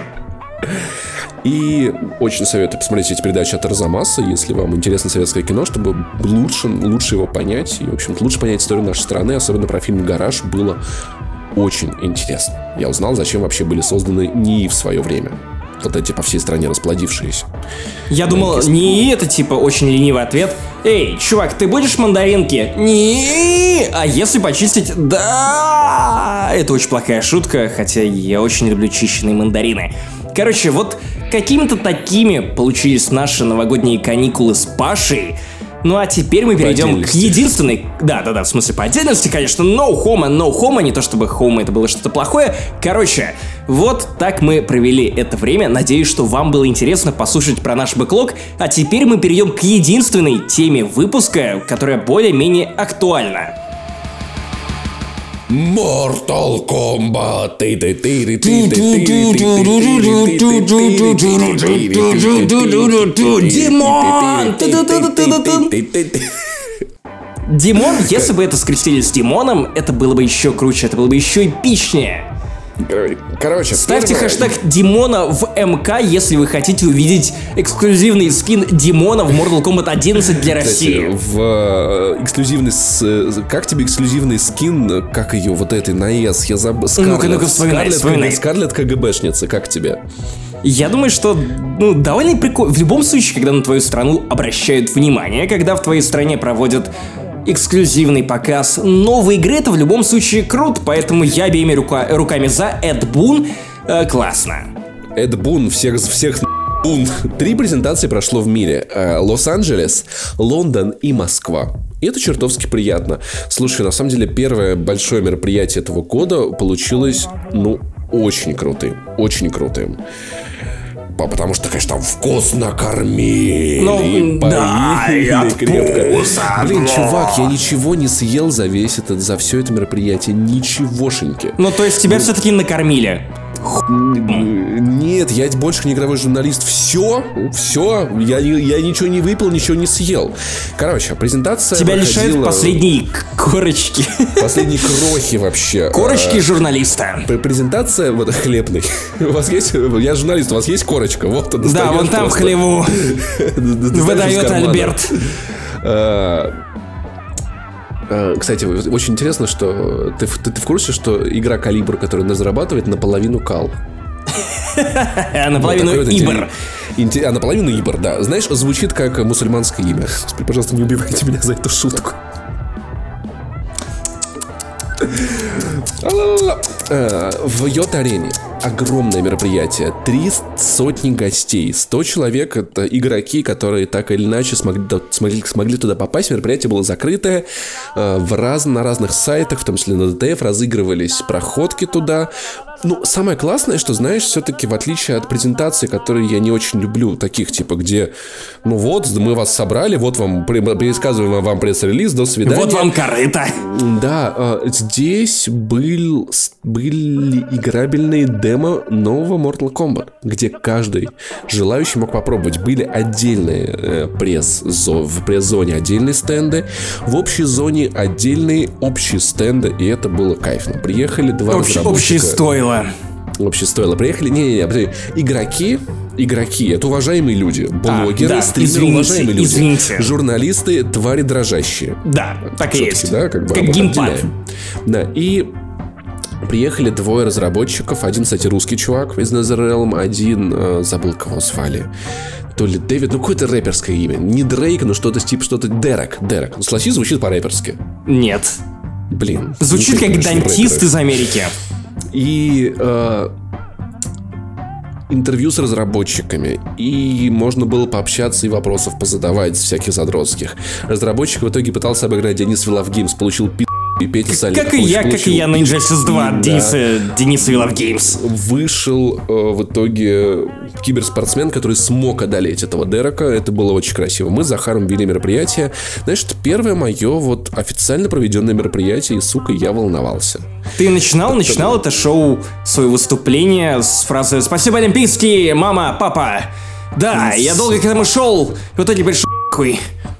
И очень советую посмотреть эти передачи от Арзамаса, если вам интересно советское кино, чтобы лучше, лучше его понять. И, в общем-то, лучше понять историю нашей страны, особенно про фильм «Гараж», было очень интересно. Я узнал, зачем вообще были созданы НИИ в свое время. Вот эти по всей стране расплодившиеся. Я думал, не это типа очень ленивый ответ. Эй, чувак, ты будешь мандаринки? Не. А если почистить? Да. Это очень плохая шутка, хотя я очень люблю чищенные мандарины. Короче, вот какими-то такими получились наши новогодние каникулы с Пашей. Ну а теперь мы перейдем к единственной... Да-да-да, в смысле по отдельности, конечно, no homo, no homo, не то чтобы homo это было что-то плохое. Короче, вот так мы провели это время. Надеюсь, что вам было интересно послушать про наш бэклог. А теперь мы перейдем к единственной теме выпуска, которая более-менее актуальна. Mortal Kombat. Димон! Димон, если бы это скрестили с Димоном, это было бы еще круче, это было бы еще эпичнее. Короче, ставьте первое... хэштег Димона в МК, если вы хотите увидеть эксклюзивный скин Димона в Mortal Kombat одиннадцать для России. Кстати, в э, эксклюзивный... С, как тебе эксклюзивный скин, как ее, вот этой, на эс, я забыл... Ну-ка, ну-ка, вспоминай, Скарлетт, вспоминай. Скарлетт КГБшница, как тебе? Я думаю, что, ну, довольно прикольно. В любом случае, когда на твою страну обращают внимание, когда в твоей стране проводят эксклюзивный показ новой игры, это в любом случае круто, поэтому я обеими рука- руками за. Эд Бун, э, классно. Эд Бун, всех, всех Бун. Три презентации прошло в мире. Э, Лос-Анджелес, Лондон и Москва. И это чертовски приятно. Слушай, на самом деле, первое большое мероприятие этого года получилось, ну, очень крутым. Очень крутым. Потому что, конечно, там вкусно кормили, ну, да, поили крепко. Вкусно. Блин, чувак, я ничего не съел за весь этот, за все это мероприятие. Ничегошеньки. Ну, то есть тебя ну, все-таки накормили? Нет, я больше не игровой журналист. Все, все, я, я ничего не выпил, ничего не съел. Короче, презентация тебя проходила... лишают последней корочки. Последней крохи вообще. Корочки журналиста. Презентация вот хлебной. У вас есть... Я журналист, у вас есть корочка? Вот, да, вон там в хлеву выдает Альберт. Кстати, очень интересно, что ты, ты, ты в курсе, что игра Калибр, которую она зарабатывает, наполовину кал. Наполовину Ибр. А наполовину Ибр, да. Знаешь, звучит как мусульманское имя. Господи, пожалуйста, не убивайте меня за эту шутку. В Йот-арене огромное мероприятие. Три сотни гостей. Сто человек — это игроки, которые так или иначе смогли, смогли, смогли туда попасть. Мероприятие было закрытое. В раз, на разных сайтах, в том числе на ди ти эф, разыгрывались проходки туда. Ну, самое классное, что, знаешь, все-таки в отличие от презентаций, которые я не очень люблю, таких типа, где, ну вот, мы вас собрали, вот вам, пересказываем вам пресс-релиз, до свидания. Вот вам корыто. Да, здесь был, были играбельные демо нового Mortal Kombat, где каждый желающий мог попробовать. Были отдельные э, пресс-зо, в пресс-зоне отдельные стенды, в общей зоне отдельные общие стенды, и это было кайфно. Приехали два Общ, разработчика. Общее стоило. Вообще стоило. Приехали, не-не-не, игроки, игроки, это уважаемые люди, блогеры, а, да, стримеры, извините, уважаемые люди, извините. Журналисты, твари дрожащие. Да, так и есть. Да, как бы как геймпад. Да, и приехали двое разработчиков, один, кстати, русский чувак из NetherRealm, один, э, забыл, кого звали. То ли Дэвид, ну какое-то рэперское имя. Не Дрейк, но что-то типа, что-то Дерек, Дерек. Ну, слоси звучит по-рэперски. Нет. Блин. Звучит как дантист рэперы. Из Америки. И э, интервью с разработчиками. И можно было пообщаться и вопросов позадавать всяких задротских. Разработчик в итоге пытался обыграть Денис Вилав Геймс, получил пи***, и Петя Сальников Как и я, получил... как и я на Injustice два, да. Дениса, Денис Вилав Геймс. Вышел э, в итоге киберспортсмен, который смог одолеть этого Дерека. Это было очень красиво. Мы с Захаром вели мероприятие. Знаешь, это первое мое вот официально проведенное мероприятие, и, сука, я волновался. Ты начинал, начинал это шоу, свое выступление с фразы «Спасибо, Олимпийский, мама, папа». Да, я долго к этому шел, в итоге пришел хуй.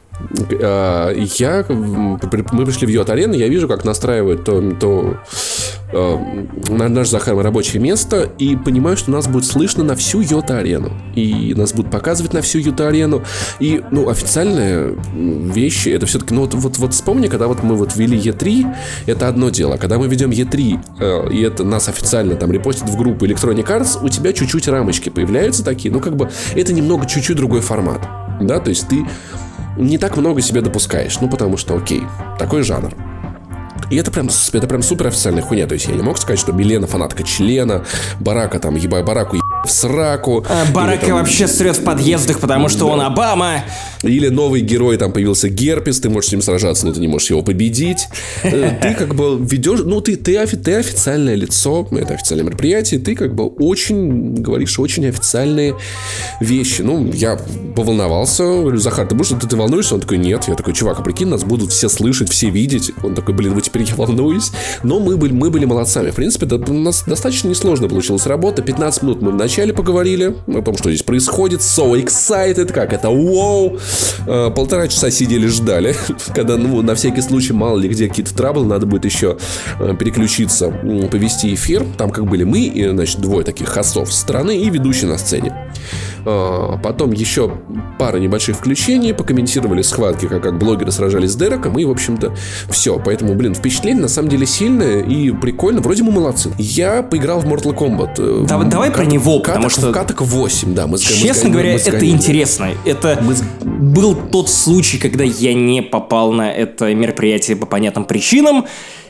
Я, мы пришли в Йот-арену, я вижу, как настраивают то, то наш Захар рабочее место, и понимаю, что нас будет слышно на всю Йот-арену. И нас будут показывать на всю Йот-арену. И, ну, официальные вещи, это все-таки, ну, вот, вот, вот вспомни, когда вот мы вот вели и три, это одно дело. Когда мы ведем и три, и это нас официально там репостят в группу Electronic Arts, у тебя чуть-чуть рамочки появляются такие, ну, как бы, это немного чуть-чуть другой формат. Да, то есть ты не так много себе допускаешь, ну, потому что, окей, такой жанр. И это прям, это прям супер официальная хуйня. То есть я не мог сказать, что Милена фанатка члена, Барака там, ебай Бараку еб в сраку. А Барака там... вообще срет в подъездах, потому что да. Он Обама. Или новый герой, там появился Герпес, ты можешь с ним сражаться, но ты не можешь его победить. Ты как бы ведешь, ну ты, ты, ты официальное лицо, это официальное мероприятие, ты как бы очень, говоришь очень официальные вещи. Ну, я поволновался, говорю, Захар, ты будешь, ты, ты волнуешься? Он такой, нет. Я такой, чувак, а прикинь, нас будут все слышать, все видеть. Он такой, блин, вот теперь я волнуюсь. Но мы были, мы были молодцами. В принципе, да, у нас достаточно несложно получилась работа. пятнадцать минут мы в начале вначале поговорили о том, что здесь происходит. So excited, как это, вау. Полтора часа сидели, ждали, когда, ну, на всякий случай, мало ли где какие-то траблы, надо будет еще переключиться, повести эфир. Там как были мы, и, значит, двое таких хостов со стороны и ведущий на сцене. Потом еще пара небольших включений, покомментировали схватки, как, как блогеры сражались с Дереком, и, в общем-то, все. Поэтому, блин, впечатление на самом деле сильное и прикольно. Вроде мы молодцы. Я поиграл в Mortal Kombat. Да, давай кат, про него, каток, потому что... Каток восемь, да. Мы, честно мы, говоря, мы это интересно. Это мы... был тот случай, когда я не попал на это мероприятие по понятным причинам.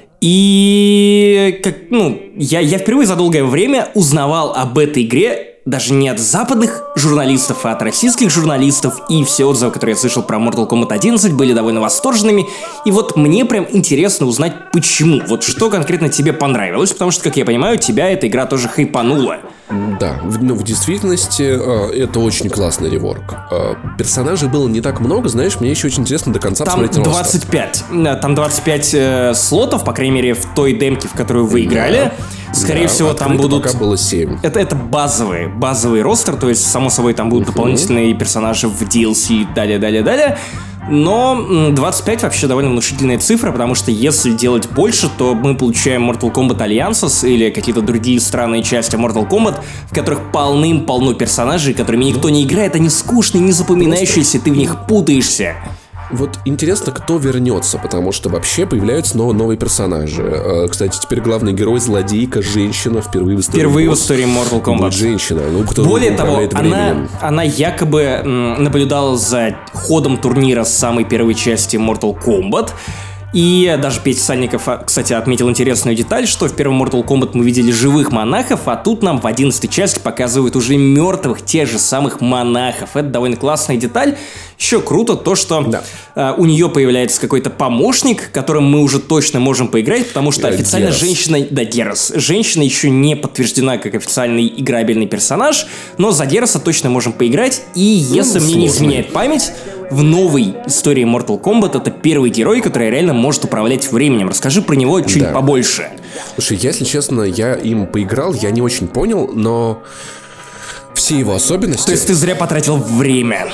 И как, ну, я, я впервые за долгое время узнавал об этой игре даже не от западных журналистов, а от российских журналистов. И все отзывы, которые я слышал про Mortal Kombat одиннадцать, были довольно восторженными. И вот мне прям интересно узнать, почему. Вот что конкретно тебе понравилось, потому что, как я понимаю, тебя эта игра тоже хайпанула. Да, ну, в действительности это очень классный реворк. Персонажей было не так много, знаешь, мне еще очень интересно до конца там посмотреть двадцать пять. Там двадцать пять э, слотов, по крайней мере, в той демке, в которую вы играли. Да. Скорее да, всего, там будут... пока было семь. Это, это базовый, базовый ростер, то есть, само собой, там будут uh-huh. дополнительные персонажи в ди эл си и далее, далее, далее. Но двадцать пять вообще довольно внушительная цифра, потому что если делать больше, то мы получаем Mortal Kombat Alliances или какие-то другие странные части Mortal Kombat, в которых полным-полно персонажей, которыми никто не играет, они скучные, не запоминающиеся, ты в них путаешься. Вот интересно, кто вернется, потому что вообще появляются новые, новые персонажи. Кстати, теперь главный герой, злодейка, женщина, впервые в истории. Впервые в истории Mortal Kombat. Будет женщина, ну, кто Более того, она, она якобы м, наблюдала за ходом турнира с самой первой части Mortal Kombat. И даже Петя Сальников, кстати, отметил интересную деталь, что в первом Mortal Kombat мы видели живых монахов, а тут нам в одиннадцатой части показывают уже мертвых, тех же самых монахов. Это довольно классная деталь. Еще круто то, что да. э, у нее появляется какой-то помощник, которым мы уже точно можем поиграть, потому что официально Герас. женщина... Да, Герас. Женщина еще не подтверждена как официальный играбельный персонаж, но за Гераса точно можем поиграть. И если ну, мне не изменяет память, в новой истории Mortal Kombat это первый герой, который реально может управлять временем. Расскажи про него чуть да. побольше. Слушай, если честно, я им поиграл, я не очень понял, но... все его особенности... То есть ты зря потратил время.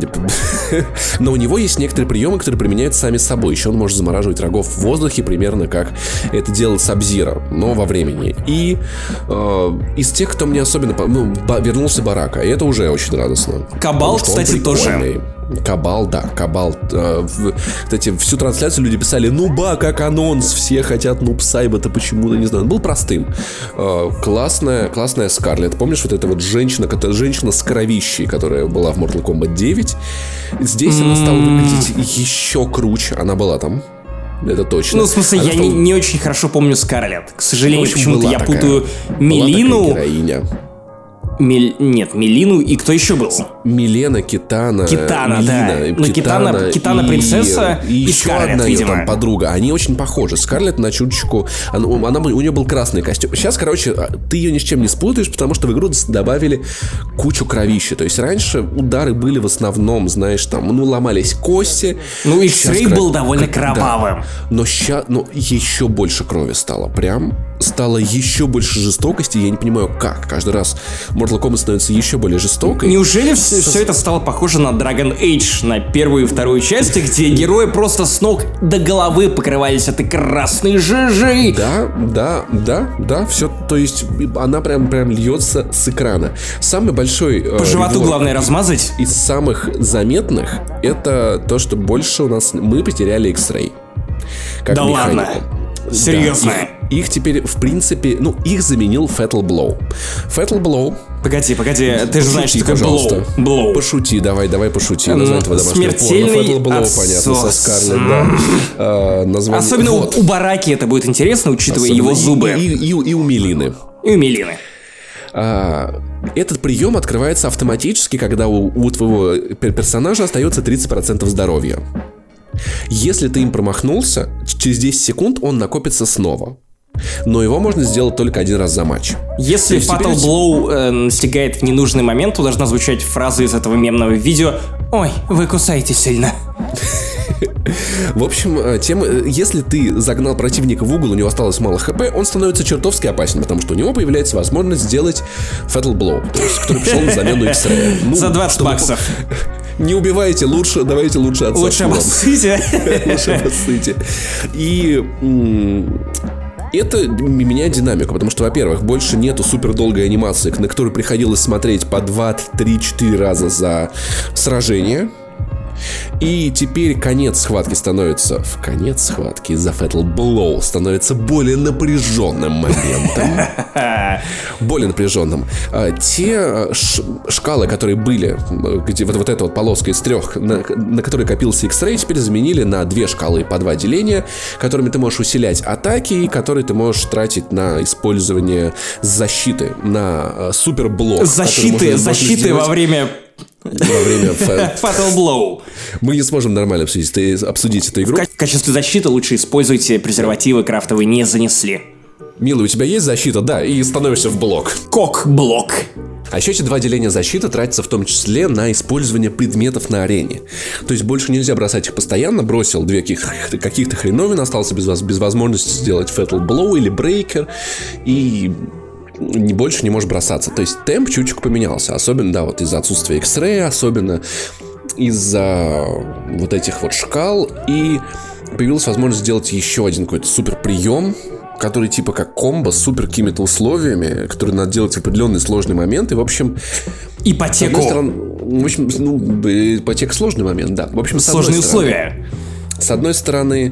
Но у него есть некоторые приемы, которые применяются сами собой. Еще он может замораживать врагов в воздухе, примерно как это делает Саб-Зиро, но во времени. И э, из тех, кто мне особенно... Ну, вернулся Барака, и это уже очень радостно. Кабал, кстати, тоже. Кабал, да, Кабал. Э, в, кстати, всю трансляцию люди писали: нуба, как анонс, все хотят нуб Сайбата почему-то, не знаю. Он был простым. Э, классная, классная Скарлетт. Помнишь вот эта вот женщина, которая, женщина с кровищей, которая была в Mortal Kombat девять? Здесь mm-hmm. она стала выглядеть еще круче. Она была там. Это точно. Ну, в смысле, она я стала... не, не очень хорошо помню Скарлетт. К сожалению, ну, почему-то я такая, путаю Мелину. Мел... Нет, Мелину и кто еще был? Милена, Китана. Китана, Мелина, да. Ну, Китана, Китана, Китана и... принцесса и, и Скарлетт, одна видимо. ее там подруга. Они очень похожи. Скарлетт на чуточку... Она, она, у нее был красный костюм. Сейчас, короче, ты ее ни с чем не спутаешь, потому что в игру добавили кучу кровища. То есть раньше удары были в основном, знаешь, там, ну, ломались кости. Ну, X-Ray кров... был довольно кровавым. Да. Но сейчас, ну, еще больше крови стало. Прям стало еще больше жестокости. Я не понимаю, как. Каждый раз Mortal Kombat становится еще более жестокой. Неужели все, все это стало похоже на Dragon Age, на первую и вторую части, где герои просто с ног до головы покрывались этой красной жижей? Да, да, да, да, все, то есть она прям, прям льется с экрана. Самый большой... По э, животу главное размазать. Из самых заметных это то, что больше у нас... Мы потеряли X-Ray. Как да механику. Ладно? Серьезно? Да, их, их теперь, в принципе, ну, их заменил Fatal Blow. Fatal Blow... Погоди, погоди, ты пошути, же знаешь, что такое пожалуйста. Blow. Пошути, давай, давай пошути. Название твоего домашнего Смертельный порно. Fatal Blow, отсос. понятно, со Скарлетт, да. А, название... Особенно вот. у, у Бараки это будет интересно, учитывая Особенно его зубы. И, и, и, и у Мелины. И у Мелины. А, этот прием открывается автоматически, когда у, у твоего персонажа остается тридцать процентов здоровья. Если ты им промахнулся, через десять секунд он накопится снова. Но его можно сделать только один раз за матч. Если Fatal теперь... Blow э, настигает в ненужный момент, то должна звучать фраза из этого мемного видео: «Ой, вы кусаете сильно». В общем, тем, если ты загнал противника в угол, у него осталось мало хп, он становится чертовски опасен, потому что у него появляется возможность сделать Fatal Blow, то есть, который пришел на замену X-Ray. Ну, за двадцать баксов. Не убивайте лучше, давайте лучше отсосу. Лучше обоссыте. Лучше обоссыте. И это меняет динамику, потому что, во-первых, больше нету супер долгой анимации, на которую приходилось смотреть по два, три, четыре раза за сражение. И теперь конец схватки становится... В конец схватки из-за Fatal Blow становится более напряженным моментом. Более напряженным. Те шкалы, которые были, где вот, вот эта вот полоска из трех, на, на которой копился X-Ray, теперь заменили на две шкалы по два деления, которыми ты можешь усилять атаки и которые ты можешь тратить на использование защиты, на суперблок. Защиты, защиты во время... Во время Fatal Blow. Мы не сможем нормально обсудить, обсудить эту игру. В качестве защиты лучше используйте презервативы, крафтовые не занесли. Милый, у тебя есть защита? Да, и становишься в блок. Кок-блок. А еще эти два деления защиты тратятся в том числе на использование предметов на арене. То есть больше нельзя бросать их постоянно. Бросил две каких-то, каких-то хреновин, остался без, без возможности сделать Fatal Blow или Breaker. И... не больше не можешь бросаться. То есть темп чуть-чуть поменялся. Особенно, да, вот из-за отсутствия X-Ray, особенно из-за вот этих вот шкал. И появилась возможность сделать еще один какой-то супер прием, который типа как комбо с супер какими-то условиями, которые надо делать в определенные сложные моменты. В общем... Ипотеку. Стороны, в общем, ну, ипотека сложный момент, да. В общем, сложные стороны, условия. С одной стороны,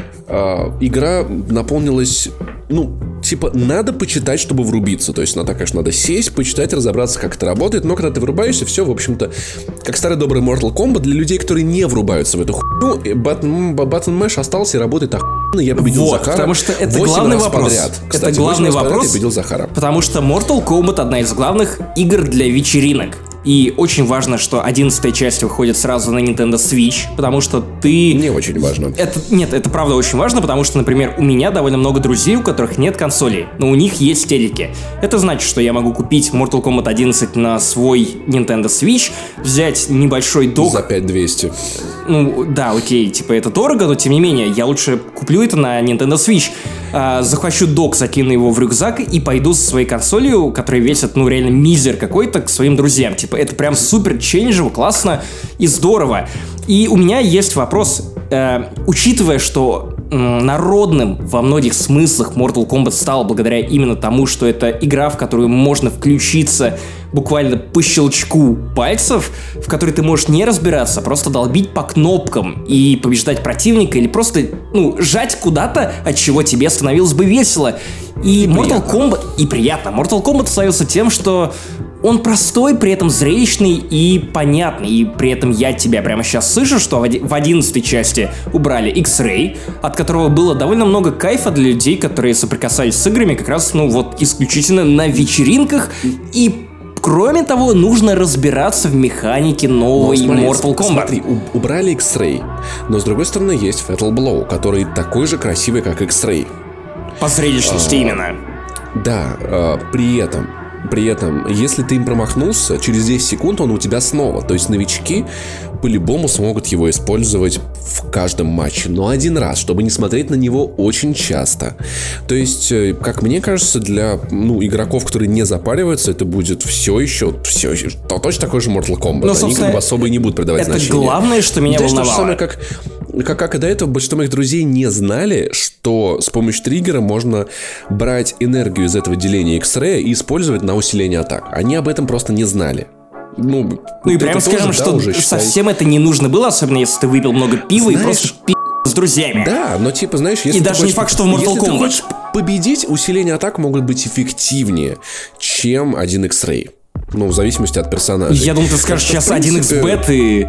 э, игра наполнилась... Ну, типа, надо почитать, чтобы врубиться. То есть, надо, конечно, надо сесть, почитать, разобраться, как это работает. Но когда ты врубаешься, все, в общем-то, как старый добрый Mortal Kombat для людей, которые не врубаются в эту хуйню. Button, Button Mash остался и работает охуенно. Я победил вот, Захара. Потому что это главный вопрос. Подряд. Кстати, это главный вопрос. Я победил Захара. Потому что Mortal Kombat одна из главных игр для вечеринок. И очень важно, что одиннадцатая часть выходит сразу на Nintendo Switch, потому что ты... Не очень важно. Это... Нет, это правда очень важно, потому что, например, у меня довольно много друзей, у которых нет консолей, но у них есть телеки. Это значит, что я могу купить Mortal Kombat одиннадцать на свой Nintendo Switch, взять небольшой док... За пять тысяч двести. Ну, да, окей, типа это дорого, но тем не менее, я лучше куплю это на Nintendo Switch, а, захвачу док, закину его в рюкзак и пойду со своей консолью, которая весит, ну, реально мизер какой-то, к своим друзьям. Типа, это прям супер челленджево, классно и здорово. И у меня есть вопрос, э, учитывая, что э, народным во многих смыслах Mortal Kombat стал благодаря именно тому, что это игра, в которую можно включиться буквально по щелчку пальцев, в которой ты можешь не разбираться, просто долбить по кнопкам и побеждать противника, или просто, ну, жать куда-то, от чего тебе становилось бы весело. И, и Mortal Kombat... И приятно. Mortal Kombat славился тем, что он простой, при этом зрелищный и понятный. И при этом я тебя прямо сейчас слышу, что в одиннадцатой части убрали X-Ray, от которого было довольно много кайфа для людей, которые соприкасались с играми как раз, ну вот, исключительно на вечеринках. И кроме того, нужно разбираться в механике новой ну, смотри, Mortal Kombat. Смотри, у- убрали X-Ray, но с другой стороны есть Fatal Blow, который такой же красивый, как X-Ray. По зрелищности а, именно. Да, а, при этом При этом, если ты им промахнулся, через десять секунд он у тебя снова. То есть новички по-любому смогут его использовать в каждом матче. Но один раз, чтобы не смотреть на него очень часто. То есть, как мне кажется, для ну, игроков, которые не запариваются, это будет все еще, все еще то, точно такой же Mortal Kombat. Но, они как бы особо и не будут придавать это значения. Это главное, что меня да, волновало. То же самое, как... Как, как и до этого, большинство моих друзей не знали, что с помощью триггера можно брать энергию из этого деления X-Ray и использовать на усиление атак. Они об этом просто не знали. Ну, ну и прямо скажем, тоже, что да, уже, совсем это не нужно было, особенно если ты выпил много пива. Знаешь, и просто пи*** с друзьями. Да, но типа, знаешь, если и даже хочешь, не факт, что в Mortal если Kombat. ты хочешь победить, усиление атак могут быть эффективнее, чем один X-Ray. Ну, в зависимости от персонажа. Я думал, ты скажешь сейчас один икс-бет и...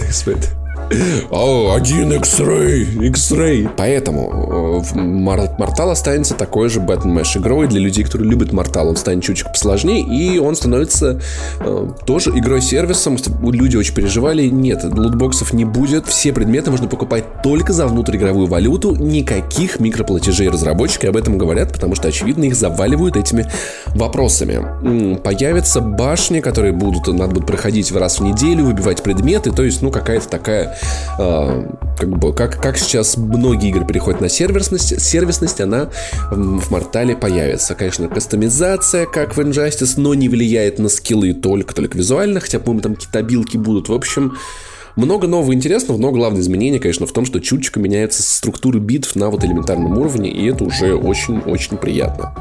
О, один X-Ray, X-Ray. Поэтому Mortal останется такой же Button Mash игрой. Для людей, которые любят Mortal, он станет чуть-чуть посложнее. И он становится э, тоже игрой-сервисом. Люди очень переживали. Нет, лутбоксов не будет. Все предметы можно покупать только за внутриигровую валюту. Никаких микроплатежей. Разработчики об этом говорят, потому что, очевидно, их заваливают этими вопросами. Появятся башни, которые будут, надо будет проходить раз в неделю, выбивать предметы. То есть, ну, какая-то такая как бы, как, как сейчас многие игры переходят на сервисность, сервисность, она в Мортале появится. Конечно, кастомизация, как в Injustice, но не влияет на скиллы только, только визуально, хотя, по-моему, там какие-то обилки будут. В общем, много нового интересного, но главное изменение, конечно, в том, что чуточку меняется структура битв на вот элементарном уровне, и это уже очень-очень приятно.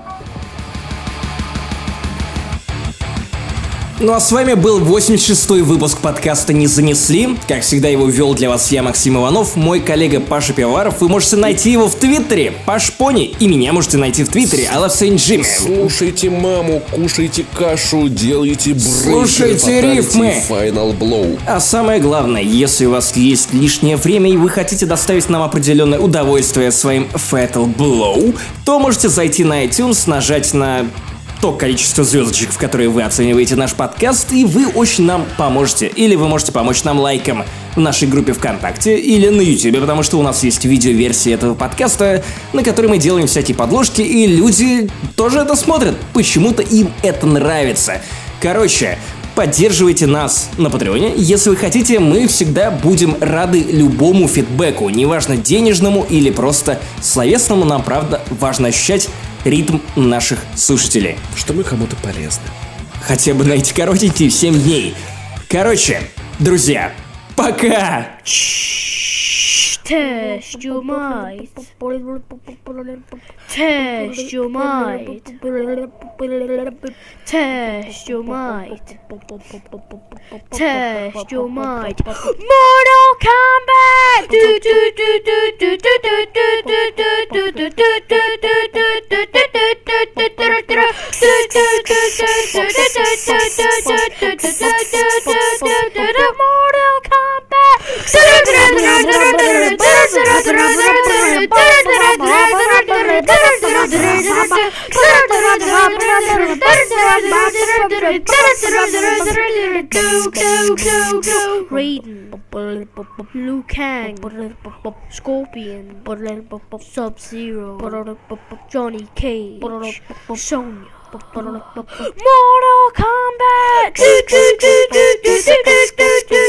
Ну а с вами был восемьдесят шестой выпуск подкаста «Не занесли». Как всегда, его вел для вас я, Максим Иванов, мой коллега Паша Пивоваров. Вы можете найти его в Твиттере, Паш Пони, и меня можете найти в Твиттере, I Love Saint Jimmy. Слушайте маму, кушайте кашу, делайте брейки, слушайте рифмы. Final Blow. А самое главное, если у вас есть лишнее время и вы хотите доставить нам определенное удовольствие своим Fatal Blow, то можете зайти на iTunes, нажать на то количество звездочек, в которые вы оцениваете наш подкаст, и вы очень нам поможете. Или вы можете помочь нам лайком в нашей группе ВКонтакте или на Ютубе, потому что у нас есть видеоверсия этого подкаста, на которой мы делаем всякие подложки, и люди тоже это смотрят. Почему-то им это нравится. Короче, поддерживайте нас на Патреоне. Если вы хотите, мы всегда будем рады любому фидбэку, неважно денежному или просто словесному, нам правда важно ощущать ритм наших слушателей. Что мы кому-то полезны. Хотя бы на эти коротенькие семь дней. Короче, друзья, пока! Test your might. Test your might. Test your might. Test your might. Mortal Kombat. Do do do do do do do do do do Mortal Kombat. Raiden, Liu Kang, Scorpion, Sub-Zero, Johnny Cage, Sonya. Mortal Kombat.